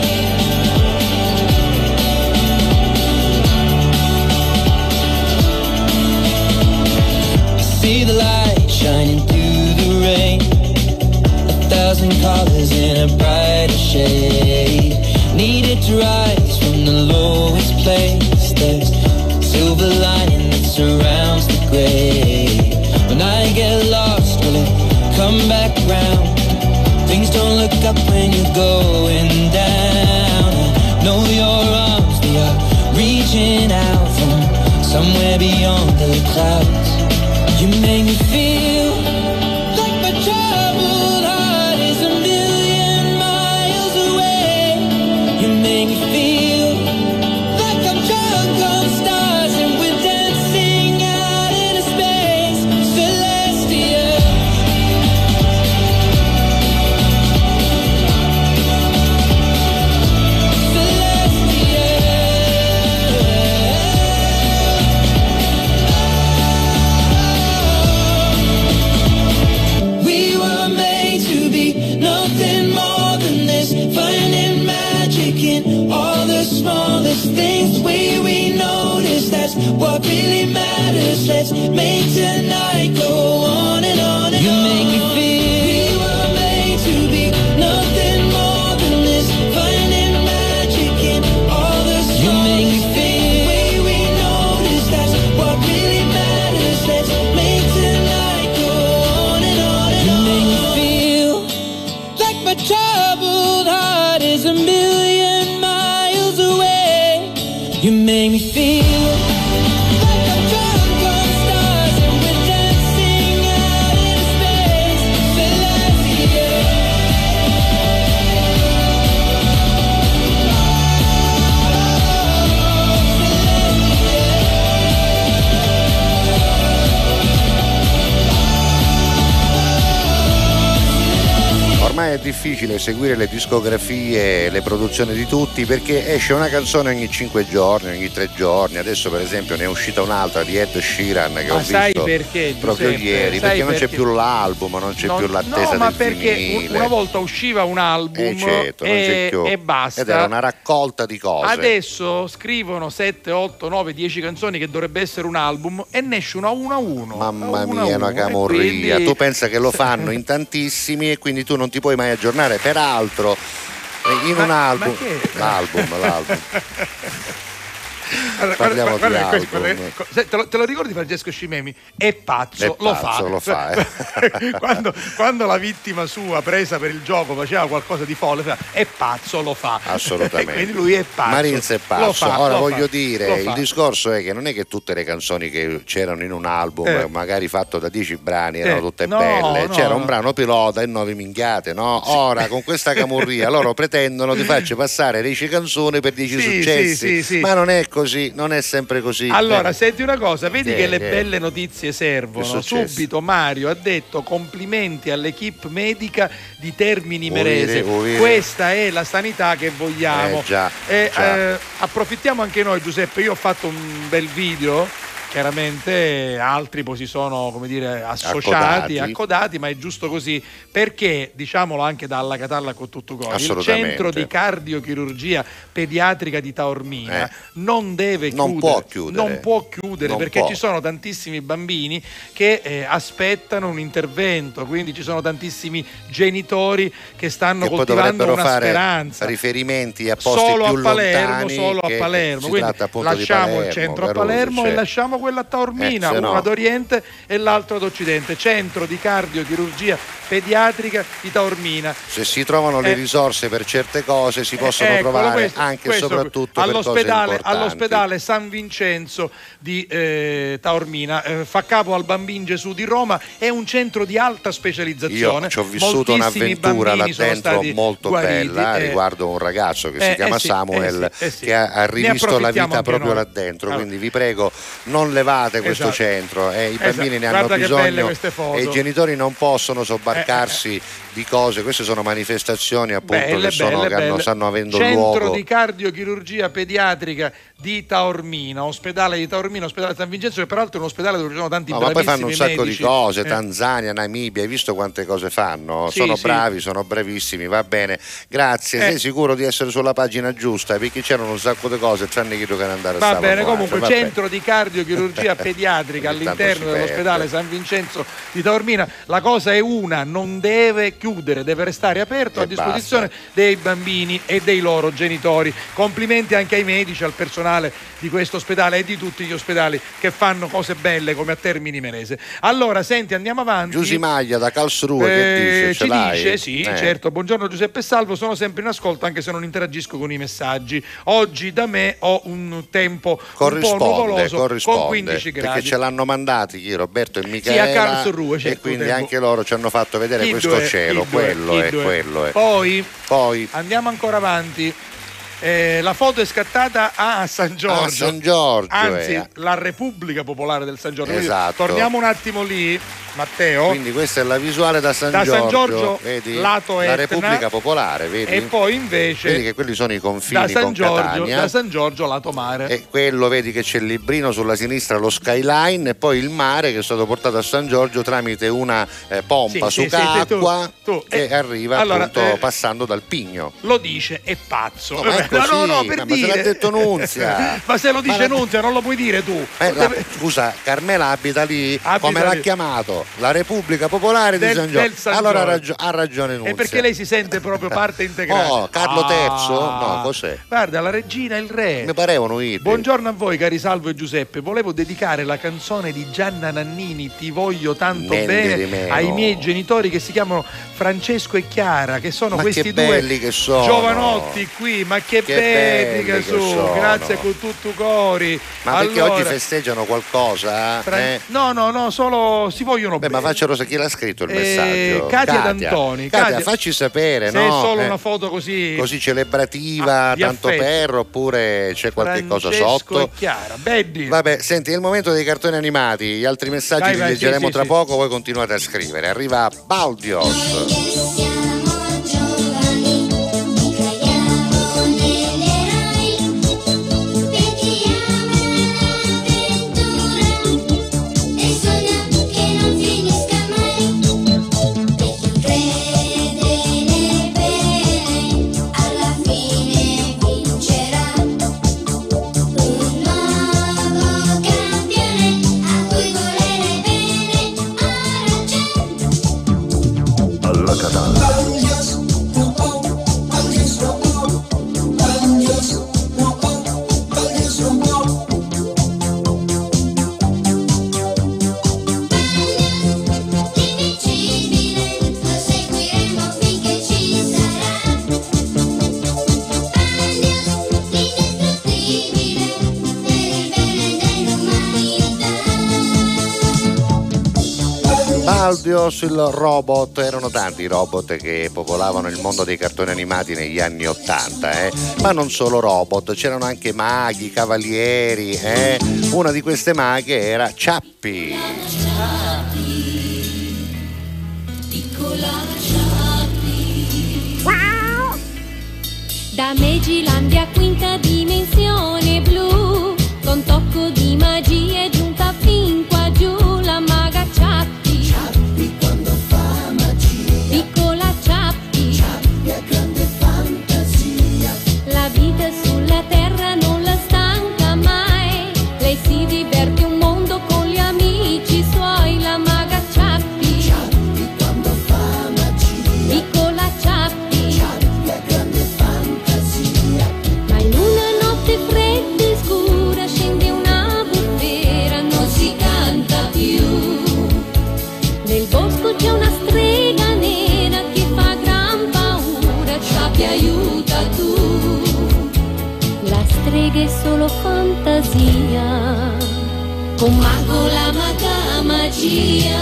See the light shining through the rain, 1,000 colors in a brighter shade. Needed to rise from the lowest place. There's silver lining that surrounds the gray. When I get lost, will it come back round? Things don't look up when you're going down. I know your arms, they are reaching out from somewhere beyond the clouds. You make me feel like my troubled heart is a million miles away. You make me feel like I'm drunk on stars and we're dancing out into space, celestial. We were made to be nothing more than this, finding magic in all the smallest things. The way we notice, that's what really matters. Let's make tonight go on and on and on. You make me feel we were made to be nothing more than this, finding magic in all the smallest things. The way we notice, that's what really matters. Let's make tonight go on and on and on. You make me feel like my troubled heart is a million miles away. You make me feel like I'm drunk on stars and we're dancing è difficile seguire le discografie, le produzioni di tutti, perché esce una canzone ogni 5 giorni, ogni 3 giorni. Adesso per esempio ne è uscita un'altra di Ed Sheeran che ho visto perché, proprio ieri, perché non c'è più l'album, non c'è più l'attesa no, ma del perché vinile. una volta usciva un album certo, e basta. Ed era una raccolta di cose. Adesso scrivono 7, 8, 9, 10 canzoni che dovrebbe essere un album e ne esce uno a uno. Mamma mia, è una camorria. Quindi... Tu pensa che lo fanno in tantissimi e quindi tu non ti puoi mai aggiornare. Peraltro in un album, l'album. Parliamo di album. Te lo ricordi Francesco Scimemi? È pazzo, lo fa. Quando la vittima sua presa per il gioco faceva qualcosa di folle, è pazzo, lo fa. Assolutamente. Quindi lui è pazzo. Marinz è pazzo. Ora voglio dire, il discorso è che non è che tutte le canzoni che c'erano in un album, magari fatto da 10 brani, erano tutte belle. C'era un brano pilota e 9 minchiate, no? Ora con questa camurria loro pretendono di farci passare 10 canzoni per 10 successi. Ma non è così, non è sempre così. Allora, senti una cosa, vedi che le belle notizie servono. Subito Mario ha detto complimenti all'equipe medica di Termini Imerese. Questa è la sanità che vogliamo. Già. Approfittiamo anche noi, Giuseppe, io ho fatto un bel video. Chiaramente altri poi si sono, come dire, associati, accodati, ma è giusto così, perché, diciamolo anche da Alla Catalla con tutto cuore, il centro di cardiochirurgia pediatrica di Taormina non può chiudere perché ci sono tantissimi bambini che aspettano un intervento, quindi ci sono tantissimi genitori che stanno coltivando una speranza. Riferimenti a posti più lontani, solo a Palermo, quindi lasciamo il centro a Palermo e lasciamo quella a Taormina, uno ad Oriente e l'altro ad Occidente, centro di cardiochirurgia pediatrica di Taormina. Se si trovano le risorse per certe cose si possono trovare anche e soprattutto all'ospedale San Vincenzo di Taormina, fa capo al Bambin Gesù di Roma, è un centro di alta specializzazione. Io ci ho vissuto un'avventura là dentro molto bella riguardo un ragazzo che si chiama Samuel che ha rivisto la vita proprio là dentro, quindi vi prego non levate questo centro, i bambini ne hanno bisogno e i genitori non possono sobbarcarsi di cose. Queste sono manifestazioni appunto che stanno avendo luogo. Centro di cardiochirurgia pediatrica di Taormina, ospedale di Taormina, ospedale San Vincenzo, che peraltro è un ospedale dove ci sono tanti bravissimi medici. Ma poi fanno un sacco medici. di cose, Tanzania, Namibia, hai visto quante cose fanno? Sono bravi, sono bravissimi, va bene. Grazie, sei sicuro di essere sulla pagina giusta? Perché c'erano un sacco di cose, tranne che tu che andare a Va bene, comunque centro di cardiochirurgia pediatrica all'interno dell'ospedale San Vincenzo di Taormina. La cosa è una, non deve chiudere, deve restare aperto a disposizione dei bambini e dei loro genitori. Complimenti anche ai medici, al personale di questo ospedale e di tutti gli ospedali che fanno cose belle come a Termini Imerese. Allora, senti, andiamo avanti. Giusy Maglia da Karlsruhe che dice, ci dice, certo, buongiorno Giuseppe Salvo, sono sempre in ascolto anche se non interagisco con i messaggi. Oggi da me ho un tempo un po' nuvoloso con 15 gradi. Perché ce l'hanno mandati chi? Roberto e Michela a Karlsruhe, e quindi anche loro ci hanno fatto vedere questo cielo, quello è. Poi andiamo ancora avanti. La foto è scattata a San Giorgio, anzi la Repubblica Popolare del San Giorgio. Esatto. Torniamo un attimo lì, Matteo. Quindi questa è la visuale da San Giorgio, vedi? Lato la Etna, Repubblica Popolare, vedi? E poi invece vedi che quelli sono i confini con Catania. Da San Giorgio lato mare. E quello vedi che c'è il librino sulla sinistra, lo skyline, e poi il mare che è stato portato a San Giorgio tramite una pompa acqua che arriva appunto passando dal Pigno. Lo dice, è pazzo. No, per dire. Ma se l'ha detto Nunzia. Ma se lo dice Nunzia non lo puoi dire tu. Scusa, Carmela abita lì, come l'ha chiamato? La Repubblica Popolare di San Giorgio. Allora ha ragione Nunzia. E perché lei si sente proprio parte integrante. Carlo III? No, cos'è? Guarda, la regina e il re. Mi parevano io. Buongiorno a voi cari Salvo e Giuseppe. Volevo dedicare la canzone di Gianna Nannini, Ti voglio tanto bene, ai miei genitori che si chiamano Francesco e Chiara, che sono questi due giovanotti qui, ma che belli che sono. Grazie con tutto cori. Ma perché oggi festeggiano qualcosa? No, solo si vogliono bene. Ma faccelo sa chi l'ha scritto il messaggio. Katia D'Antoni. Katia, facci sapere, se è solo una foto così celebrativa, tanto per, oppure c'è qualche cosa sotto. E Chiara, belli. Vabbè, senti, è il momento dei cartoni animati. Gli altri messaggi li leggeremo tra poco, voi continuate a scrivere. Arriva Baldios. Ronaldios, il robot. Erano tanti i robot che popolavano il mondo dei cartoni animati negli anni '80, ma non solo robot, c'erano anche maghi, cavalieri, Una di queste maghe era Ciappi. Piccola Ciappi. Wow! Da Megilandia, quinta dimensione blu, con tocco di magia è giunta fin qua giù la maga Ciappi. Ciappi quando fa magia. Piccola Ciappi. Ciappi ha grande fantasia. La vita sulla terra non la stanca mai. Lei si diverte un mondo con gli amici suoi. La maga Ciappi. Ciappi quando fa magia. Piccola Ciappi. Ciappi ha grande fantasia. Ma in una notte fredda e scura scende una bufera, non si canta più. Nel bosco c'è una strega nera che fa gran paura. Ciappi aiuta tu. La strega è solo fantasia, con Mago la maga magia.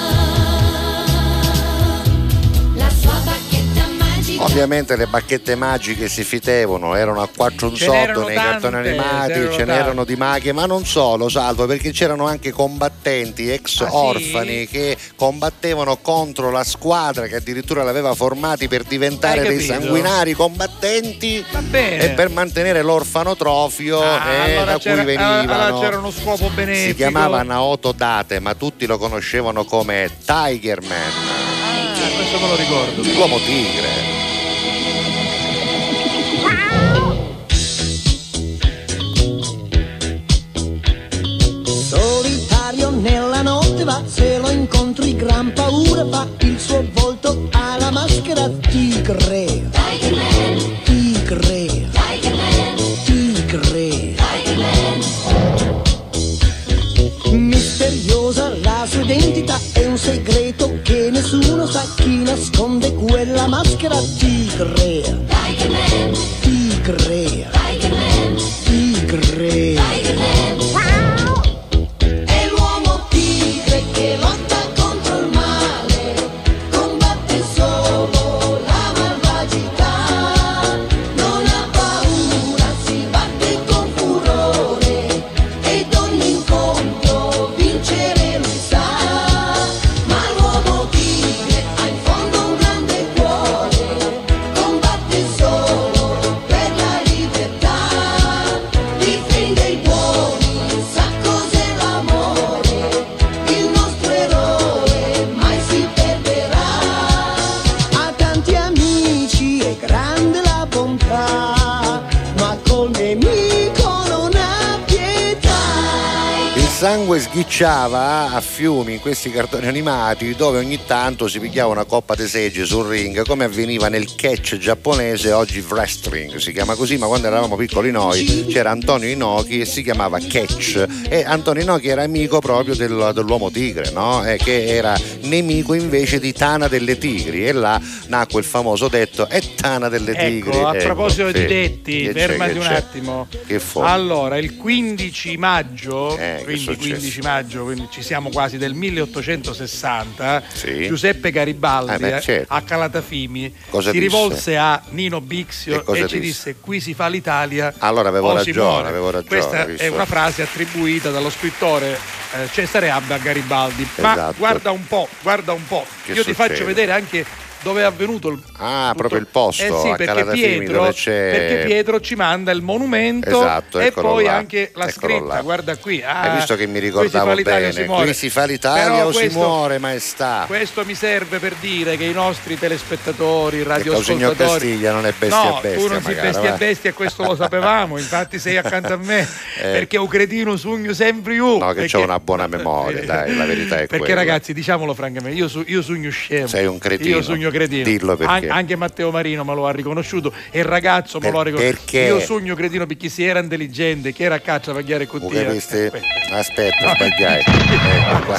La sua bacchetta magica. Ovviamente le bacchette magiche si fitevano, erano a 4 un sotto nei cartoni animati, ce n'erano di maghe, ma non solo, Salvo, perché c'erano anche combattenti, ex orfani che combattevano contro la squadra che addirittura l'aveva formati per diventare dei sanguinari combattenti e per mantenere l'orfanotrofio allora da cui venivano. Allora c'era uno scopo benefico. Si chiamava Naoto Date, ma tutti lo conoscevano come Tiger Man. Questo me lo ricordo. L'uomo tigre. Solitario nella notte va, se lo incontri gran paura fa, il suo volto ha la maschera tigre. Tigre. Tigre. Misteriosa la sua identità, è un segreto che nessuno sa, chi nasconde quella maschera tigre. Tigre. Tigre. È l'uomo tigre che lotta contro il male, combatte solo la malvagità, non ha paura, si batte con furore ed ogni incontro vincere lui sa. Ma l'uomo tigre ha in fondo un grande cuore, combatte solo per la libertà, difende i buoni, sa cos'è l'amore, il nostro eroe mai si perderà. Ha tanti amici, è grande la bontà, ma col nemico non ha pietà. Il sangue sghicciava a fiumi in questi cartoni animati, dove ogni tanto si pigliava una coppa di seggi sul ring, come avveniva nel catch giapponese, oggi wrestling si chiama così, ma quando eravamo piccoli noi c'era Antonio Inoki e si chiamava Catch, e Antonio Inoki era amico proprio dell'uomo tigre, no? Che era nemico invece di Tana delle Tigri, e là nacque il famoso detto è Tana delle Tigri. A proposito di detti, Che fermati un c'è? attimo. Che fu? Allora, il 15 maggio, quindi successo? 15 maggio, quindi ci siamo quasi del 1860, Sì. Giuseppe Garibaldi certo. a Calatafimi Cosa si disse? rivolse a Nino Bixio E cosa e ci disse: qui si fa l'Italia. Allora avevo o si muore. ragione. Questa visto? è una frase attribuita dallo scrittore Cesare Abba a Garibaldi. Ma Esatto. guarda un po', Che io ti faccio succede? vedere anche dove è avvenuto il proprio il posto sì, a Calatafimi dove c'è, perché Pietro ci manda il monumento, esatto, e poi là. anche la Eccolo scritta, là. guarda qui. Hai visto che mi ricordavo qui si fa l'Italia, bene? si muore. Qui si fa l'Italia Però o questo, si muore, maestà. Questo mi serve per dire che i nostri telespettatori, Signor radioascoltatori, Castiglia non è bestia no, a bestia, tu non sei magari, bestia a va. bestia, e questo lo sapevamo, infatti sei accanto a me perché un cretino sogno sempre io. No, che perché... c'ho una buona memoria, dai, la verità è perché quella. ragazzi, diciamolo francamente, io sogno scemo. Sei un cretino. Io sogno cretino. Dillo perché. Anche Matteo Marino me lo ha riconosciuto, e il ragazzo me lo ha riconosciuto. Perché? Io sogno cretino perché si era intelligente, chi era a caccia per chiare Aspetta, cottia. sbagliai. Ecco qua.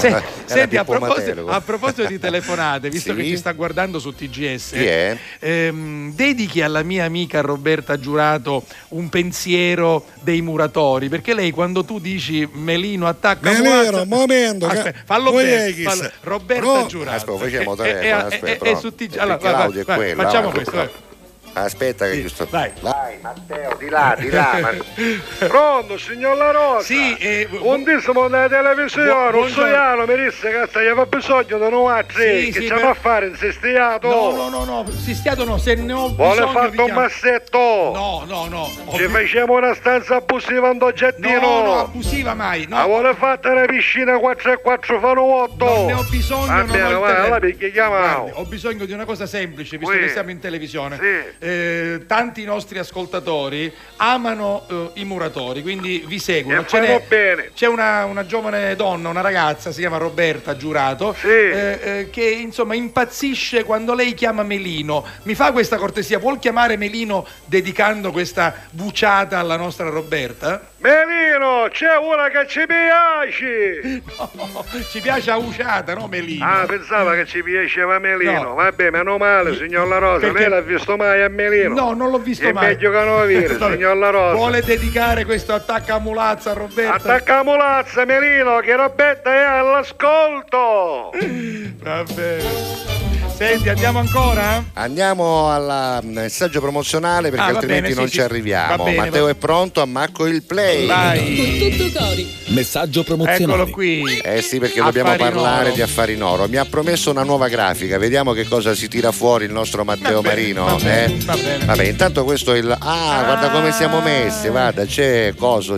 Senti, a proposito di telefonate, visto che ci sta guardando su TGS, dedichi alla mia amica Roberta Giurato un pensiero dei muratori, perché lei quando tu dici Melino attacca momento, fallo bene, Roberta Giurato facciamo telefono, è su TGS. Allora, Claudio è quello, facciamo questo. Aspetta che giusto. Vai Matteo, di là. Pronto, signor La Rosa? Sì, un dismo della televisione, un soiano mi disse che aveva bisogno di nuovo che c'è a fare in Sistiato. No, Sistiato no, se ne ho vuole bisogno. Vuole fare un massetto? No. Ci facciamo una stanza abusiva in oggettino? No, abusiva mai. No. Vuole fatta una piscina 4x4 fanno 8? Non ne ho bisogno. Va bene, vai, perché chiamavo? Ho bisogno di una cosa semplice, visto che siamo in televisione. Sì. Tanti nostri ascoltatori amano i muratori, quindi vi seguono. C'è una giovane donna, una ragazza, si chiama Roberta Giurato, che insomma impazzisce quando lei chiama Melino. Mi fa questa cortesia, vuol chiamare Melino dedicando questa buciata alla nostra Roberta? Melino, c'è una che ci piace! No, ci piace a usciata, no Melino? Pensava che ci piaceva Melino. No. Vabbè, meno male, signor La Rosa. Perché? Lei l'ha visto mai a Melino? No, non l'ho visto mai. È meglio che non lo vede, signor La Rosa. Vuole dedicare questo attacca a mulazza a Roberta? Attacca a mulazza, Melino, che Roberta è all'ascolto! Va bene. Senti, andiamo ancora? Andiamo al messaggio promozionale perché altrimenti non ci arriviamo. Matteo è pronto, ammacco il play. Vai. Con tutto cori. Messaggio promozionale. Eccolo qui. Sì, perché dobbiamo parlare di affari in oro. Mi ha promesso una nuova grafica, vediamo che cosa si tira fuori il nostro Matteo Marino. Va bene. Vabbè, intanto questo è il. Guarda come siamo messi, guarda, c'è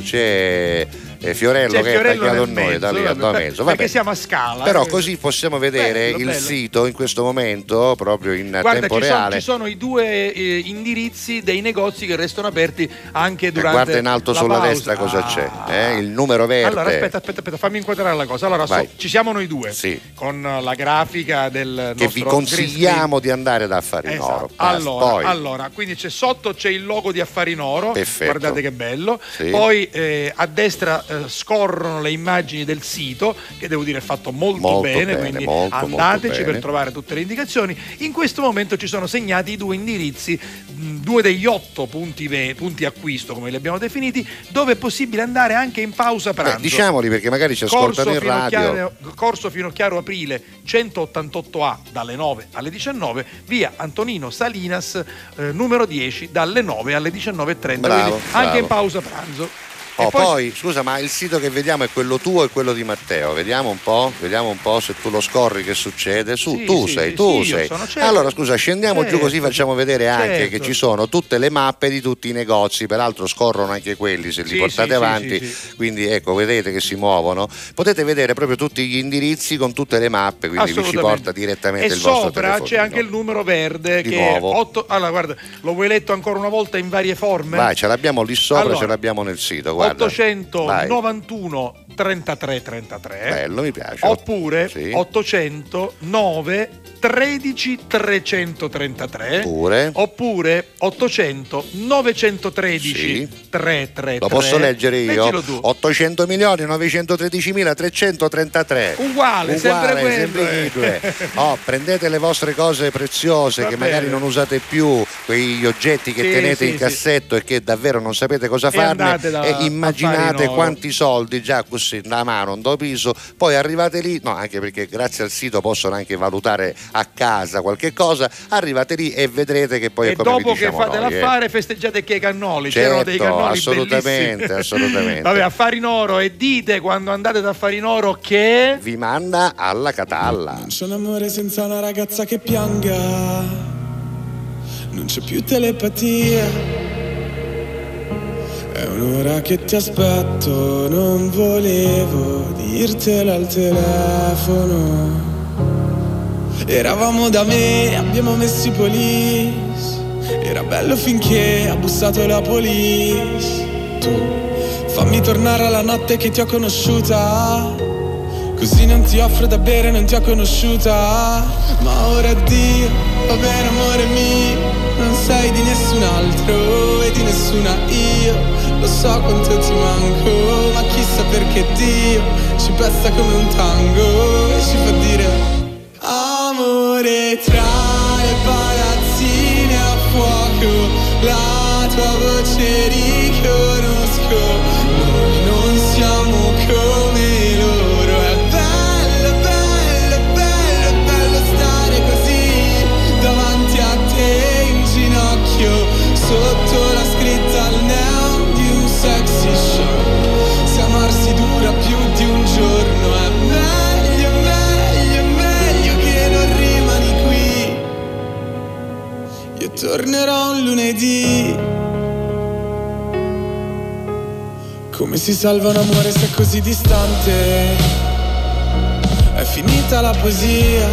Fiorello che è attaccato a noi da lì a mezzo. Perché siamo a scala. Però così possiamo vedere il sito in questo momento proprio in tempo reale. Ci sono i due indirizzi dei negozi che restano aperti anche durante guarda in alto sulla pausa. destra cosa c'è, il numero verde. Allora aspetta, fammi inquadrare la cosa. Allora ci siamo noi due con la grafica del che vi consigliamo di andare ad Affari in Oro. Allora, quindi sotto c'è il logo di Affari in Oro. Perfetto. Guardate che bello. Poi a destra scorrono le immagini del sito, che devo dire è fatto molto bene, quindi andateci per trovare tutte le indicazioni. In questo momento ci sono segnati i due indirizzi, 2 degli 8 punti acquisto, come li abbiamo definiti, dove è possibile andare anche in pausa pranzo. Diciamoli perché magari ci ascoltano in radio. Corso Finocchiaro Aprile 188A dalle 9 alle 19, via Antonino Salinas numero 10 dalle 9 alle 19:30, anche in pausa pranzo. Poi scusa, ma il sito che vediamo è quello tuo e quello di Matteo. Vediamo un po' se tu lo scorri che succede. Tu sei. Allora scusa, scendiamo giù così facciamo vedere anche che ci sono tutte le mappe di tutti i negozi, peraltro scorrono anche quelli se li portate avanti. Quindi ecco, vedete che si muovono. Potete vedere proprio tutti gli indirizzi con tutte le mappe, quindi vi ci porta direttamente il vostro telefonino. E sopra c'è anche il numero verde di che nuovo. è 8. Allora guarda, lo vuoi letto ancora una volta in varie forme? Vai, ce l'abbiamo lì sopra, ce l'abbiamo nel sito, guarda. 891 33 33. Bello, mi piace. Oppure 809 13 333. Oppure 800 913 333. Lo posso leggere io? 800 milioni 913.333. Uguale, sempre quello. Prendete le vostre cose preziose che magari non usate più, quegli oggetti che tenete in cassetto e che davvero non sapete cosa farne, e immaginate quanti soldi già così da mano, un do piso, poi arrivate lì, anche perché grazie al sito possono anche valutare a casa qualche cosa, arrivate lì e vedrete che poi è come dopo che fate l'affare festeggiate che i cannoli, c'erano dei cannoli assolutamente. Vabbè, Affari in Oro, e dite quando andate ad Affari in Oro che vi manda alla Catalla. Non c'è un amore senza una ragazza che pianga, non c'è più telepatia. È un'ora che ti aspetto, non volevo dirtelo al telefono. Eravamo da me, abbiamo messo i police. Era bello finché ha bussato la police. Tu fammi tornare alla notte che ti ho conosciuta, così non ti offro da bere, non ti ho conosciuta. Ma ora addio, va bene amore mio, non sei di nessun altro e di nessuna io. Lo so quanto ti manco, ma chissà perché perché Dio ci pesta come un tango e ci fa dire amore tra le palazzine a fuoco, la tua voce riconosco, noi non siamo come loro, è bello, bello, bello, bello stare così davanti a te in ginocchio, sotto la scritta al neon di un sexy show, se amarsi dura più di un giorno è meglio, meglio, meglio che non rimani qui, io tornerò un lunedì. Come si salva un amore se è così distante? È finita la poesia,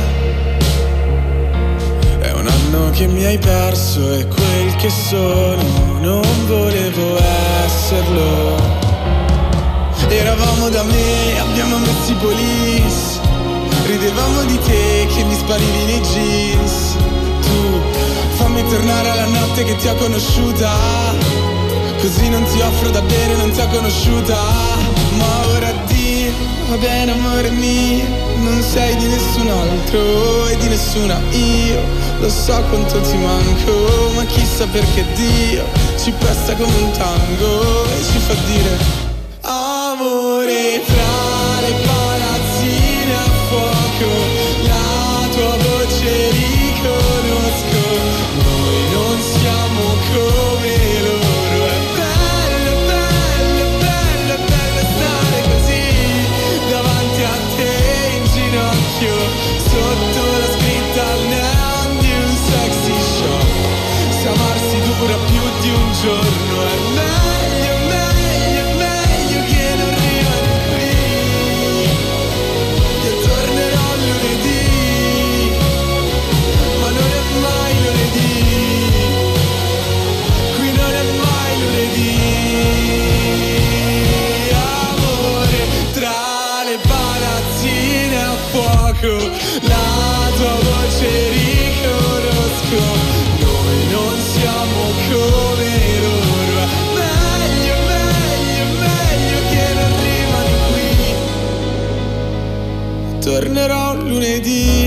è un anno che mi hai perso e quel che sono non volevo esserlo. Eravamo da me, abbiamo messo i police, ridevamo di te che mi sparivi nei jeans. Tu fammi tornare alla notte che ti ho conosciuta, così non ti offro da bere, non ti ho conosciuta. Ma ora addio, va bene amore mio, non sei di nessun altro e di nessuna io. Lo so quanto ti manco, ma chissà perché Dio ci pesta come un tango e ci fa dire amore tra le palazzine a fuoco, la tua voce riconosco, noi non siamo come loro, è bello, bello, bello, bello stare così davanti a te in ginocchio, sotto la scritta al neon di un sexy show, se amarsi dura più di un giorno è meglio, meglio, meglio che non rimani qui, io tornerò lunedì, ma non è mai lunedì, qui non è mai lunedì, amore tra le palazzine a fuoco, la tua voce riconosco, noi non siamo come loro, è meglio, meglio, meglio che non rimani qui, tornerò lunedì,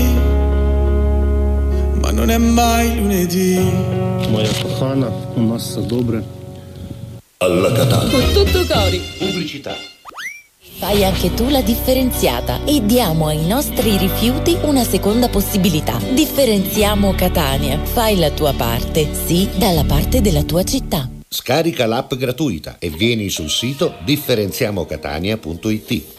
ma non è mai lunedì. Моя кохана, у нас все добре. Alla Catalla. Con tutto cori. Pubblicità. Fai anche tu la differenziata e diamo ai nostri rifiuti una seconda possibilità. Differenziamo Catania. Fai la tua parte, sì, dalla parte della tua città. Scarica l'app gratuita e vieni sul sito differenziamocatania.it.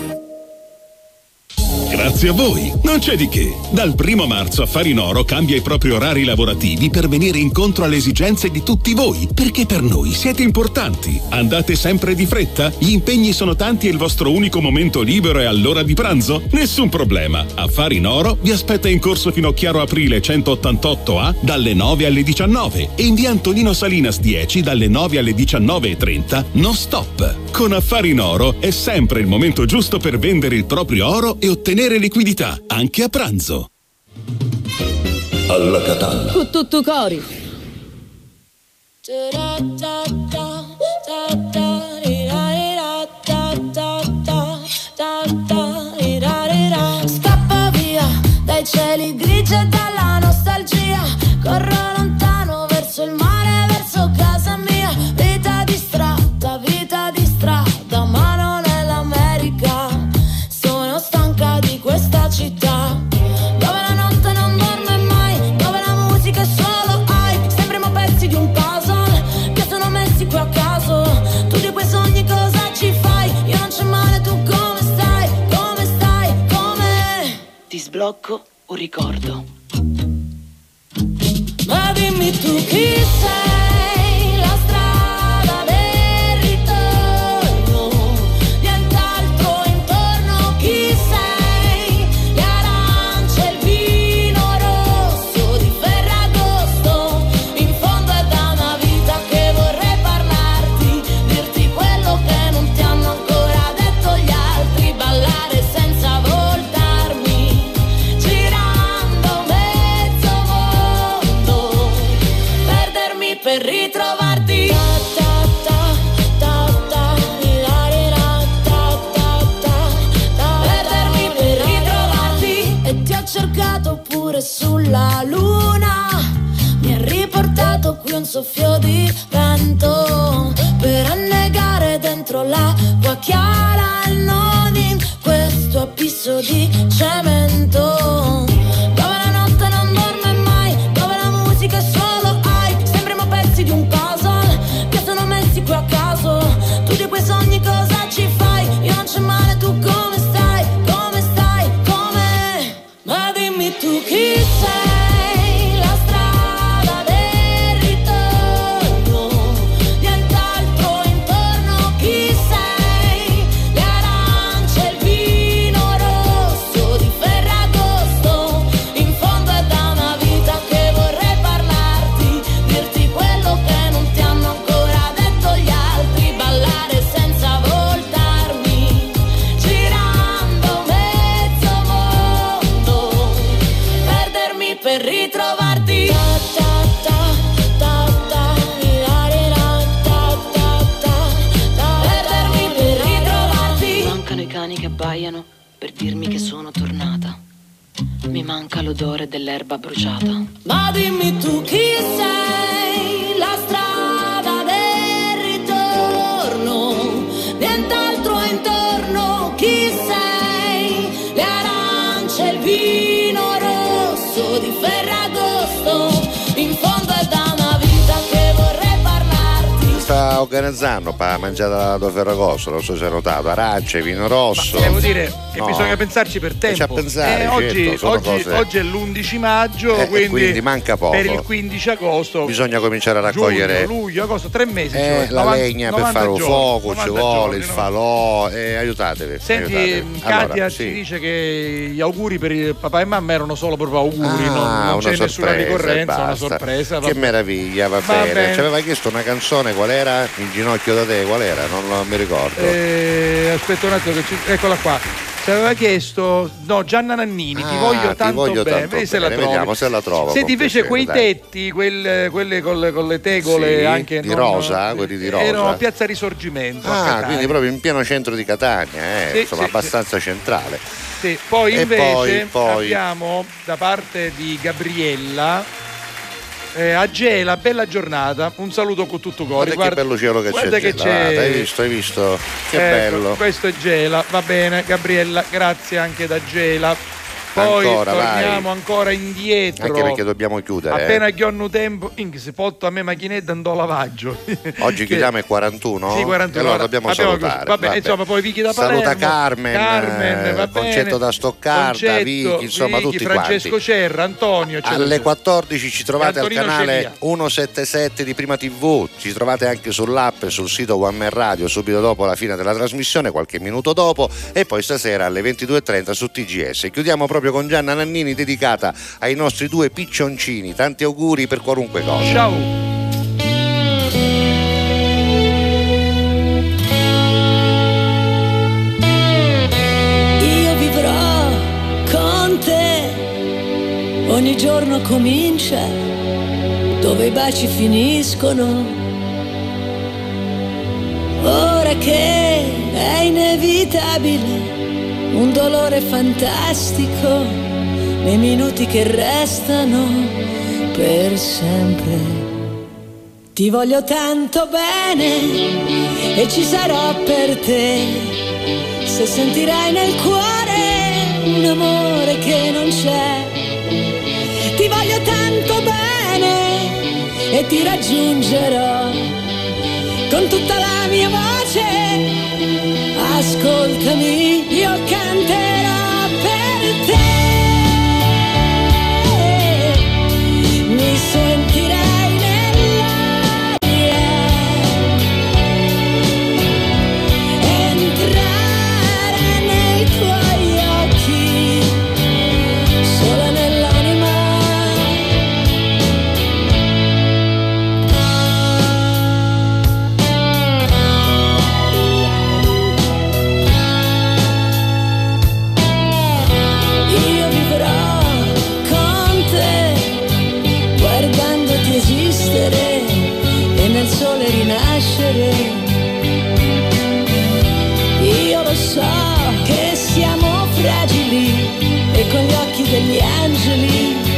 Grazie a voi, non c'è di che. Dal 1 marzo Affari in Oro cambia i propri orari lavorativi per venire incontro alle esigenze di tutti voi, perché per noi siete importanti. Andate sempre di fretta? Gli impegni sono tanti e il vostro unico momento libero è all'ora di pranzo? Nessun problema. Affari in Oro vi aspetta in corso Finocchiaro Aprile 188A dalle 9 alle 19 e in via Antonino Salinas 10 dalle 9 alle 19:30 non stop. Con Affari in Oro è sempre il momento giusto per vendere il proprio oro e ottenere liquidità, anche a pranzo. Alla Catalla. Con tutto cori. Scappa via dai cieli grigi e dalla nostalgia, corro lontano verso il mare, verso casa mia. Vita di strada, ma non è l'America. Sono stanca di questa città, dove la notte non dorme mai, dove la musica è solo hype. Sembriamo pezzi di un puzzle che sono messi qui a caso. Tu di quei sogni cosa ci fai? Io non c'è male, tu come stai? Come stai? Come? Ti sblocco un ricordo. Ma dimmi tu chi sei, la strada del ritorno, nient'altro intorno, chi sei, le arance, il vino rosso di Ferragosto, in fondo è da una vita che vorrei parlarti, dirti quello che non ti hanno ancora detto gli altri, ballare senza voltarmi, girando mezzo mondo, perdermi per ritrovarti. Ta ta ta ta ta, ore sulla luna, mi ha riportato qui un soffio di vento per annegare dentro l'acqua chiara e non in questo abisso di cemento dove la notte non dorme mai, dove la musica è solo hype. Sembriamo pezzi di un puzzle che sono messi qui a caso. Tu di quei sogni cosa ci fai? Io non c'è male, tu come stai? Come stai? Come? Ma dimmi tu chi sei, la strada del ritorno, nient'altro intorno, chi sei? Le arance, il vino rosso di Ferragosto, in fondo è da una vita che vorrei parlarti, dirti quello che non ti hanno ancora detto gli altri, ballare senza voltarmi, girando mezzo mondo, perdermi per ritrovarti. Perdermi per ritrovarti. Mancano i cani che abbaiano per dirmi che sono tornata. Mi manca l'odore dell'erba bruciata. Ma dimmi tu chi sei, la strada del ritorno, nient'altro intorno, chi sei? Le arance, il vino rosso di Ferragosto, in fondo è da una vita che vorrei parlarti. Sta organizzando per mangiare da Ferragosto, non so se hai notato, arance, vino rosso. Ma devo dire che No. bisogna pensarci per tempo. C'è a pensare, oggi, certo, sono cose- oggi è l'11 maggio, quindi manca poco. per il 15 agosto Bisogna cominciare a raccogliere giugno, luglio, agosto, 3 mesi ci vuole. la 90 legna per 90 fare un giorni, fuoco, ci 90 vuole giorni, il 90. falò, aiutatevi. Senti, aiutatevi. Katia Allora, ci sì. dice che gli auguri per il papà e mamma erano solo proprio auguri, non una c'è nessuna sorpresa e ricorrenza, una basta. sorpresa. Che vabbè. meraviglia, va bene. Ci aveva chiesto una canzone, qual era? In ginocchio da te, qual era? Non mi ricordo. Aspetta un attimo, eccola qua. Ci aveva chiesto, no, Gianna Nannini, ti voglio tanto bene. tanto Vedi se la bene. trovi. Vediamo se la trovo. Senti, con invece piacere, quei dai. tetti, quelle con le tegole Sì, anche di rosa, quelli di rosa. erano a Piazza Risorgimento. a Catania. Quindi proprio in pieno centro di Catania, Sì, insomma, sì, abbastanza centrale. Sì, poi E invece poi- abbiamo da parte di Gabriella a Gela, bella giornata, un saluto con tutto cuore. Guarda che bello cielo che guarda c'è. che Gela, c'è. Hai visto? Che Ecco, bello. questo è Gela, va bene Gabriella, grazie anche da Gela. Poi Ancora, torniamo vai. ancora indietro. Anche perché dobbiamo chiudere. Appena che ho tempo, si porta a me macchinetta andò lavaggio. Oggi chiudiamo il 41? Sì, 41. Allora dobbiamo Abbiamo salutare. chiuso. Vabbè, insomma, poi Vicky da Saluta Palermo. Carmen, va bene. Concetto da Stoccarda, Concetto, Vicky, insomma Vicky, tutti Francesco quanti. Cerra, Antonio. eccetera, Alle eccetera. 14 ci trovate al Antonino canale Celia. 177 di Prima TV, ci trovate anche sull'app e sul sito One Man Radio subito dopo la fine della trasmissione, qualche minuto dopo, e poi stasera alle 22.30 su TGS. Chiudiamo proprio con Gianna Nannini, dedicata ai nostri due piccioncini. Tanti auguri per qualunque cosa. Ciao. Io vivrò con te, ogni giorno comincia, dove i baci finiscono. Ora che è inevitabile, un dolore fantastico, nei minuti che restano per sempre. Ti voglio tanto bene e ci sarò per te, se sentirai nel cuore un amore che non c'è. Ti voglio tanto bene e ti raggiungerò con tutta la mia voce. Ascoltami, io canterò per te. Mi sentirai nell'aria, entrare nei tuoi occhi, sola nell'anima. Io vivrò con te, guardandoti esistere e nel sole rinascere. Io lo so che siamo fragili e con gli occhi degli angeli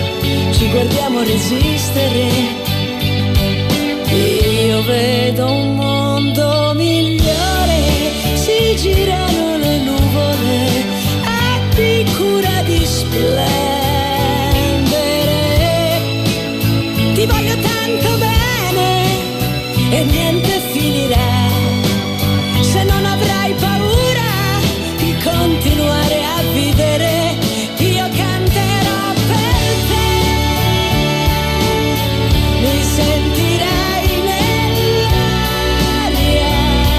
possiamo resistere. Io vedo un mondo migliore, si girano le nuvole, abbi cura di splendere. Ti voglio tanto bene e niente finirà se non avrai paura di continuare a vivere. Io canterò per te, mi sentirai nell'aria,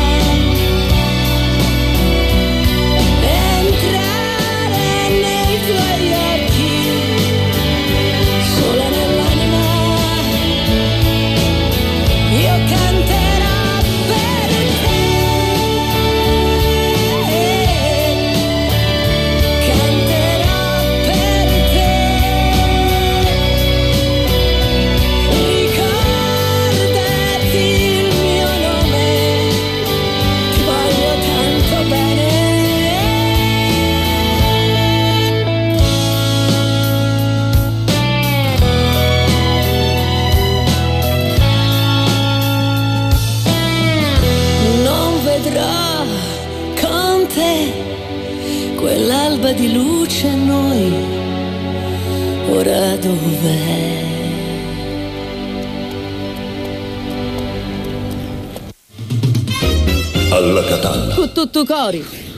entrare nei tuoi occhi, sola nell'anima. Io canterò per te, canterò per te. Ricordati il mio nome, ti voglio tanto bene. Non vedrò con te quell'alba di luce a noi, ora dov'è? Alla Catalla. Cu cori.